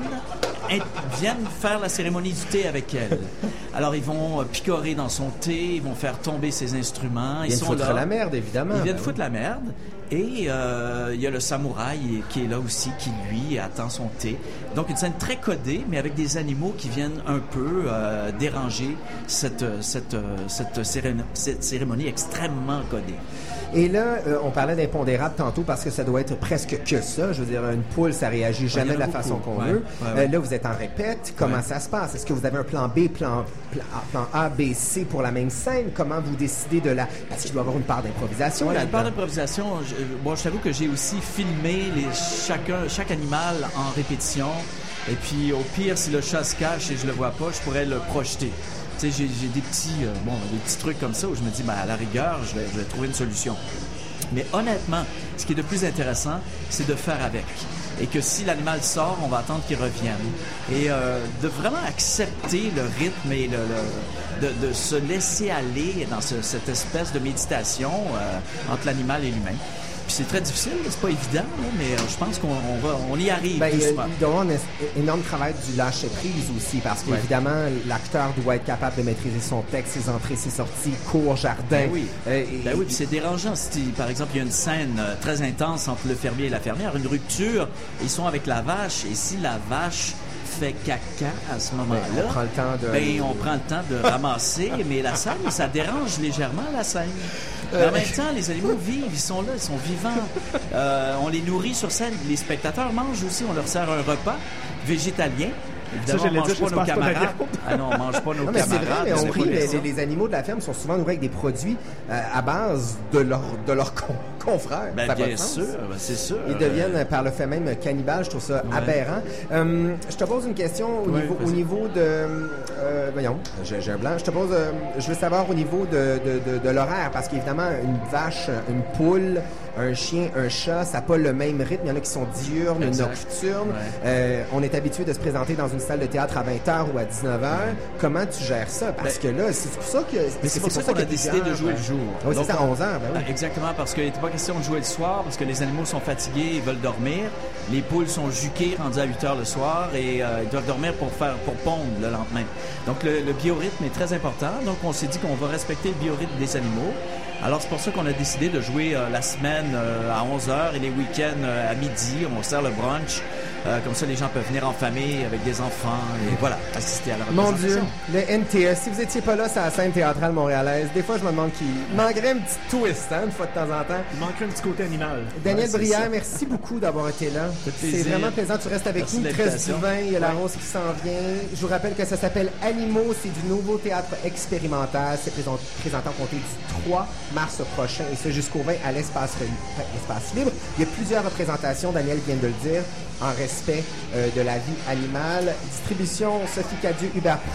in- viennent faire la cérémonie du thé avec elle. Alors, ils vont euh, picorer dans son thé, ils vont faire tomber ses instruments. Ils viennent sont foutre là. la merde, évidemment. Ils viennent Ben foutre la merde. Et euh, il y a le samouraï qui est là aussi, qui lui attend son thé. Donc une scène très codée, mais avec des animaux qui viennent un peu euh, déranger cette, cette, euh, cette, cérémonie, cette cérémonie extrêmement codée. Et là, euh, on parlait d'impondérable tantôt parce que ça doit être presque que ça. Je veux dire, une poule, ça réagit Ouais, jamais il y en de a la façon beaucoup. qu'on Ouais, veut. ouais, Euh, ouais. là, vous êtes en répète. Comment Ouais. ça se passe? Est-ce que vous avez un plan B, plan, plan, A, plan A, B, C pour la même scène? Comment vous décidez de la... Parce qu'il doit y avoir une part d'improvisation Ouais, une là-dedans. part d'improvisation. Je, bon, je t'avoue que j'ai aussi filmé les, chacun, chaque animal en répétition. Et puis, au pire, si le chat se cache et je le vois pas, je pourrais le projeter. Tu sais, j'ai, j'ai des petits, euh, bon, des petits trucs comme ça où je me dis, ben, à la rigueur, je vais, je vais trouver une solution. Mais honnêtement, ce qui est de plus intéressant, c'est de faire avec. Et que si l'animal sort, on va attendre qu'il revienne. Et euh, de vraiment accepter le rythme et le, le- de, de se laisser aller dans ce- cette espèce de méditation euh, entre l'animal et l'humain. Puis c'est très difficile, c'est pas évident, là, mais euh, je pense qu'on on va, on y arrive Ben, il y a- doucement. il doit y avoir un es- énorme travail du lâcher-prise aussi, parce Ouais. qu'évidemment, l'acteur doit être capable de maîtriser son texte, ses entrées, ses sorties, cours, jardin. Ben oui. Euh, et- Ben oui, puis c'est dérangeant. Si, par exemple, il y a une scène euh, très intense entre le fermier et la fermière, une rupture, ils sont avec la vache, et si la vache fait caca à ce moment-là, Ben, on prend le temps de- ben, on prend le temps de ramasser, mais la scène, ça dérange légèrement la scène. Mais Euh, en même temps, les animaux vivent, ils sont là, ils sont vivants. Euh, on les nourrit sur scène. Les spectateurs mangent aussi, on leur sert un repas végétalien. Évidemment, j'allais on mange dire, pas nos j'espère pas camarades. d'avion. Ah non, on mange pas nos Non, mais c'est camarades. vrai, mais on c'est rit, pas les, question. les- les animaux de la ferme sont souvent nourris avec des produits euh, à base de leurs de leurs con- confrères. Ben, Ça a pas bien de sens. sûr, ben, c'est sûr. Ils deviennent, euh, par le fait même, cannibales. Je trouve ça Ouais. aberrant. Euh, je te pose une question au, Ouais, niveau, au vas-y. niveau de... euh, voyons, j'ai j'ai un blanc. Je te pose... euh, je veux savoir au niveau de, de, de, de l'horaire, parce qu'évidemment, une vache, une poule, un chien, un chat, ça n'a pas le même rythme. Il y en a qui sont diurnes, Exact. nocturnes. Ouais. Euh, on est habitué de se présenter dans une salle de théâtre à vingt heures ou à dix-neuf heures. Comment tu gères ça? Parce Ben, que là, c'est pour ça que... Mais c'est pour ça qu'on qu'il y a décidé de plusieurs, jouer euh, le jour. Oui, c'est Donc, ça, à onze heures. Ben oui. Ah, exactement, parce qu'il n'était pas question de jouer le soir, parce que les animaux sont fatigués, ils veulent dormir. Les poules sont juquées, rendues à huit heures le soir, et euh, ils doivent dormir pour faire pour pondre le lendemain. Donc le, le biorhythme est très important. Donc on s'est dit qu'on va respecter le biorhythme des animaux. Alors c'est pour ça qu'on a décidé de jouer euh, la semaine euh, à onze heures et les week-ends euh, à midi. On sert le brunch. Euh, comme ça, les gens peuvent venir en famille avec des enfants et voilà, assister à la Mon représentation. Dieu, le N T E. Si vous étiez pas là, c'est la scène théâtrale montréalaise. Des fois, je me demande qui manquerait un petit twist, hein, une fois de temps en temps. Il manquerait un petit côté animal. Daniel Ouais, c'est Brière, ça. merci beaucoup d'avoir été là. fait C'est plaisir. vraiment plaisant. Tu restes avec Merci nous. de treize du l'invitation. vin, il y a la Ouais. rose qui s'en vient. Je vous rappelle que ça s'appelle Animaux. C'est du nouveau théâtre expérimental. C'est présent- présenté en compter du trois mars prochain et ce jusqu'au vingt à l'espace Re- l'espace libre. Il y a plusieurs représentations, Daniel vient de le dire, en respect euh, de la vie animale. Distribution Sophie Cadieux, Hubert Proulx.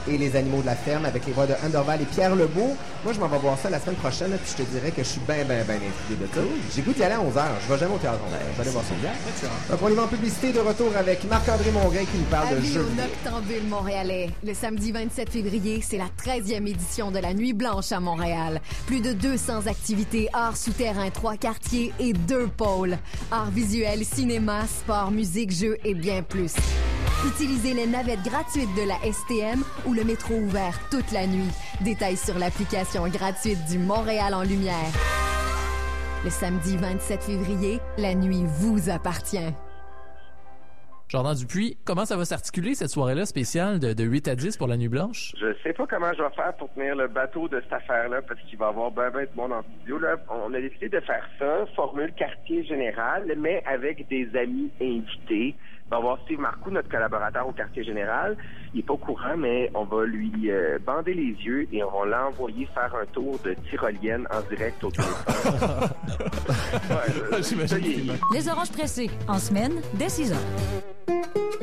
et les animaux de la ferme avec les voix de Anne Dorval et Pierre Lebeau. Moi, je m'en vais voir ça la semaine prochaine, là, puis je te dirais que je suis bien, bien, bien intrigué de ça. J'ai goût d'y aller à onze heures. Je vais jamais au théâtre. Je vais aller voir ça hier. Donc, on y va en publicité de retour avec Marc-André Mongrain qui nous parle de Avis jeux au vidéo. Noctambule montréalais. Le samedi vingt-sept février, c'est la treizième édition de la Nuit Blanche à Montréal. Plus de deux cents activités, arts souterrains, trois quartiers et deux pôles. Arts visuels, cinéma, sport, musique, jeux et bien plus. Utilisez les navettes gratuites de la S T M ou le métro ouvert toute la nuit. Détails sur l'application gratuite du Montréal en Lumière. Le samedi vingt-sept février, la nuit vous appartient. Jordan Dupuis, comment ça va s'articuler cette soirée-là spéciale de, de huit à dix pour la Nuit Blanche? Je sais pas comment je vais faire pour tenir le bateau de cette affaire-là, parce qu'il va y avoir ben ben de monde en studio. Là. On a décidé de faire ça, formule quartier général, mais avec des amis invités. On va voir Steve Marcoux, notre collaborateur au quartier général. Il est pas au courant, mais on va lui euh, bander les yeux et on va l'envoyer faire un tour de tyrolienne en direct au téléphone. Ouais, J'imagine qu'il Les oranges pressés, en semaine, dès six heures.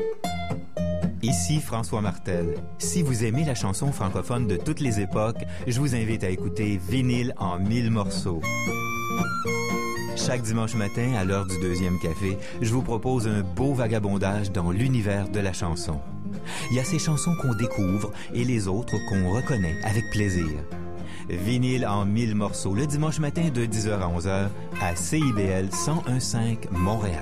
Ici François Martel. Si vous aimez la chanson francophone de toutes les époques, je vous invite à écouter Vinyle en mille morceaux. Chaque dimanche matin, à l'heure du deuxième café, je vous propose un beau vagabondage dans l'univers de la chanson. Il y a ces chansons qu'on découvre et les autres qu'on reconnaît avec plaisir. Vinyle en mille morceaux, le dimanche matin de dix heures à onze heures à C I B L cent un virgule cinq Montréal.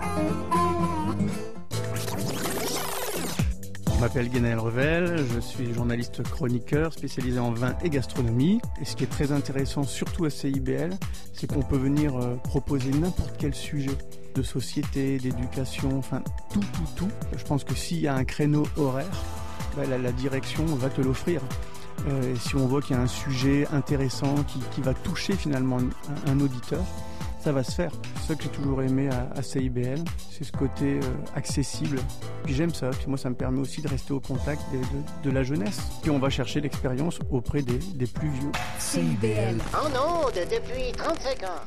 Je m'appelle Guénaël Revel, je suis journaliste chroniqueur spécialisé en vin et gastronomie. Et ce qui est très intéressant, surtout à C I B L, c'est qu'on peut venir euh, proposer n'importe quel sujet de société, d'éducation, enfin tout, tout, tout. Je pense que s'il y a un créneau horaire, bah, la, la direction va te l'offrir. Euh, et si on voit qu'il y a un sujet intéressant qui, qui va toucher finalement un, un auditeur, ça va se faire. C'est ça que j'ai toujours aimé à, à C I B L, c'est ce côté euh, accessible. Puis j'aime ça, puis moi ça me permet aussi de rester au contact des- de, de la jeunesse. Puis on va chercher l'expérience auprès des, des plus vieux. C I B L. En onde depuis trente-cinq ans.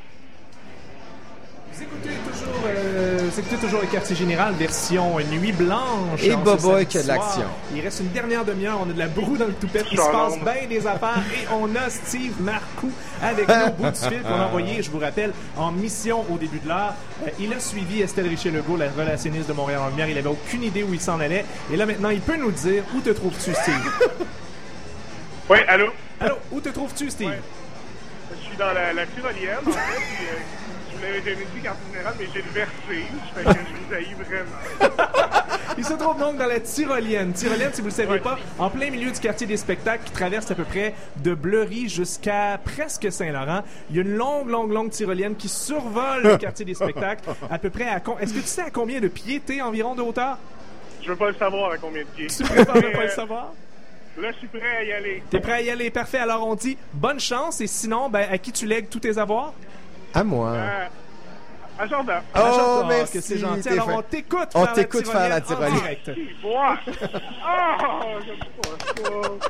Vous écoutez toujours, euh, vous écoutez toujours le quartier général version Nuit Blanche. Et en ce boboy samedi qu'il y a de soir. l'action. Il reste une dernière demi-heure. On a de la broue dans le toupette. Il se passe bien des affaires. Et on a Steve Marcoux avec nous au bout du fil qu'on a envoyé, je vous rappelle, en mission au début de l'heure. Euh, il a suivi Estelle Richer-Legault, la relationniste de Montréal en Lumière. Il avait aucune idée où il s'en allait. Et là, maintenant, il peut nous dire où te trouves-tu, Steve? Oui, allô? Allô, où te trouves-tu, Steve? Ouais. Je suis dans la, la tyrolienne, en fait, puis, euh, je vous l'avais jamais dit, quartier général, mais j'ai le vertige, fait que je vous haïs vraiment. Il se trouve donc dans la Tyrolienne. Tyrolienne, si vous le savez pas, en plein milieu du quartier des spectacles qui traverse à peu près de Bleury jusqu'à presque Saint-Laurent. Il y a une longue, longue, longue Tyrolienne qui survole le quartier des spectacles à peu près à... con- Est-ce que tu sais à combien de pieds t'es environ de hauteur? Je veux pas le savoir à combien de pieds. Tu préfères Mais, ne pas le euh, savoir? Là, je suis prêt à y aller. T'es prêt à y aller? Parfait. Alors on dit bonne chance et sinon, ben, à qui tu lègues tous tes avoirs? À moi. Euh, à Jordan. Oh, À Jordan, merci, que c'est gentil. t'es Alors fin. on t'écoute On faire t'écoute faire la en Tyrolienne. direct. Ouais. Oh, j'aime pas ça.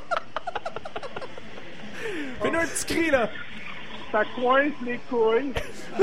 Fais-nous un petit cri, là. Ça coince les couilles.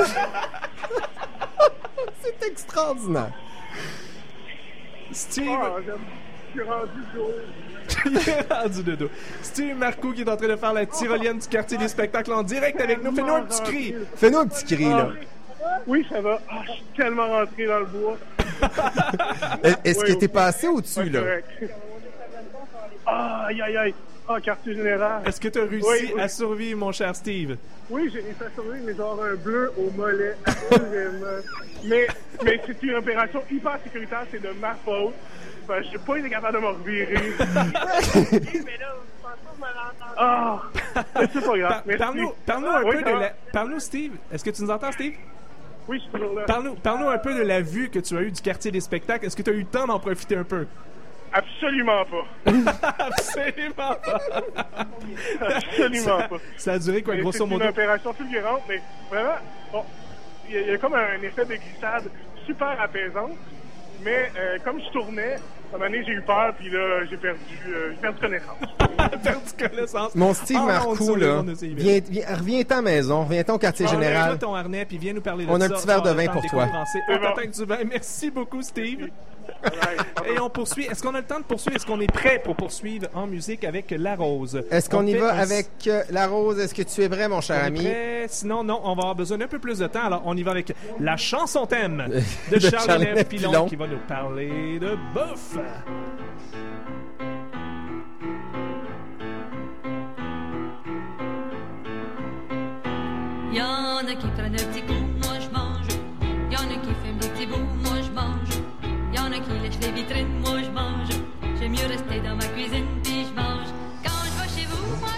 C'est extraordinaire. Steve. Oh, j'aime- je suis rendu jour. Il est rendu de dos. Steve Marcoux qui est en train de faire la tyrolienne du quartier des spectacles en direct avec nous. Fais-nous un petit cri. Fais-nous un petit cri, là. Oui, ça va. Ah, je suis tellement rentré dans le bois. Est-ce que t'es passé au-dessus, Ouais, là? correct. Ah, aïe, aïe, aïe. Ah, quartier général. Est-ce que tu as réussi Oui, oui. à survivre, mon cher Steve? Oui, j'ai réussi à survivre, mais genre un bleu au mollet. Absolument. mais mais c'est une opération hyper sécuritaire, c'est de ma faute. Enfin, j'ai pas été capable de me revirer. Ah, c'est pas grave. Par- Merci. Parle-nous parle-nous un Oui, peu ça de va. la... Parle-nous, Steve. Est-ce que tu nous entends, Steve? Oui, je suis toujours là. Parle-nous parle-nous un peu de la vue que tu as eue du quartier des spectacles. Est-ce que tu as eu le temps d'en profiter un peu? Absolument pas. Absolument pas. Absolument ça, pas. Ça a duré quoi, Mais grosso c'est modo? une opération fulgurante, mais vraiment, bon, il y, a- il y a comme un effet de glissade super apaisant. Mais euh, comme je tournais, À un moment donné, j'ai eu peur, puis là, j'ai perdu, euh, j'ai perdu connaissance. perdu connaissance. Mon Steve Ah, on Marcoux, sur les là, ondes de C I B L. viens, viens, reviens-t'en à la maison, reviens-t'en au quartier Ah, général. enlève-toi ton harnais, puis viens nous parler de On a ça. un petit verre de Tu vas vin entendre pour des toi. cours français. On t'attend avec du vin. Merci beaucoup, Steve. Et on poursuit. Est-ce qu'on a le temps de poursuivre? Est-ce qu'on est prêt pour poursuivre en musique avec La Rose? Est-ce qu'on On y fait va un- avec euh, La Rose? Est-ce que tu es prêt, mon cher On est ami? prêt? Sinon, non, on va avoir besoin d'un peu plus de temps. Alors, on y va avec la chanson thème de, De Charles Charles-Nef Nef Pilon, Pilon. qui va nous parler de bouffe. Y'en a qui prennent un petit coup, moi je mange. Y'en a qui fument des petits bouts, moi je mange. Y'en a qui lèchent les vitrines, moi je mange. J'aime mieux rester dans ma cuisine, puis je mange. Quand je vais chez vous, moi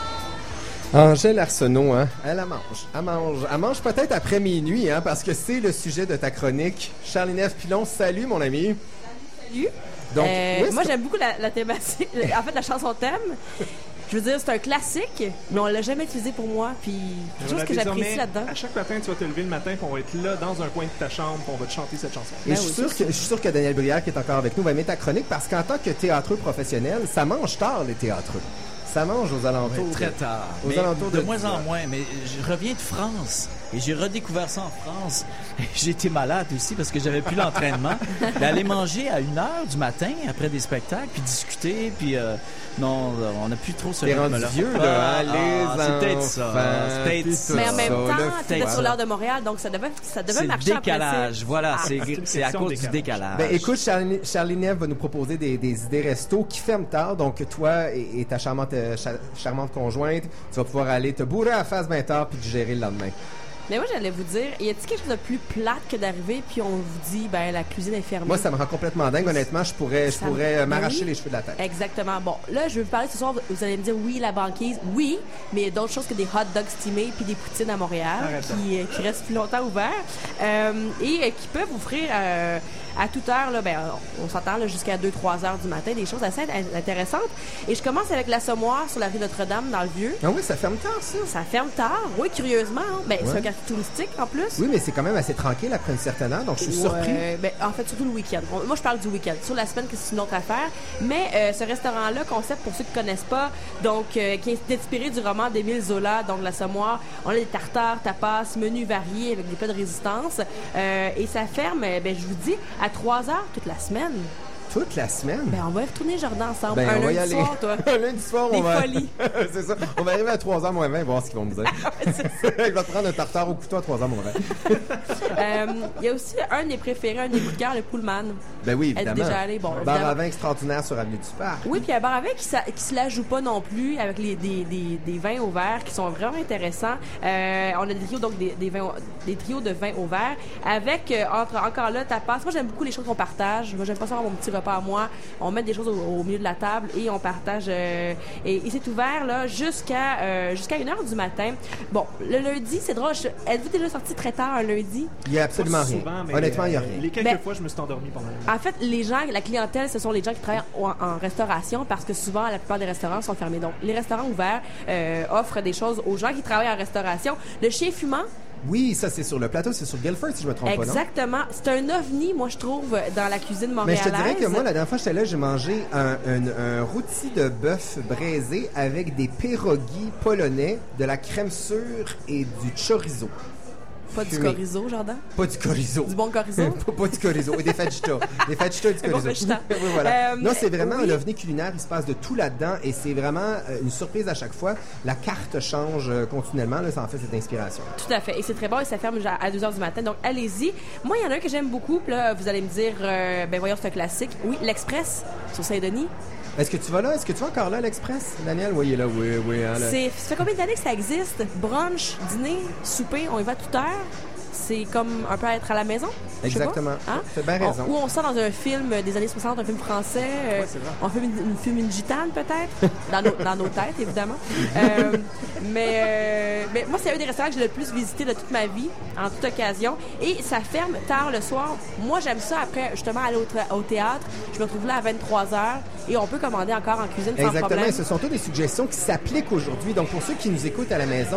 je mange. Angèle Arsenault, hein? Elle, elle mange. Elle mange. Elle mange peut-être après minuit, hein? Parce que c'est le sujet de ta chronique. Charles-Nef Pilon, salut, mon ami. Salut. Donc, Euh, où est-ce moi, que- j'aime beaucoup la, la thématique. En fait, la chanson thème. Je veux dire, c'est un classique, mais on l'a jamais utilisé pour moi. Puis, quelque chose Voilà, que j'apprécie désormais, là-dedans. À chaque matin, tu vas te lever le matin, puis on va être là dans un coin de ta chambre, puis on va te chanter cette chanson. Et je, suis sûr que, je suis sûr que Daniel Brière, qui est encore avec nous, va aimer ta chronique parce qu'en tant que théâtreux professionnel, ça mange tard, les théâtreux. Ça mange aux alentours. Ouais, très de- tard. Aux Mais alentours de, de moins dix en heures. moins. Mais je reviens de France et j'ai redécouvert ça en France. J'ai été malade aussi parce que j'avais plus l'entraînement. D'aller manger à une heure du matin après des spectacles, puis discuter, puis euh, non, on n'a plus trop ce T'es rendu rythme-là. vieux, là, Ah, hein, les ah, c'est peut-être ça. enfants, C'est peut-être puis ça. tout Mais en même ça, temps, le tu étais fait. sur l'heure de Montréal, donc ça devait, ça devait C'est le marcher en décalage. principe. Voilà, Ah, c'est c'est une c'est à question cause de du décalage. décalage. Ben, écoute, Charlie, Charlie Nef va nous proposer des, des idées resto qui ferment tard. Donc, toi et, et ta charmante, euh, cha- charmante conjointe, tu vas pouvoir aller te bourrer à la face vingt heures puis digérer le lendemain. Mais moi, j'allais vous dire, y a-t-il quelque chose de plus plate que d'arriver, puis on vous dit, ben, la cuisine est fermée? Moi, ça me rend complètement dingue. Honnêtement, je pourrais, je Ça- pourrais euh, m'arracher Oui. les cheveux de la tête. Exactement. Bon, là, je vais vous parler ce soir. Vous allez me dire, oui, la banquise, oui, mais il y a d'autres choses que des hot dogs steamés puis des poutines à Montréal Arrête qui, euh, qui restent plus longtemps ouverts euh, et euh, qui peuvent offrir euh, à toute heure, là, ben, on, on s'entend là, jusqu'à deux trois heures du matin, des choses assez int- intéressantes. Et je commence avec l'Assommoir sur la rue Notre-Dame dans le Vieux. Ah oui, ça ferme tard, ça. Ça ferme tard, oui, curieusement. hein. Ben, c'est Ouais. un quartier touristique en plus. Oui, mais c'est quand même assez tranquille après une certaine heure, donc je suis Ouais, surpris. ben, en fait, surtout le week-end. On- Moi, je parle du week-end. Sur la semaine, que c'est une autre affaire. Mais euh, ce restaurant-là, concept pour ceux qui connaissent pas, donc euh, qui est inspiré du roman d'Émile Zola, donc l'Assommoir. On a des tartares, tapas, menus variés avec des plats de résistance. Euh, et ça ferme, euh, ben, je vous dis, à trois heures toute la semaine. Toute la semaine? Ben, on va y retourner Jordan ensemble. Ben, un on va y lundi aller. soir, toi. Un lundi soir, Des on va... folies. c'est ça. On va arriver à trois heures moins vingt, voir ce qu'ils vont nous dire. Je vais te prendre un tartare au couteau à trois heures moins vingt. Euh, Il y a aussi un de mes préférés, un de mes coups de cœur, le Pullman. Ben oui, Êtes évidemment. déjà allé? Bon, Bar évidemment. à vin extraordinaire sur Avenue du Parc. Oui, puis un bar avec qui, sa- qui se la joue pas non plus, avec les, des, des, des vins au verre qui sont vraiment intéressants. Euh, on a des trios, donc des, des, vins, au- des trios de vins au verre avec, euh, entre, encore là, tapas. Moi, j'aime beaucoup les choses qu'on partage. Moi, j'aime pas ça avoir mon petit repas à moi. On met des choses au, au milieu de la table et on partage. euh, et et c'est ouvert, là, jusqu'à euh, jusqu'à une heure du matin. Bon, le lundi, c'est drôle. je- Êtes-vous déjà sorti très tard un lundi? Il y a absolument Pas rien. souvent, mais, Honnêtement, il n'y a euh, rien. Les quelques Ben, fois, je me suis endormi pendant la nuit. En fait, les gens, la clientèle, ce sont les gens qui travaillent en, en restauration parce que souvent, la plupart des restaurants sont fermés. Donc, les restaurants ouverts euh, offrent des choses aux gens qui travaillent en restauration. Le chien fumant, Oui, ça, c'est sur le plateau, c'est sur Guilford, si je me trompe pas, non? exactement. C'est un ovni, moi, je trouve, dans la cuisine Mais montréalaise. je te dirais que moi, la dernière fois que j'étais là, j'ai mangé un, un, un rôti de bœuf braisé avec des pierogies polonais, de la crème sûre et du chorizo. Pas du Fumé. chorizo, Jordan? Pas du chorizo. Du bon chorizo? pas, pas du chorizo. Et des fajitas. Des fajitas et du Des bons chorizo. fajitas. Oui, voilà. Euh, non, c'est vraiment oui. un ovni culinaire. Il se passe de tout là-dedans et c'est vraiment euh, une surprise à chaque fois. La carte change euh, continuellement. Là, ça en fait cette inspiration. Tout à fait. Et c'est très bon et ça ferme à deux heures du matin. Donc, allez-y. Moi, il y en a un que j'aime beaucoup. Puis là, vous allez me dire, euh, ben voyons, c'est un classique. Oui, l'Express sur Saint-Denis. Est-ce que tu vas là? Est-ce que tu vas encore là, à l'Express, Daniel? Oui, il est là. Oui, oui. Hein, là. C'est, ça fait combien d'années que ça existe? Brunch, dîner, souper, on y va toute heure. C'est comme un peu être à la maison. je sais pas. Exactement. Hein? T'as bien raison. On- ou on sort dans un film des années soixante, un film français. euh, Ouais, c'est vrai. on fume une, une, fume une gitane, peut-être. dans, nos, dans nos têtes, évidemment. Euh, mais, euh, mais moi, c'est un des restaurants que j'ai le plus visité de toute ma vie, en toute occasion. Et ça ferme tard le soir. Moi, j'aime ça après, justement, aller au, tra- au théâtre. Je me retrouve là à vingt-trois heures et on peut commander encore en cuisine sans Exactement. problème. Et ce sont toutes des suggestions qui s'appliquent aujourd'hui. Donc, pour ceux qui nous écoutent à la maison,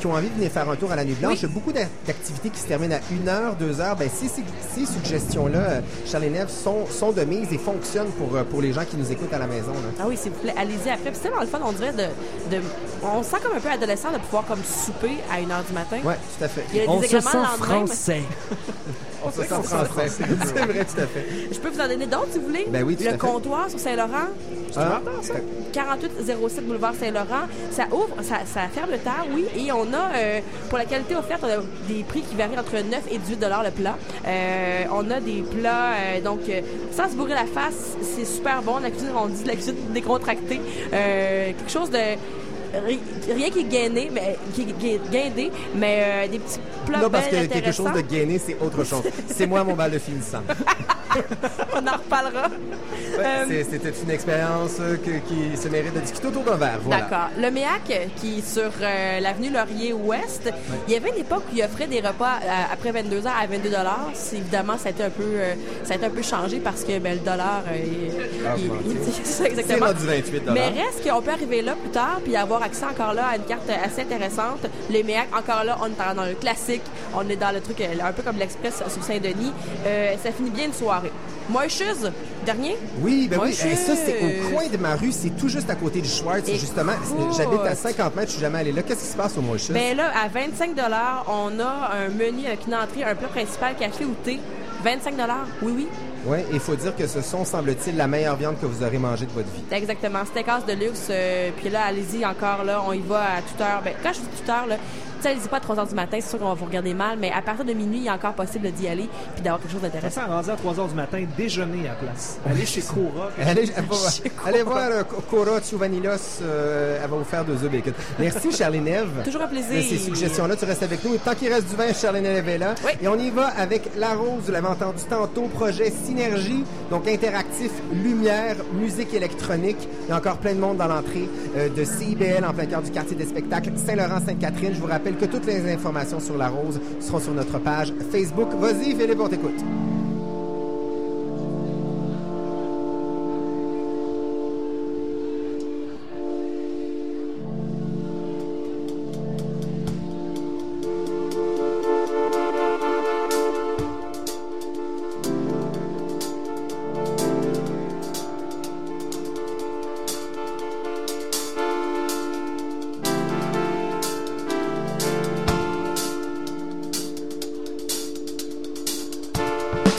qui ont envie de venir faire un tour à la Nuit Blanche, il y a beaucoup d'a- d'activités qui se terminent à une heure, deux heures. Ben, ces, ces, ces suggestions-là, euh, Charles et Neve, sont, sont de mise et fonctionnent pour, euh, pour les gens qui nous écoutent à la maison. Là. Ah oui, s'il vous plaît, allez-y après. Puis c'est tellement le fun, on dirait de, de... On se sent comme un peu adolescent de pouvoir comme souper à une heure du matin. Oui, tout à fait. Il y a des On se examens sent le lendemain, français. On se sent français. C'est vrai, tout à fait. Je peux vous en donner d'autres si vous voulez. Ben oui, tout Le à fait. comptoir sur Saint-Laurent. Ah. quarante-huit zéro sept boulevard Saint-Laurent. Ça ouvre, ça, ça ferme tard, oui. Et on a, euh, pour la qualité offerte, on a des prix qui varient entre neuf et dix-huit dollars le plat. Euh, on a des plats, euh, donc, euh, sans se bourrer la face, c'est super bon. La cuisine, on dit de la cuisine décontractée. Euh, quelque chose de... Rien qui est gainé, mais qui est guindé, mais euh, des petits plats Non, parce que bien quelque chose de intéressants. gainé, c'est autre chose. C'est moi mon bal de finissant. On en reparlera. Ouais, Euh, c'est- C'était une expérience euh, que- qui se mérite de discuter autour d'un verre. Voilà. D'accord. Le MEAC, qui est sur euh, l'avenue Laurier-Ouest, il y avait une époque où il offrait des repas à- après vingt-deux heures à vingt-deux dollars. Évidemment, ça a été un peu, euh, ça a été un peu changé parce que ben, le dollar, euh, il- Ah, il- bon, il- tiens. c'est ça, exactement. C'est rendu vingt-huit Mais reste qu'on peut arriver là plus tard puis avoir accès encore là à une carte assez intéressante. Le MEAC, encore là, on est dans le classique. On est dans le truc euh, un peu comme l'Express sur Saint-Denis. Euh, ça finit bien une soirée. Moishes, dernier? Oui, ben oui. Moishes. Eh, ça, c'est au coin de ma rue. C'est tout juste à côté du Schwartz. Écoute. Justement, j'habite à cinquante mètres. Je suis jamais allé là. Qu'est-ce qui se passe au Moishes? Ben là, à vingt-cinq dollars, on a un menu avec une entrée, un plat principal, café ou thé. vingt-cinq dollars, oui, oui. Oui, il faut dire que ce sont, semble-t-il, la meilleure viande que vous aurez mangée de votre vie. Exactement. Steakhouse de luxe. euh, puis là, allez-y encore, là, on y va à toute heure. Ben, quand je dis toute heure, là, tu sais, allez-y pas à trois heures du matin, c'est sûr qu'on va vous regarder mal, mais à partir de minuit, il est encore possible d'y aller puis d'avoir quelque chose Ça d'intéressant. sent rendu à trois heures du matin, déjeuner à place. Allez chez Cora. Allez, elle va- allez voir euh, Cora Tsouvanillos, euh, elle va vous faire deux œufs bacon. Merci, Charlie Neve. Toujours un plaisir. De ces suggestions-là, tu restes avec nous. Et tant qu'il reste du vin, Charlie Neve est là. Et on y va avec La Rose, vous l'avez entendu tantôt, projet Synergie, donc interactif, lumière, musique électronique. Il y a encore plein de monde dans l'entrée euh, de C I B L en plein cœur du quartier des spectacles Saint-Laurent-Sainte-Catherine. Je vous rappelle que toutes les informations sur La Rose seront sur notre page Facebook. Vas-y, Philippe, on t'écoute. Thank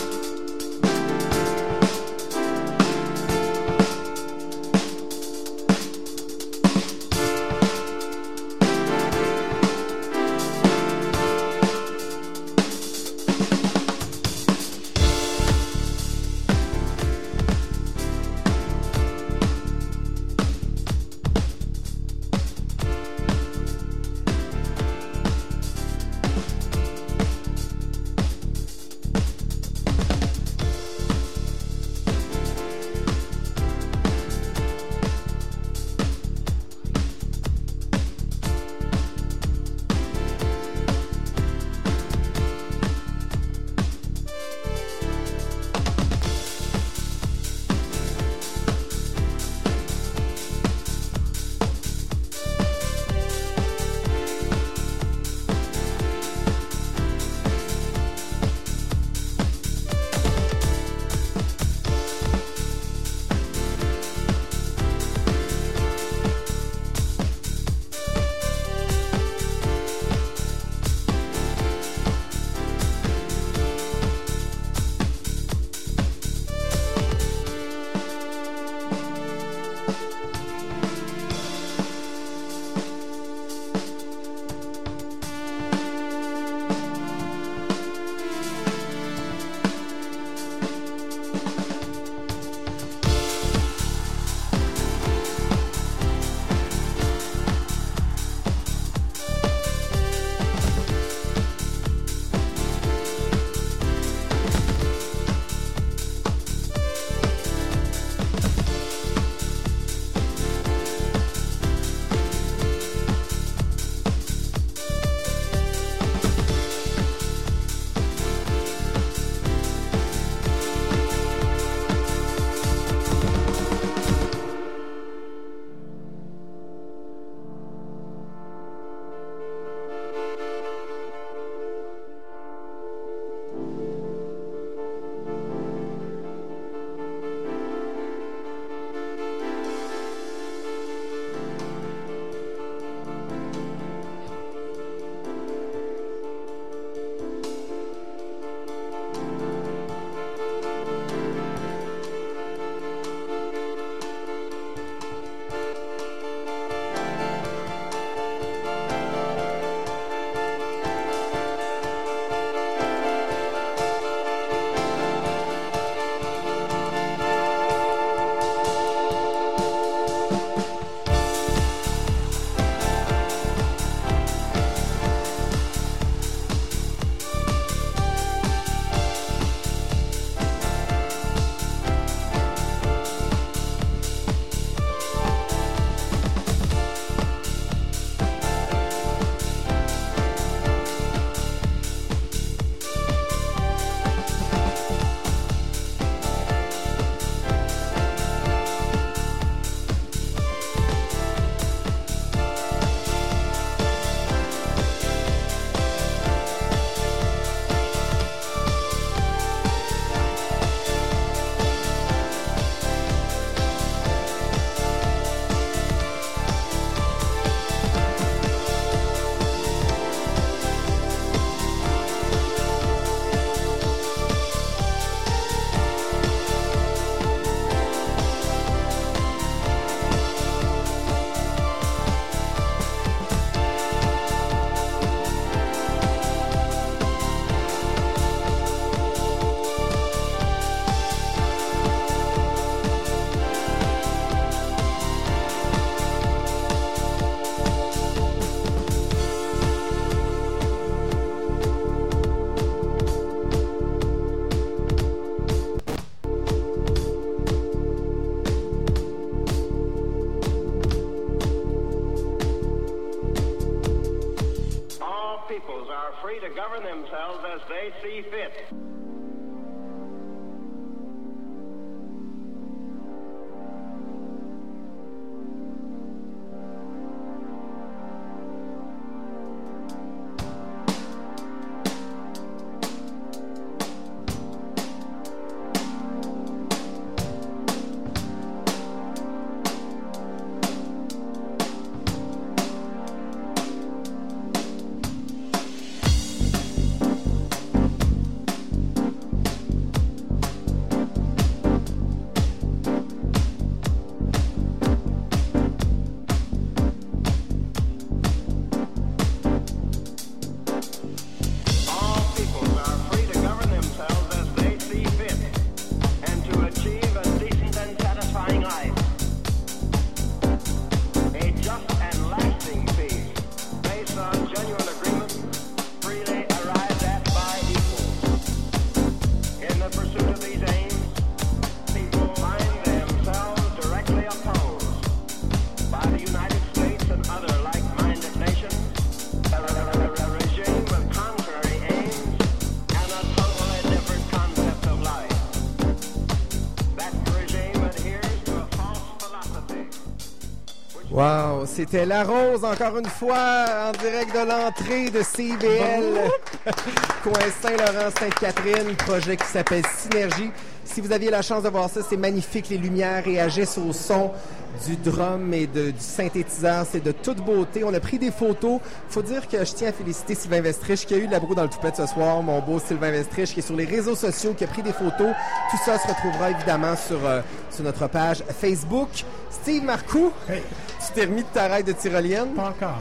peoples are free to govern themselves as they see fit. Wow, c'était La Rose, encore une fois, en direct de l'entrée de C I B L. Coin Saint-Laurent, Sainte-Catherine, projet qui s'appelle Synergie. Si vous aviez la chance de voir ça, c'est magnifique. Les lumières réagissent au son du drum et de, du synthétiseur. C'est de toute beauté. On a pris des photos. Faut dire que je tiens à féliciter Sylvain Vestrich qui a eu de la broue dans le toupette ce soir. Mon beau Sylvain Vestrich qui est sur les réseaux sociaux, qui a pris des photos. Tout ça se retrouvera évidemment sur, euh, sur notre page Facebook. Steve Marcoux, hey. Tu t'es remis de ta raille de tyrolienne? Pas encore.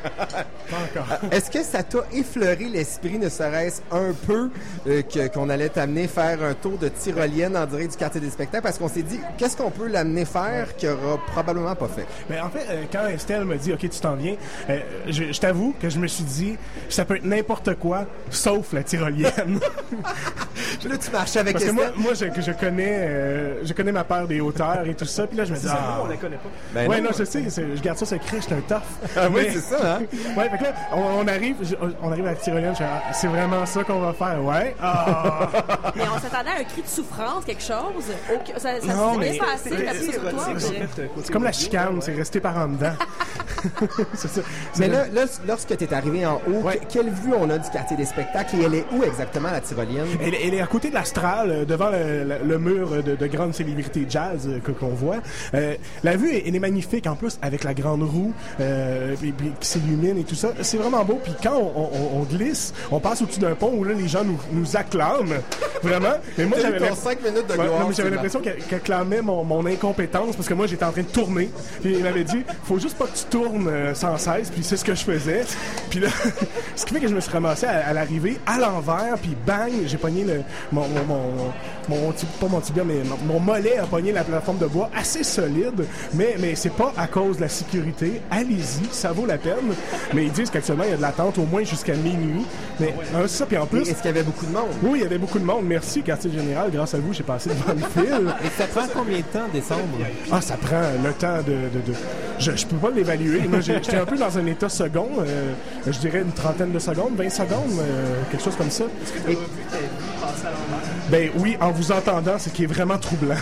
Pas encore. Est-ce que ça t'a effleuré l'esprit, ne serait-ce un peu, euh, que, qu'on allait t'amener faire un tour de tyrolienne en direct du quartier des spectacles? Parce qu'on s'est dit, qu'est-ce qu'on peut l'amener faire qu'il n'aura probablement pas fait? Mais en fait, euh, quand Estelle m'a dit, OK, tu t'en viens, euh, je, je t'avoue que je me suis dit, ça peut être n'importe quoi, sauf la tyrolienne. Là, tu marchais avec Parce Estelle? que moi, moi je, je, connais, euh, je connais ma peur des hauteurs et tout ça, puis là, je me dis, ah... on la connaît pas. Ben ouais, non, non je sais, c'est, je garde ça secret, je suis un tough. Ah oui, mais, c'est ça, hein? Ouais, fait que là, on, on arrive, je, on arrive à la tyrolienne, je dis, ah, c'est vraiment ça qu'on va faire, ouais? Ah. Mais on s'attendait à un cri de souffrance, quelque chose. Au, ça ça non, s'est mais, bien passé, c'est, comme ça sur toi. c'est, c'est comme la chicane, c'est resté par en dedans. c'est ça. Mais là, là, lorsque tu es arrivé en haut, ouais. Quelle vue on a du quartier des spectacles et elle est où exactement, la tyrolienne? Elle, elle est à côté de l'Astral, devant le, le, le mur de, de grandes célébrités jazz que, qu'on voit. Euh, la vue, elle est magnifique, en plus, avec la grande roue euh, et, et, qui s'illumine et tout ça. C'est vraiment beau. Puis quand on, on, on glisse, on passe au-dessus d'un pont où là, les gens nous, nous acclament. Vraiment. Mais moi, j'avais, l'impression... cinq minutes de gloire, ouais, non, mais j'avais l'impression qu'elle, qu'elle clamait mon, mon incompétence parce que moi, j'étais en train de tourner. Puis il m'avait dit, faut juste pas que tu tournes euh, sans cesse. Puis c'est ce que je faisais. Puis là, ce qui fait que je me suis ramassé à, à l'arrivée à l'envers. Puis bang, j'ai pogné le, mon, mon, mon, mon, pas mon tibia, mais mon, mon mollet a pogné la plateforme de bois assez solide. Mais, mais c'est pas à cause de la sécurité. Allez-y, ça vaut la peine. Mais ils disent qu'actuellement, il y a de l'attente au moins jusqu'à minuit. Mais hein, ça, puis en plus... Est-ce qu'il y avait beaucoup de monde? Oui, il y avait beaucoup de monde. Merci, Quartier Général. Grâce à vous, j'ai passé devant le fil. Et ça prend combien de temps descendre? Ah, ça prend le temps de... de, de... Je, je peux pas l'évaluer. Moi, j'ai, j'étais un peu dans un état second. Euh, je dirais une trentaine de secondes, vingt secondes, euh, quelque chose comme ça. Est-ce que tu as revu ta vie passer à l'envers? Ben oui, en vous entendant, ce qui est vraiment troublant.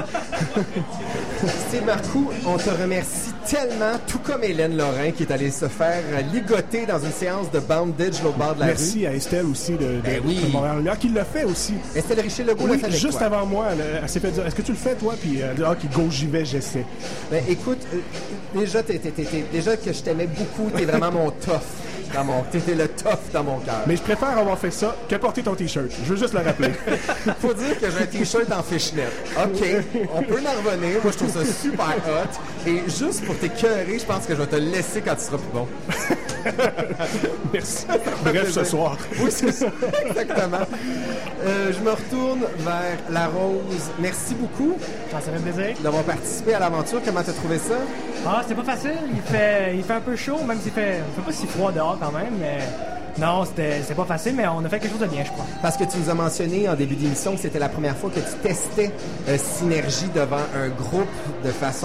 Steve Marcoux, on te remercie tellement, tout comme Hélène Lorrain qui est allée se faire ligoter dans une séance de bandage au bord de la Merci rue. Merci à Estelle aussi de, de, ben oui. de Montréal, qui l'a fait aussi. Estelle Richer-Legault oui, l'a fait avec juste toi. avant moi, elle, elle s'est fait dire, est-ce que tu le fais toi? Puis elle dit, ah, go, j'y vais, j'essaie. Ben écoute, euh, déjà, t'es, t'es, t'es, t'es, déjà que je t'aimais beaucoup, t'es vraiment mon tough. Dans mon, t'étais le tough dans mon cœur. Mais je préfère avoir fait ça que porter ton t-shirt. Je veux juste le rappeler. Faut dire que j'ai un t-shirt en fishnet. OK, on peut en revenir. Moi, je trouve ça super hot. Et juste pour t'écœurer, je pense que je vais te laisser quand tu seras plus bon. Merci. Bref, ce soir. Oui, c'est ça. Exactement. Euh, je me retourne vers La Rose. Merci beaucoup. Ça fait plaisir. D'avoir participé à l'aventure. Comment t'as trouvé ça? Ah, c'était pas facile. Il fait, il fait un peu chaud, même s'il fait, il fait pas si froid dehors quand même, mais non, c'était, c'était pas facile, mais on a fait quelque chose de bien, je crois. Parce que tu nous as mentionné en début d'émission que c'était la première fois que tu testais euh, Synergie devant un groupe de façon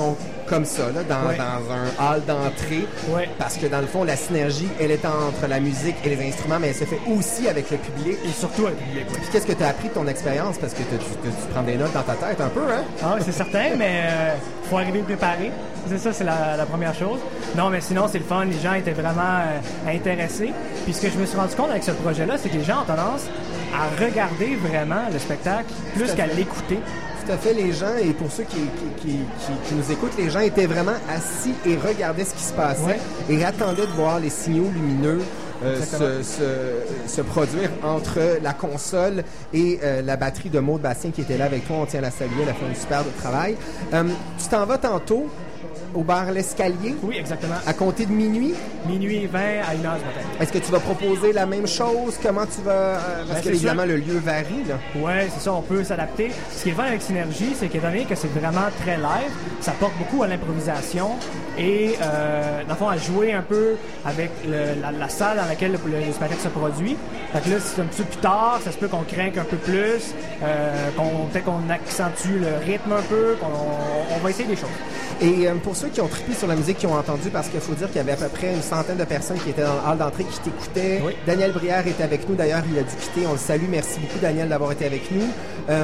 comme ça, là, dans, Ouais. dans un hall d'entrée. Ouais. Parce que dans le fond, la synergie, elle est entre la musique et les instruments, mais elle se fait aussi avec le public. Et surtout avec le public, oui. Puis qu'est-ce que tu as appris de ton expérience? Parce que t'as- tu, tu, tu prends des notes dans ta tête un peu, hein? Ah oui, c'est certain, mais euh, faut arriver préparé. C'est ça, c'est la, la première chose. Non, mais sinon, c'est le fun. Les gens étaient vraiment euh, intéressés. Puis ce que je me suis rendu compte avec ce projet-là, c'est que les gens ont tendance à regarder vraiment le spectacle plus Tout à qu'à fait. l'écouter. Tout à fait, les gens, et pour ceux qui, qui, qui, qui- qui nous écoutent, les gens étaient vraiment assis et regardaient ce qui se passait Ouais. et attendaient de voir les signaux lumineux euh, Exactement. se, se, se produire entre la console et euh, la batterie de Maude Bastien qui était là avec toi. On tient à la saluer, elle a fait un super travail. Euh, tu t'en vas tantôt au bar L'Escalier. Oui, exactement. À compter de minuit. Minuit vingt à une heure du matin. Est-ce que tu vas proposer la même chose? Comment tu vas... euh, parce Ben, que c'est évidemment, sûr. le lieu varie, là. Ouais, c'est ça, on peut s'adapter. Ce qui est le fun avec Synergie, c'est qu'étant donné que c'est vraiment très live, ça porte beaucoup à l'improvisation et, euh, dans le fond, à jouer un peu avec le- la, la salle dans laquelle le, le spectacle se produit. Fait que là, c'est un petit peu plus tard, ça se peut qu'on craque un peu plus, euh, qu'on, peut-être qu'on accentue le rythme un peu, qu'on on va essayer des choses. Et euh, pour ceux qui ont trippé sur la musique, qui ont entendu, parce qu'il faut dire qu'il y avait à peu près une centaine de personnes qui étaient dans le hall d'entrée, qui t'écoutaient. Oui. Daniel Brière était avec nous. D'ailleurs, il a dû quitter. On le salue. Merci beaucoup, Daniel, d'avoir été avec nous. Euh,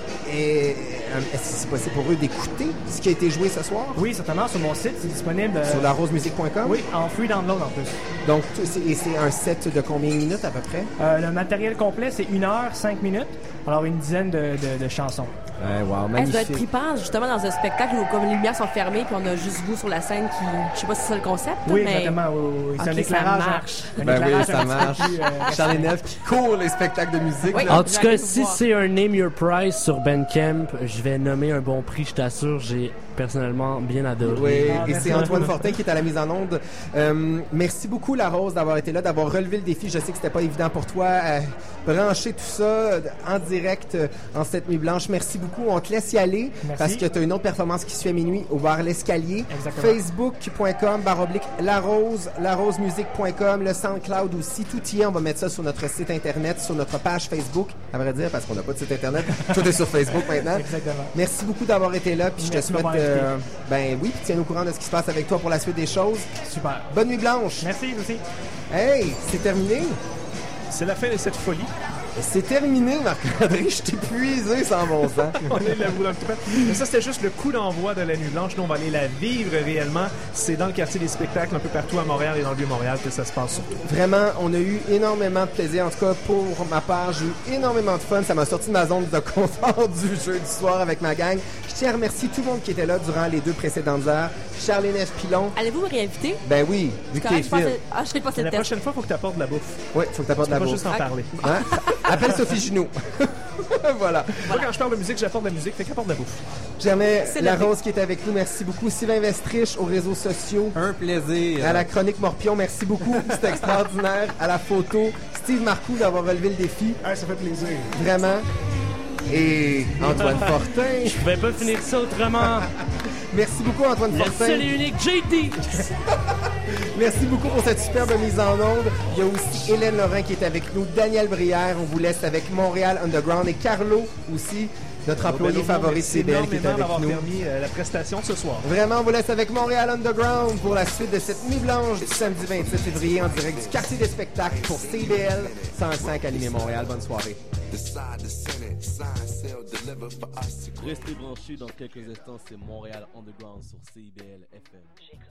et euh, est-ce que c'est possible pour eux d'écouter ce qui a été joué ce soir? Oui, certainement, sur mon site, c'est disponible. euh, Sur la rose musique point com? Oui, en free download en plus. Donc, tout- c'est- et c'est un set de combien de minutes à peu près? Euh, le matériel complet, c'est une heure, cinq minutes. Alors, une dizaine de, de- de chansons. Ouais, wow, Elle doit être trippant, justement, dans un spectacle où comme les lumières sont fermées puis on a juste vous sur la scène qui... Je sais pas si c'est ça le concept, Oui, mais... exactement. Oui, oui, oui. C'est un Ok, ça éclairage. marche. un Ben oui, éclairage ça un petit peu marche. plus, euh, Charles Neuf qui court les spectacles de musique. Oui. là. En tout cas, si c'est un Name Your Price sur Bandcamp, je vais nommer un bon prix, je t'assure. J'ai personnellement bien adoré. Oui, Ah, et merci c'est Antoine beaucoup. Fortin qui est à la mise en onde. Euh, merci beaucoup, La Rose, d'avoir été là, d'avoir relevé le défi. Je sais que c'était pas évident pour toi. Euh, brancher tout ça euh, en direct euh, en cette nuit blanche. Merci beaucoup. On te laisse y aller Merci. parce que tu as une autre performance qui se fait à minuit au bar L'Escalier. Exactement. Facebook point com, barre oblique La Rose, la rose musique point com, le SoundCloud aussi. Tout y est. On va mettre ça sur notre site Internet, sur notre page Facebook, à vrai dire, parce qu'on n'a pas de site Internet. Tout est sur Facebook maintenant. Exactement. Merci beaucoup d'avoir été là. Puis je te Merci de souhaite... m'avoir invité. euh, ben oui, puis tiens au courant de ce qui se passe avec toi pour la suite des choses. Super. Bonne nuit blanche. Merci aussi. Hey, c'est terminé. C'est la fin de cette folie. C'est terminé, Marc-André. Je t'ai épuisé sans bon sens. On est la boue dans le toupette. Mais ça, c'était juste le coup d'envoi de la Nuit Blanche. Nous, on va aller la vivre réellement. C'est dans le quartier des spectacles, un peu partout à Montréal et dans le Vieux-Montréal que ça se passe surtout. Vraiment, on a eu énormément de plaisir. En tout cas, pour ma part, j'ai eu énormément de fun. Ça m'a sorti de ma zone de confort du jeu du soir avec ma gang. Je tiens à remercier tout le monde qui était là durant les deux précédentes heures. Charles-Nef Pilon. Allez-vous me réinviter? Ben oui, vu que t'es Correct, je fine. pensais- Ah, je sais pas si La le test. prochaine fois, il faut que tu apportes de la bouffe. Oui, faut que t'apportes de la Pas bouffe. juste en parler. Hein? Appelle Sophie Junot. voilà. Moi, quand je parle de musique, j'apporte de la musique, fait qu'apporte de la bouffe. Jamais C'est La le Rose qui est avec nous. Merci beaucoup. Sylvain Vestrich aux réseaux sociaux. Un plaisir. À la chronique Morpion, merci beaucoup. C'était extraordinaire. À la photo, Steve Marcoux d'avoir relevé le défi. Ah, ça fait plaisir. Vraiment. Et Antoine Fortin. Je pouvais pas finir ça autrement. Merci beaucoup, Antoine Le Fortin. seul et unique J D. Merci beaucoup pour cette superbe mise en onde. Il y a aussi Hélène Laurent qui est avec nous, Daniel Brière. On vous laisse avec Montréal Underground et Carlo aussi, notre employé favori de C B L qui est Merci avec d'avoir nous. permis euh, la prestation de ce soir. Vraiment, on vous laisse avec Montréal Underground pour la suite de cette nuit blanche du samedi vingt-sept février en direct du quartier des spectacles pour C B L cent cinq Animé Montréal. Bonne soirée. Restez branchés dans quelques instants, c'est Montréal Underground sur C I B L F M.